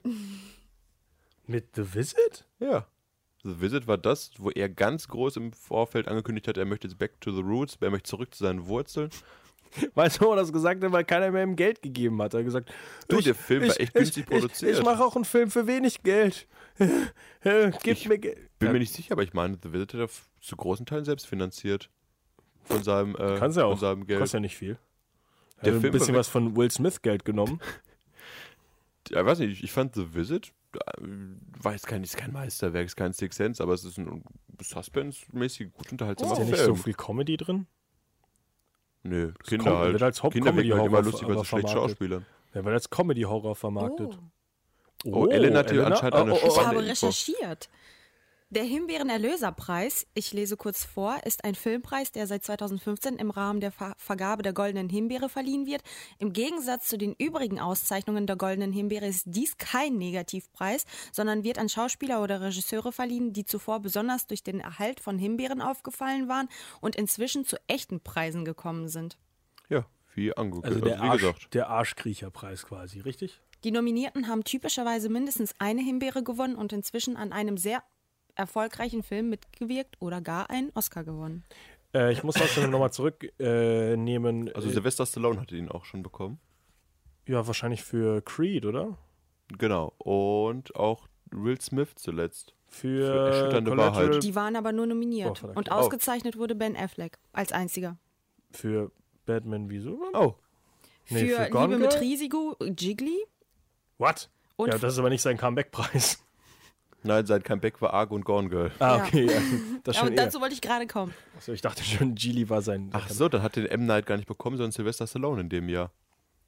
Mit The Visit? Ja. The Visit war das, wo er ganz groß im Vorfeld angekündigt hat, er möchte jetzt back to the roots, er möchte zurück zu seinen Wurzeln. Weißt du, warum er das gesagt hat, weil keiner mehr ihm Geld gegeben hat. Er hat gesagt, Du, ich- der Film ich, war echt ich, günstig ich, produziert. Ich mache auch einen Film für wenig Geld. Gib Ich mir Geld. Bin Ja, mir nicht sicher, aber ich meine, The Visit hat er f- zu großen Teilen selbst finanziert. Von seinem, äh, Kannst ja von auch. seinem Geld. Kostet ja nicht viel. Der Der ein Film bisschen war was von Will Smith Geld genommen. Ja, weiß nicht, ich fand The Visit, äh, war jetzt kein, ist kein Meisterwerk, ist kein Sixth Sense, aber es ist ein Suspense-mäßig gut unterhaltsamer Ist ja nicht Film. so viel Comedy drin? Nö, Das Kinder kommt- halt. wird als Kinder wirken halt immer Haupt-Comedy-Horror lustig, weil aber sie schlecht vermarktet. schauspielern. Der wird als Comedy-Horror vermarktet. Oh, Ellen hatte anscheinend eine Ich Spannende habe Info. recherchiert. Der Himbeeren-Erlöserpreis, ich lese kurz vor, ist ein Filmpreis, der seit zweitausendfünfzehn im Rahmen der Ver Vergabe der Goldenen Himbeere verliehen wird. Im Gegensatz zu den übrigen Auszeichnungen der Goldenen Himbeere ist dies kein Negativpreis, sondern wird an Schauspieler oder Regisseure verliehen, die zuvor besonders durch den Erhalt von Himbeeren aufgefallen waren und inzwischen zu echten Preisen gekommen sind. Ja, wie angeguckt. Also Also, der, wie Arsch, gesagt. der Arschkriecherpreis quasi, richtig? Die Nominierten haben typischerweise mindestens eine Himbeere gewonnen und inzwischen an einem sehr erfolgreichen Film mitgewirkt oder gar einen Oscar gewonnen. Äh, ich muss außerdem nochmal zurücknehmen. Äh, Also Sylvester Stallone hatte ihn auch schon bekommen. ja, wahrscheinlich für Creed, oder? Genau. Und auch Will Smith zuletzt. Für, Für erschütternde Collateral- Wahrheit. Die waren aber nur nominiert. Oh, verdammt. und ausgezeichnet wurde Ben Affleck als einziger. Für Batman wie so? Oh, Nee, für für Gone Liebe mit Girl? Risiko, Jiggly. What? Und Ja, das ist aber nicht sein Comeback-Preis. nein, sein Comeback war Argo und Gone Girl. Ah, Ja. okay. Ja, das Ja, schon und eher. dazu wollte ich gerade kommen. Achso, ich dachte schon, Geely war sein. Ach so, dann hat den M. Night gar nicht bekommen, sondern Sylvester Stallone in dem Jahr.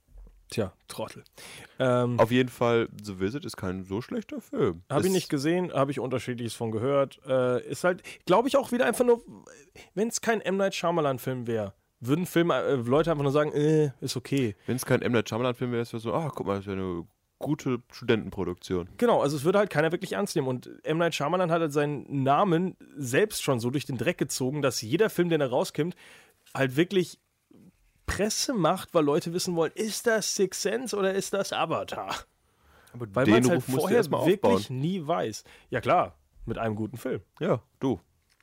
Tja, Trottel. Ähm, Auf jeden Fall, The Visit ist kein so schlechter Film. habe ich Es- nicht gesehen, habe ich Unterschiedliches von gehört. Äh, ist halt, glaube ich, auch wieder einfach nur, wenn es kein M. Night Shyamalan-Film wäre, würden Film, äh, Leute einfach nur sagen, äh, ist okay. Wenn es kein M. Night Shyamalan-Film wäre, wäre es so, ah, guck mal, das ist ja eine gute Studentenproduktion. Genau, also es würde halt keiner wirklich ernst nehmen. Und M. Night Shyamalan hat halt seinen Namen selbst schon so durch den Dreck gezogen, dass jeder Film, der da rauskommt, halt wirklich Presse macht, weil Leute wissen wollen, ist das Sixth Sense oder ist das Avatar? Aber Weil den man es halt Ruf musst du vorher erstmal wirklich aufbauen. nie weiß. Ja klar, mit einem guten Film. Ja, du.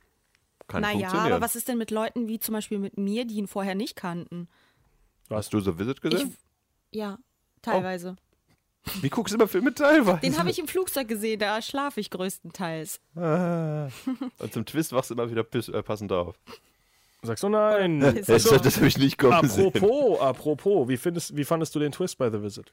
Kann Naja, funktionieren. aber was ist denn mit Leuten wie zum Beispiel mit mir, die ihn vorher nicht kannten? Hast du The Visit Ich, gesehen? ja, teilweise. Wie guckst du immer Filme teilweise? Den habe ich im Flugzeug gesehen, da schlafe ich größtenteils. Ah. Und zum Twist wachst du immer wieder piss, äh, passend auf. Sagst du nein? Ist Das, so. das habe ich nicht kommen sehen. apropos, apropos, wie, findest, wie fandest du den Twist bei The Visit?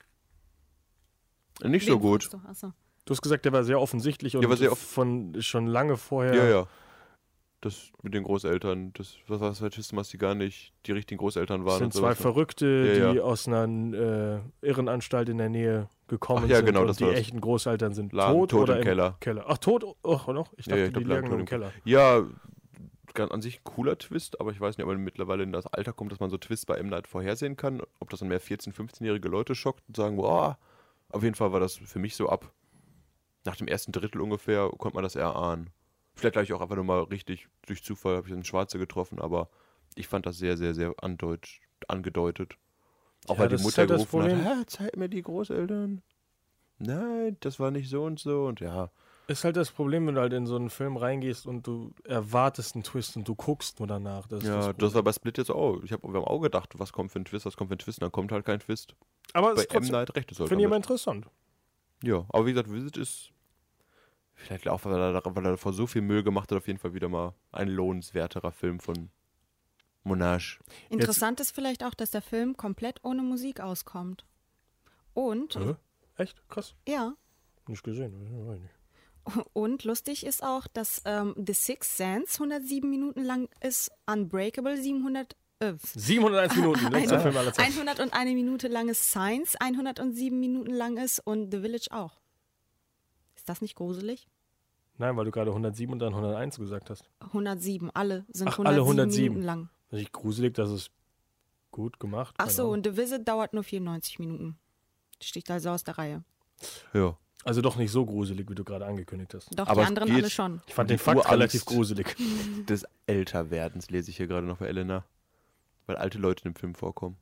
Nicht so Wen gut. fragst du? Achso. Du hast gesagt, der war sehr offensichtlich und Der war sehr off- von schon lange vorher. Ja, ja. Das mit den Großeltern, das was war das bei Twisted die gar nicht die richtigen Großeltern Das waren. sind und zwei sowas. Verrückte, Ja, die ja. aus einer äh, Irrenanstalt in der Nähe gekommen Ach ja, sind genau, und das die war's. echten Großeltern sind Lagen tot, tot oder im Keller. Keller. Ach, tot? Oh, noch? Ich Ja, dachte, ja, ich glaub, die lagen lagen tot nur im im Keller. Ja, ganz an sich ein cooler Twist, aber ich weiß nicht, ob man mittlerweile in das Alter kommt, dass man so Twists bei M. Night vorhersehen kann. Ob das dann mehr vierzehn-, fünfzehnjährige Leute schockt und sagen, boah, auf jeden Fall war das für mich so ab. Nach dem ersten Drittel ungefähr konnte man das eher ahnen. Vielleicht gleich auch einfach nur mal richtig durch Zufall habe ich einen Schwarze getroffen, aber ich fand das sehr, sehr, sehr andeut angedeutet. Auch Ja, weil die das ist Mutter halt das gerufen Problem. hat, Hä, zeig mir die Großeltern. Nein, das war nicht so und so und ja. Ist halt das Problem, wenn du halt in so einen Film reingehst und du erwartest einen Twist und du guckst nur danach. Das ist Ja, das das, Problem. war bei Split jetzt auch. Ich habe wir haben auch gedacht, was kommt für ein Twist, was kommt für ein Twist, und dann kommt halt kein Twist. Aber es Bei ist M. trotzdem, Night recht ist halt finde ich immer damit. interessant. Ja, aber wie gesagt, Visit ist vielleicht auch, weil er, weil er davor so viel Müll gemacht hat, auf jeden Fall wieder mal ein lohnenswerterer Film von Monarch. Interessant ist vielleicht auch, dass der Film komplett ohne Musik auskommt. Und, Hä? Echt? Krass. ja, Nicht gesehen. Weiß ich nicht. und lustig ist auch, dass ähm, The Sixth Sense hundertsieben Minuten lang ist, Unbreakable siebenhundert, äh, siebenhunderteins Minuten, letzter Film aller Zeiten. hunderteins Minute langes Science, hundertsieben Minuten langes und The Village auch. Ist das nicht gruselig? Nein, weil du gerade hundertsieben und dann hunderteins gesagt hast. hundertsieben, alle sind Ach, hundertsieben, alle hundertsieben Minuten lang. Das ist nicht gruselig, das ist gut gemacht. Ach keine so, Ahnung. und The Visit dauert nur vierundneunzig Minuten. Sticht also aus der Reihe. Ja. Also doch nicht so gruselig, wie du gerade angekündigt hast. Doch, Aber die es anderen geht- alle schon. Ich fand Die den Fakt Urangst. relativ gruselig. Des Älterwerdens lese ich hier gerade noch bei Elena. Weil alte Leute in dem Film vorkommen.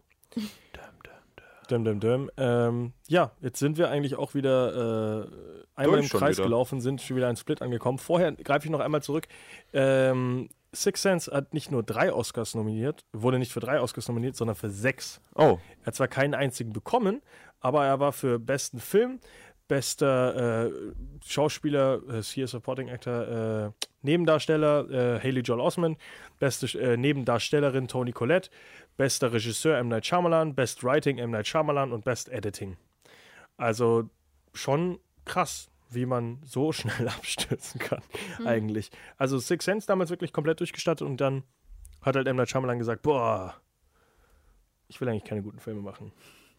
Dum, dum, dum. Ähm, ja, jetzt sind wir eigentlich auch wieder äh, einmal Durch im schon Kreis wieder. gelaufen, sind schon wieder ein Split angekommen. Vorher greife ich noch einmal zurück. Ähm, Sixth Sense hat nicht nur drei Oscars nominiert, wurde nicht für drei Oscars nominiert, sondern für sechs. Oh, Er hat zwar keinen einzigen bekommen, aber er war für besten Film, bester äh, Schauspieler, äh, hier Supporting Actor, äh, Nebendarsteller äh, Haley Joel Osment, beste äh, Nebendarstellerin Toni Collette, bester Regisseur M. Night Shyamalan, Best Writing M. Night Shyamalan und Best Editing. Also schon krass, wie man so schnell abstürzen kann, eigentlich. Also Sixth Sense damals wirklich komplett durchgestattet und dann hat halt M. Night Shyamalan gesagt, boah, ich will eigentlich keine guten Filme machen.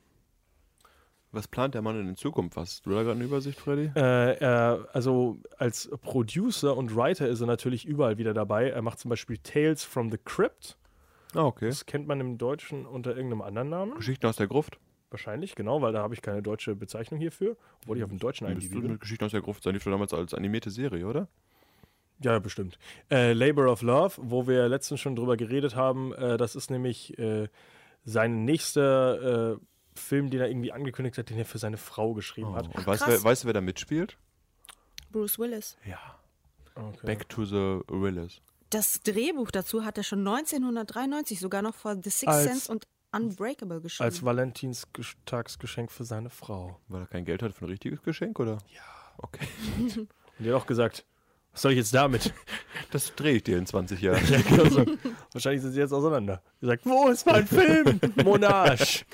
was plant der Mann in Zukunft? Hast du da gerade eine Übersicht, Freddy? Äh, er, also als Producer und Writer ist er natürlich überall wieder dabei. Er macht zum Beispiel Tales from the Crypt. Ah, okay. Das kennt man im Deutschen unter irgendeinem anderen Namen. Geschichten aus der Gruft? Wahrscheinlich, genau, weil da habe ich keine deutsche Bezeichnung hierfür. Obwohl ich auf dem Deutschen Müsste IMDb bin. mit Geschichten aus der Gruft sein, die schon damals als animierte Serie, oder? Ja, bestimmt. Äh, Labor of Love, wo wir letztens schon drüber geredet haben, äh, das ist nämlich äh, sein nächster äh, Film, den er irgendwie angekündigt hat, den er für seine Frau geschrieben hat. Und weißt, krass. wer, weißt du, wer da mitspielt? Bruce Willis. Ja. Okay. Back to the Willis. Das Drehbuch dazu hat er schon neunzehnhundertdreiundneunzig sogar noch vor The Sixth Als- Sense und Unbreakable geschrieben. Als Valentinstagsgeschenk für seine Frau. Weil er kein Geld hat für ein richtiges Geschenk, oder? Ja. Okay. Und die hat auch gesagt, was soll ich jetzt damit? Das drehe ich dir in zwanzig Jahren. Ja, genau so. Wahrscheinlich sind sie jetzt auseinander. Sie sagt, wo ist mein Film? Monarch.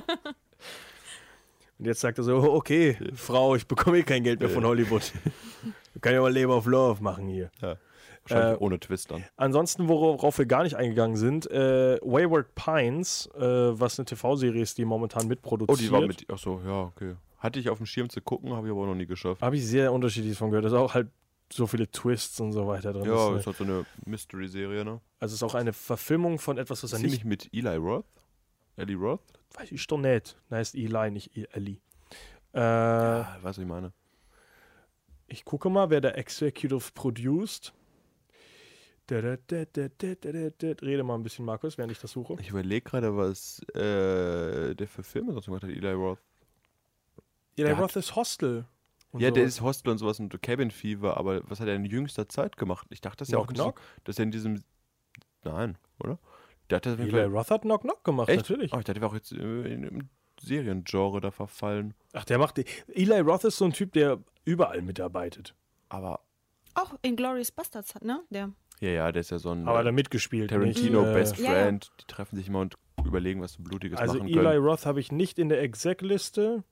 Und jetzt sagt er so, okay, Frau, ich bekomme eh kein Geld mehr von Hollywood. Wir können ja mal Labor of Love machen hier. Ja. Wahrscheinlich Äh, ohne Twist dann. Ansonsten, worauf wir gar nicht eingegangen sind, äh, Wayward Pines, äh, was eine T V-Serie ist, die momentan Oh, mitproduziert. die war mit. Achso, ja, okay. Hatte ich auf dem Schirm zu gucken, habe ich aber auch noch nie geschafft. Habe ich sehr unterschiedliches von gehört. Da ist auch halt so viele Twists und so weiter drin. Ja, Das ist ist, halt so eine Mystery-Serie, ne? also es ist auch eine Verfilmung von etwas, was er Ist die nicht... nicht mit Eli Roth? Eli Roth? Weiß ich doch nicht. Da heißt Eli, nicht Ellie. Äh, Ja, weiß, was ich meine. Ich gucke mal, wer der Executive produced. Da, da, da, da, da, da, da, da. Rede mal ein bisschen, Markus, während ich das suche. Ich überlege gerade, was äh, der für Filme sonst gemacht hat, Eli Roth. Eli der Roth ist Hostel. und Ja, der sowas. ist Hostel und sowas und Cabin Fever, aber was hat er in jüngster Zeit gemacht? Ich dachte das ja Knock, auch, dass, Knock? dass er in diesem. Nein, oder? Der hat das auf jeden Eli Fall. Roth hat Knock Knock gemacht, Echt? natürlich. Oh, ich dachte, der war auch jetzt äh, in einem Seriengenre da verfallen. Ach, der macht... die- Eli Roth ist so ein Typ, der überall mitarbeitet. Aber. Auch in Glorious Bastards hat, ne? Der. Ja, ja, der ist ja so ein. Aber äh, da mitgespielt. Tarantino, nicht, äh, Best Ja, ja. Friend. Die treffen sich immer und überlegen, was du Blutiges Also machen Eli können. Roth habe ich nicht in der Exec-Liste.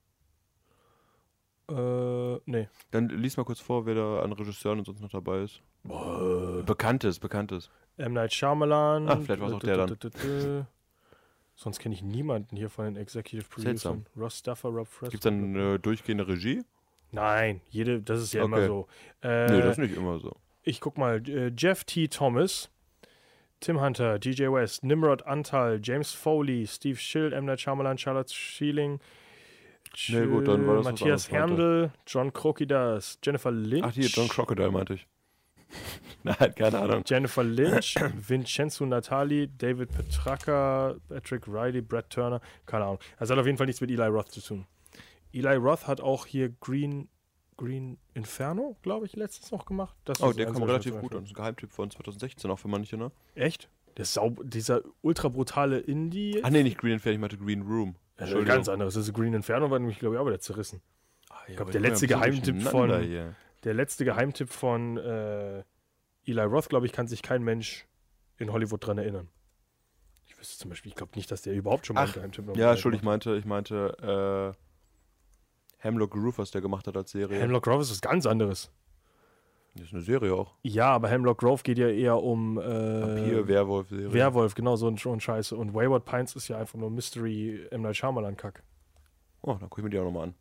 Äh, nee. Dann lies mal kurz vor, wer da an Regisseuren und sonst noch dabei ist. Bekanntes, bekanntes. M. Night Shyamalan. Ah, vielleicht war's auch der dann. dann. Sonst kenne ich niemanden hier von den Executive Seltsam. Producern. Ross Duffer, Rob Fresco. Gibt es dann äh, durchgehende Regie? Nein, jede, das ist ja Okay. immer so. Äh, Nee, das ist nicht immer so. Ich guck mal, äh, Jeff T. Thomas, Tim Hunter, D J West, Nimrod Antal, James Foley, Steve Schill, M. Night Shyamalan, Charlotte Schieling, Nee, gut, dann war das was Matthias anderes weiter. Herndl, John Krokidas, Jennifer Lynch. Ach, hier, John Crocodile meinte ich. Nein, keine Ahnung. Jennifer Lynch, Vincenzo Natali, David Petracca, Patrick Riley, Brad Turner, keine Ahnung. Das hat auf jeden Fall nichts mit Eli Roth zu tun. Eli Roth hat auch hier Green, Green Inferno, glaube ich, letztens noch gemacht. Das Oh, ist der eins, kommt was ich relativ zum gut Beispiel- an. Das ist ein Geheimtipp von zwanzig sechzehn, auch für manche, ne? Echt? Der Sau dieser ultra brutale Indie. Ach nee, nicht Green Inferno, ich meinte Green Room. Also ganz anderes. Das ist Green Inferno, war nämlich, glaube ich, auch wieder zerrissen. Ich glaub, der letzte Geheimtipp von- Der letzte Geheimtipp von äh, Eli Roth, glaube ich, kann sich kein Mensch in Hollywood dran erinnern. Ich wüsste zum Beispiel, ich glaube nicht, dass der überhaupt schon mal einen Ach, Geheimtipp Ja, Entschuldigung, ich meinte, ich meinte äh, Hemlock Grove, was der gemacht hat als Serie. Hemlock Grove ist was ganz anderes. Das ist eine Serie auch. Ja, aber Hemlock Grove geht ja eher um äh, Vampir, Werwolf-Serie. Werwolf, genau, so ein, so ein Scheiße. Und Wayward Pines ist ja einfach nur Mystery M. Night Shyamalan-Kack. Oh, dann gucke ich mir die auch nochmal an.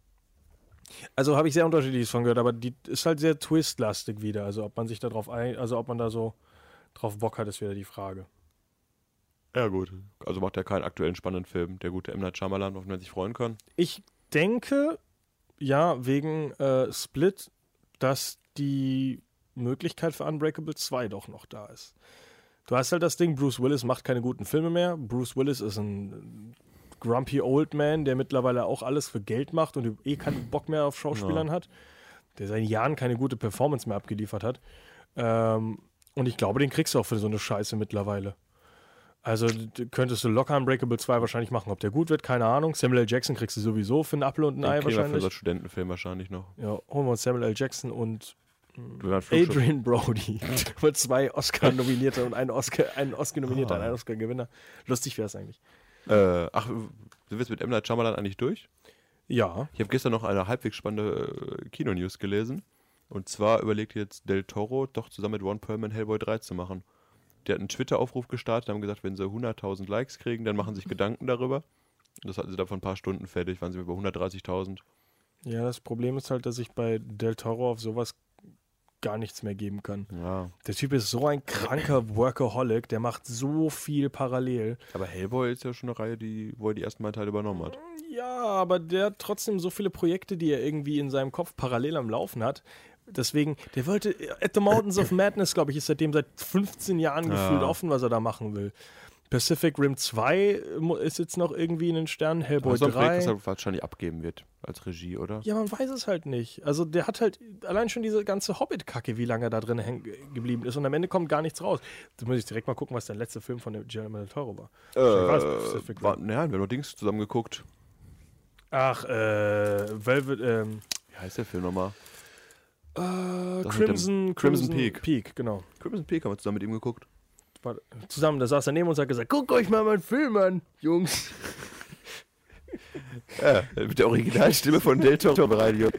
Also habe ich sehr unterschiedliches von gehört, aber die ist halt sehr twistlastig wieder. Also ob man sich da drauf ein, also ob man da so drauf Bock hat, ist wieder die Frage. Ja, gut. Also macht er keinen aktuellen spannenden Film. Der gute M. Night Shyamalan, auf den man sich freuen kann. Ich denke, ja, wegen äh, Split, dass die Möglichkeit für Unbreakable zwei doch noch da ist. Du hast halt das Ding, Bruce Willis macht keine guten Filme mehr. Bruce Willis ist ein grumpy old man, der mittlerweile auch alles für Geld macht und eh keinen Bock mehr auf Schauspielern ja. hat. Der seit Jahren keine gute Performance mehr abgeliefert hat. Ähm, und ich glaube, den kriegst du auch für so eine Scheiße mittlerweile. Also d- könntest du locker Unbreakable zwei wahrscheinlich machen. Ob der gut wird, keine Ahnung. Samuel L. Jackson kriegst du sowieso für einen Apfel und ein Ei Den wahrscheinlich. für so Studentenfilm wahrscheinlich noch. Ja, holen wir uns Samuel L. Jackson und Du hast Flugschutz. Adrian Brody. Mit zwei Oscar-Nominierte und einen Oscar, einen Oscar-Nominierter, Ah. einen Oscar-Gewinner. Lustig wäre es eigentlich. Äh, ach, sind wir jetzt mit M. Night Shyamalan eigentlich durch? Ja. Ich habe gestern noch eine halbwegs spannende äh, Kino-News gelesen. Und zwar überlegt jetzt Del Toro, doch zusammen mit Ron Perlman Hellboy drei zu machen. Der hat einen Twitter-Aufruf gestartet, haben gesagt, wenn sie hunderttausend Likes kriegen, dann machen sie sich Gedanken darüber. Das hatten sie da vor ein paar Stunden fertig, waren sie über hundertdreißigtausend. Ja, das Problem ist halt, dass ich bei Del Toro auf sowas gar nichts mehr geben kann. Ja. Der Typ ist so ein kranker Workaholic, der macht so viel parallel. Aber Hellboy ist ja schon eine Reihe, die, wo er die ersten beiden Teile übernommen hat. Ja, aber der hat trotzdem so viele Projekte, die er irgendwie in seinem Kopf parallel am Laufen hat. Deswegen, der wollte, At the Mountains of Madness, glaube ich, ist seitdem seit fünfzehn Jahren gefühlt Ja. offen, was er da machen will. Pacific Rim zwei mu- ist jetzt noch irgendwie in den Sternen, Hellboy Aber so ein Projekt, drei. was er wahrscheinlich abgeben wird als Regie, oder? Ja, man weiß es halt nicht. Also der hat halt allein schon diese ganze Hobbit-Kacke, wie lange er da drin häng- geblieben ist. Und am Ende kommt gar nichts raus. Da muss ich direkt mal gucken, was der letzte Film von dem Guillermo del Toro war. Äh, war es Pacific war, Rim. naja, wir haben noch Dings zusammen geguckt. Ach, äh, Velvet, ähm, Wie heißt der Film nochmal? äh, mit Crimson, dem Crimson Peak. Peak, genau. Crimson Peak haben wir zusammen mit ihm geguckt. War, zusammen, da saß er neben uns und hat gesagt, guckt euch mal meinen Film an, Jungs. Ja, mit der Originalstimme von Del Toro im Radio.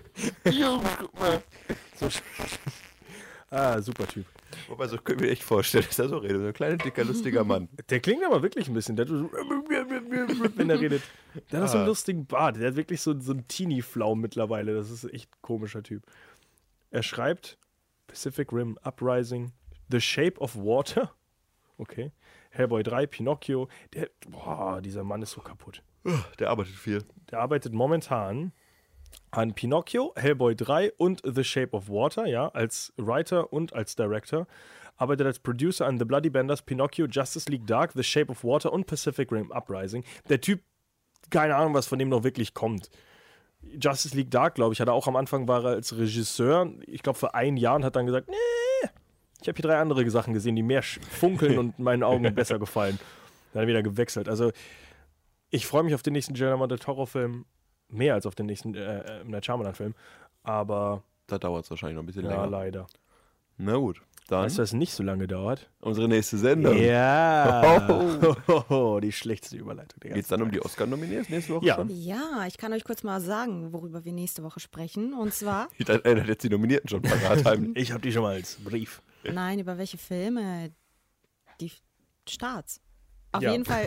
Ah, super Typ. Wobei, so können wir mir echt vorstellen, dass er so redet. So ein kleiner, dicker, lustiger Mann. Der klingt aber wirklich ein bisschen, der hat so, wenn er redet. Der hat so einen Ah. lustigen Bart. Der hat wirklich so, so einen Teenie-Flaum mittlerweile. Das ist echt ein komischer Typ. Er schreibt Pacific Rim, Uprising, The Shape of Water. Okay. Hellboy drei, Pinocchio. Der, boah, dieser Mann ist so kaputt. Der arbeitet viel. Der arbeitet momentan an Pinocchio, Hellboy drei und The Shape of Water, ja, als Writer und als Director. Arbeitet als Producer an The Bloody Benders, Pinocchio, Justice League Dark, The Shape of Water und Pacific Rim Uprising. Der Typ, keine Ahnung, was von dem noch wirklich kommt. Justice League Dark, glaube ich, hat er auch am Anfang, war er als Regisseur, ich glaube für ein Jahr und hat dann gesagt, nee, ich habe hier drei andere Sachen gesehen, die mehr sch- funkeln und meinen Augen besser gefallen. Dann wieder gewechselt. Also ich freue mich auf den nächsten Guillermo del Toro-Film, mehr als auf den nächsten äh, Night Shyamalan-Film, aber Da dauert es wahrscheinlich noch ein bisschen ja, länger. leider. Na gut, dann Weißt du, dass es nicht so lange dauert? unsere nächste Sendung. Ja. Oh. Die schlechteste Überleitung. der Geht es ganzen dann um die Oscar-Nominees nächste Woche Ja. schon? Ja, ich kann euch kurz mal sagen, worüber wir nächste Woche sprechen. Und zwar, Ich dachte, er hat jetzt die Nominierten schon parat haben. Ich habe die schon mal als Brief. nein, über welche Filme? Die Starts. Auf Ja. jeden Fall.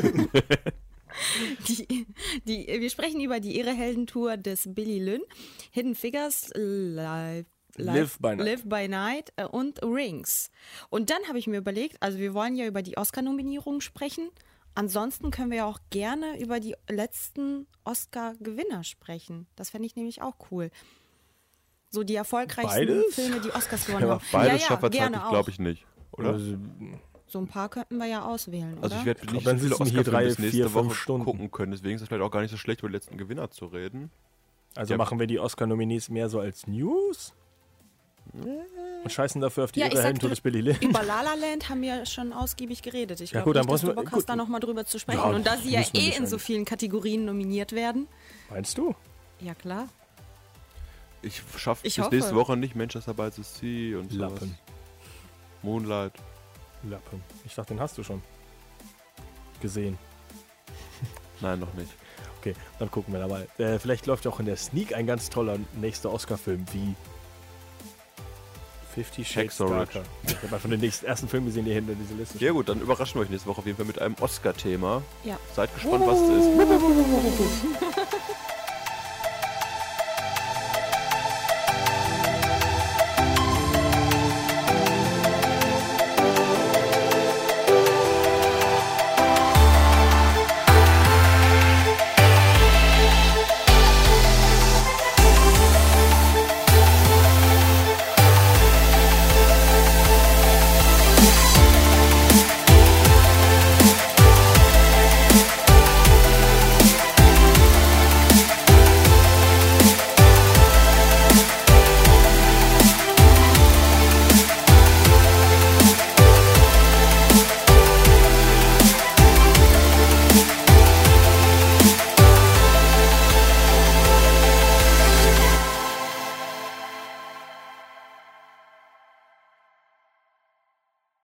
Die, die, wir sprechen über die Irre-Heldentour des Billy Lynn, Hidden Figures, Live, Live by Night. Live by Night äh, und Rings. Und dann habe ich mir überlegt, also wir wollen ja über die Oscar-Nominierungen sprechen. Ansonsten können wir ja auch gerne über die letzten Oscar-Gewinner sprechen. Das fände ich nämlich auch cool. So die erfolgreichsten Beides? Filme, die Oscars Ja, gewonnen aber haben. beides ja, ja, schafft er gerne zeitlich, auch. glaube ich, nicht. Oder? Also, So ein paar könnten wir ja auswählen, Also oder? ich werde nicht dann so viele sitzen hier Oscar-Filme drei, bis nächste vier, fünf Woche Stunden. gucken können. Deswegen ist es vielleicht auch gar nicht so schlecht, über die letzten Gewinner zu reden. also Ja. machen wir die Oscar-Nominees mehr so als News? Und scheißen dafür auf die Ja, ich Irre sag, Heldentour du- des Billy Lynn? Über La La Land haben wir schon ausgiebig geredet. Ich Ja, glaube gut, dann nicht, dass brauchen du wir- Bock gut. hast, da nochmal drüber zu sprechen. Ja, Und da sie ja müssen wir eh nicht in so eigentlich. vielen Kategorien nominiert werden. Meinst du? Ja, klar. Ich schaffe Ich bis hoffe. nächste Woche nicht Manchester by the Sea und sowas. Lappen. Moonlight. Lappen. Ich dachte, den hast du schon gesehen. Nein, noch nicht. Okay, dann gucken wir da mal. Äh, vielleicht läuft ja auch in der Sneak ein ganz toller nächster Oscar-Film wie Fifty Shades Hacksaw Darker. Ich habe einfach den nächsten ersten Film gesehen, der hinter diese Liste steht. Ja gut, dann überraschen wir euch nächste Woche auf jeden Fall mit einem Oscar-Thema. Ja. Seid gespannt, was es ist.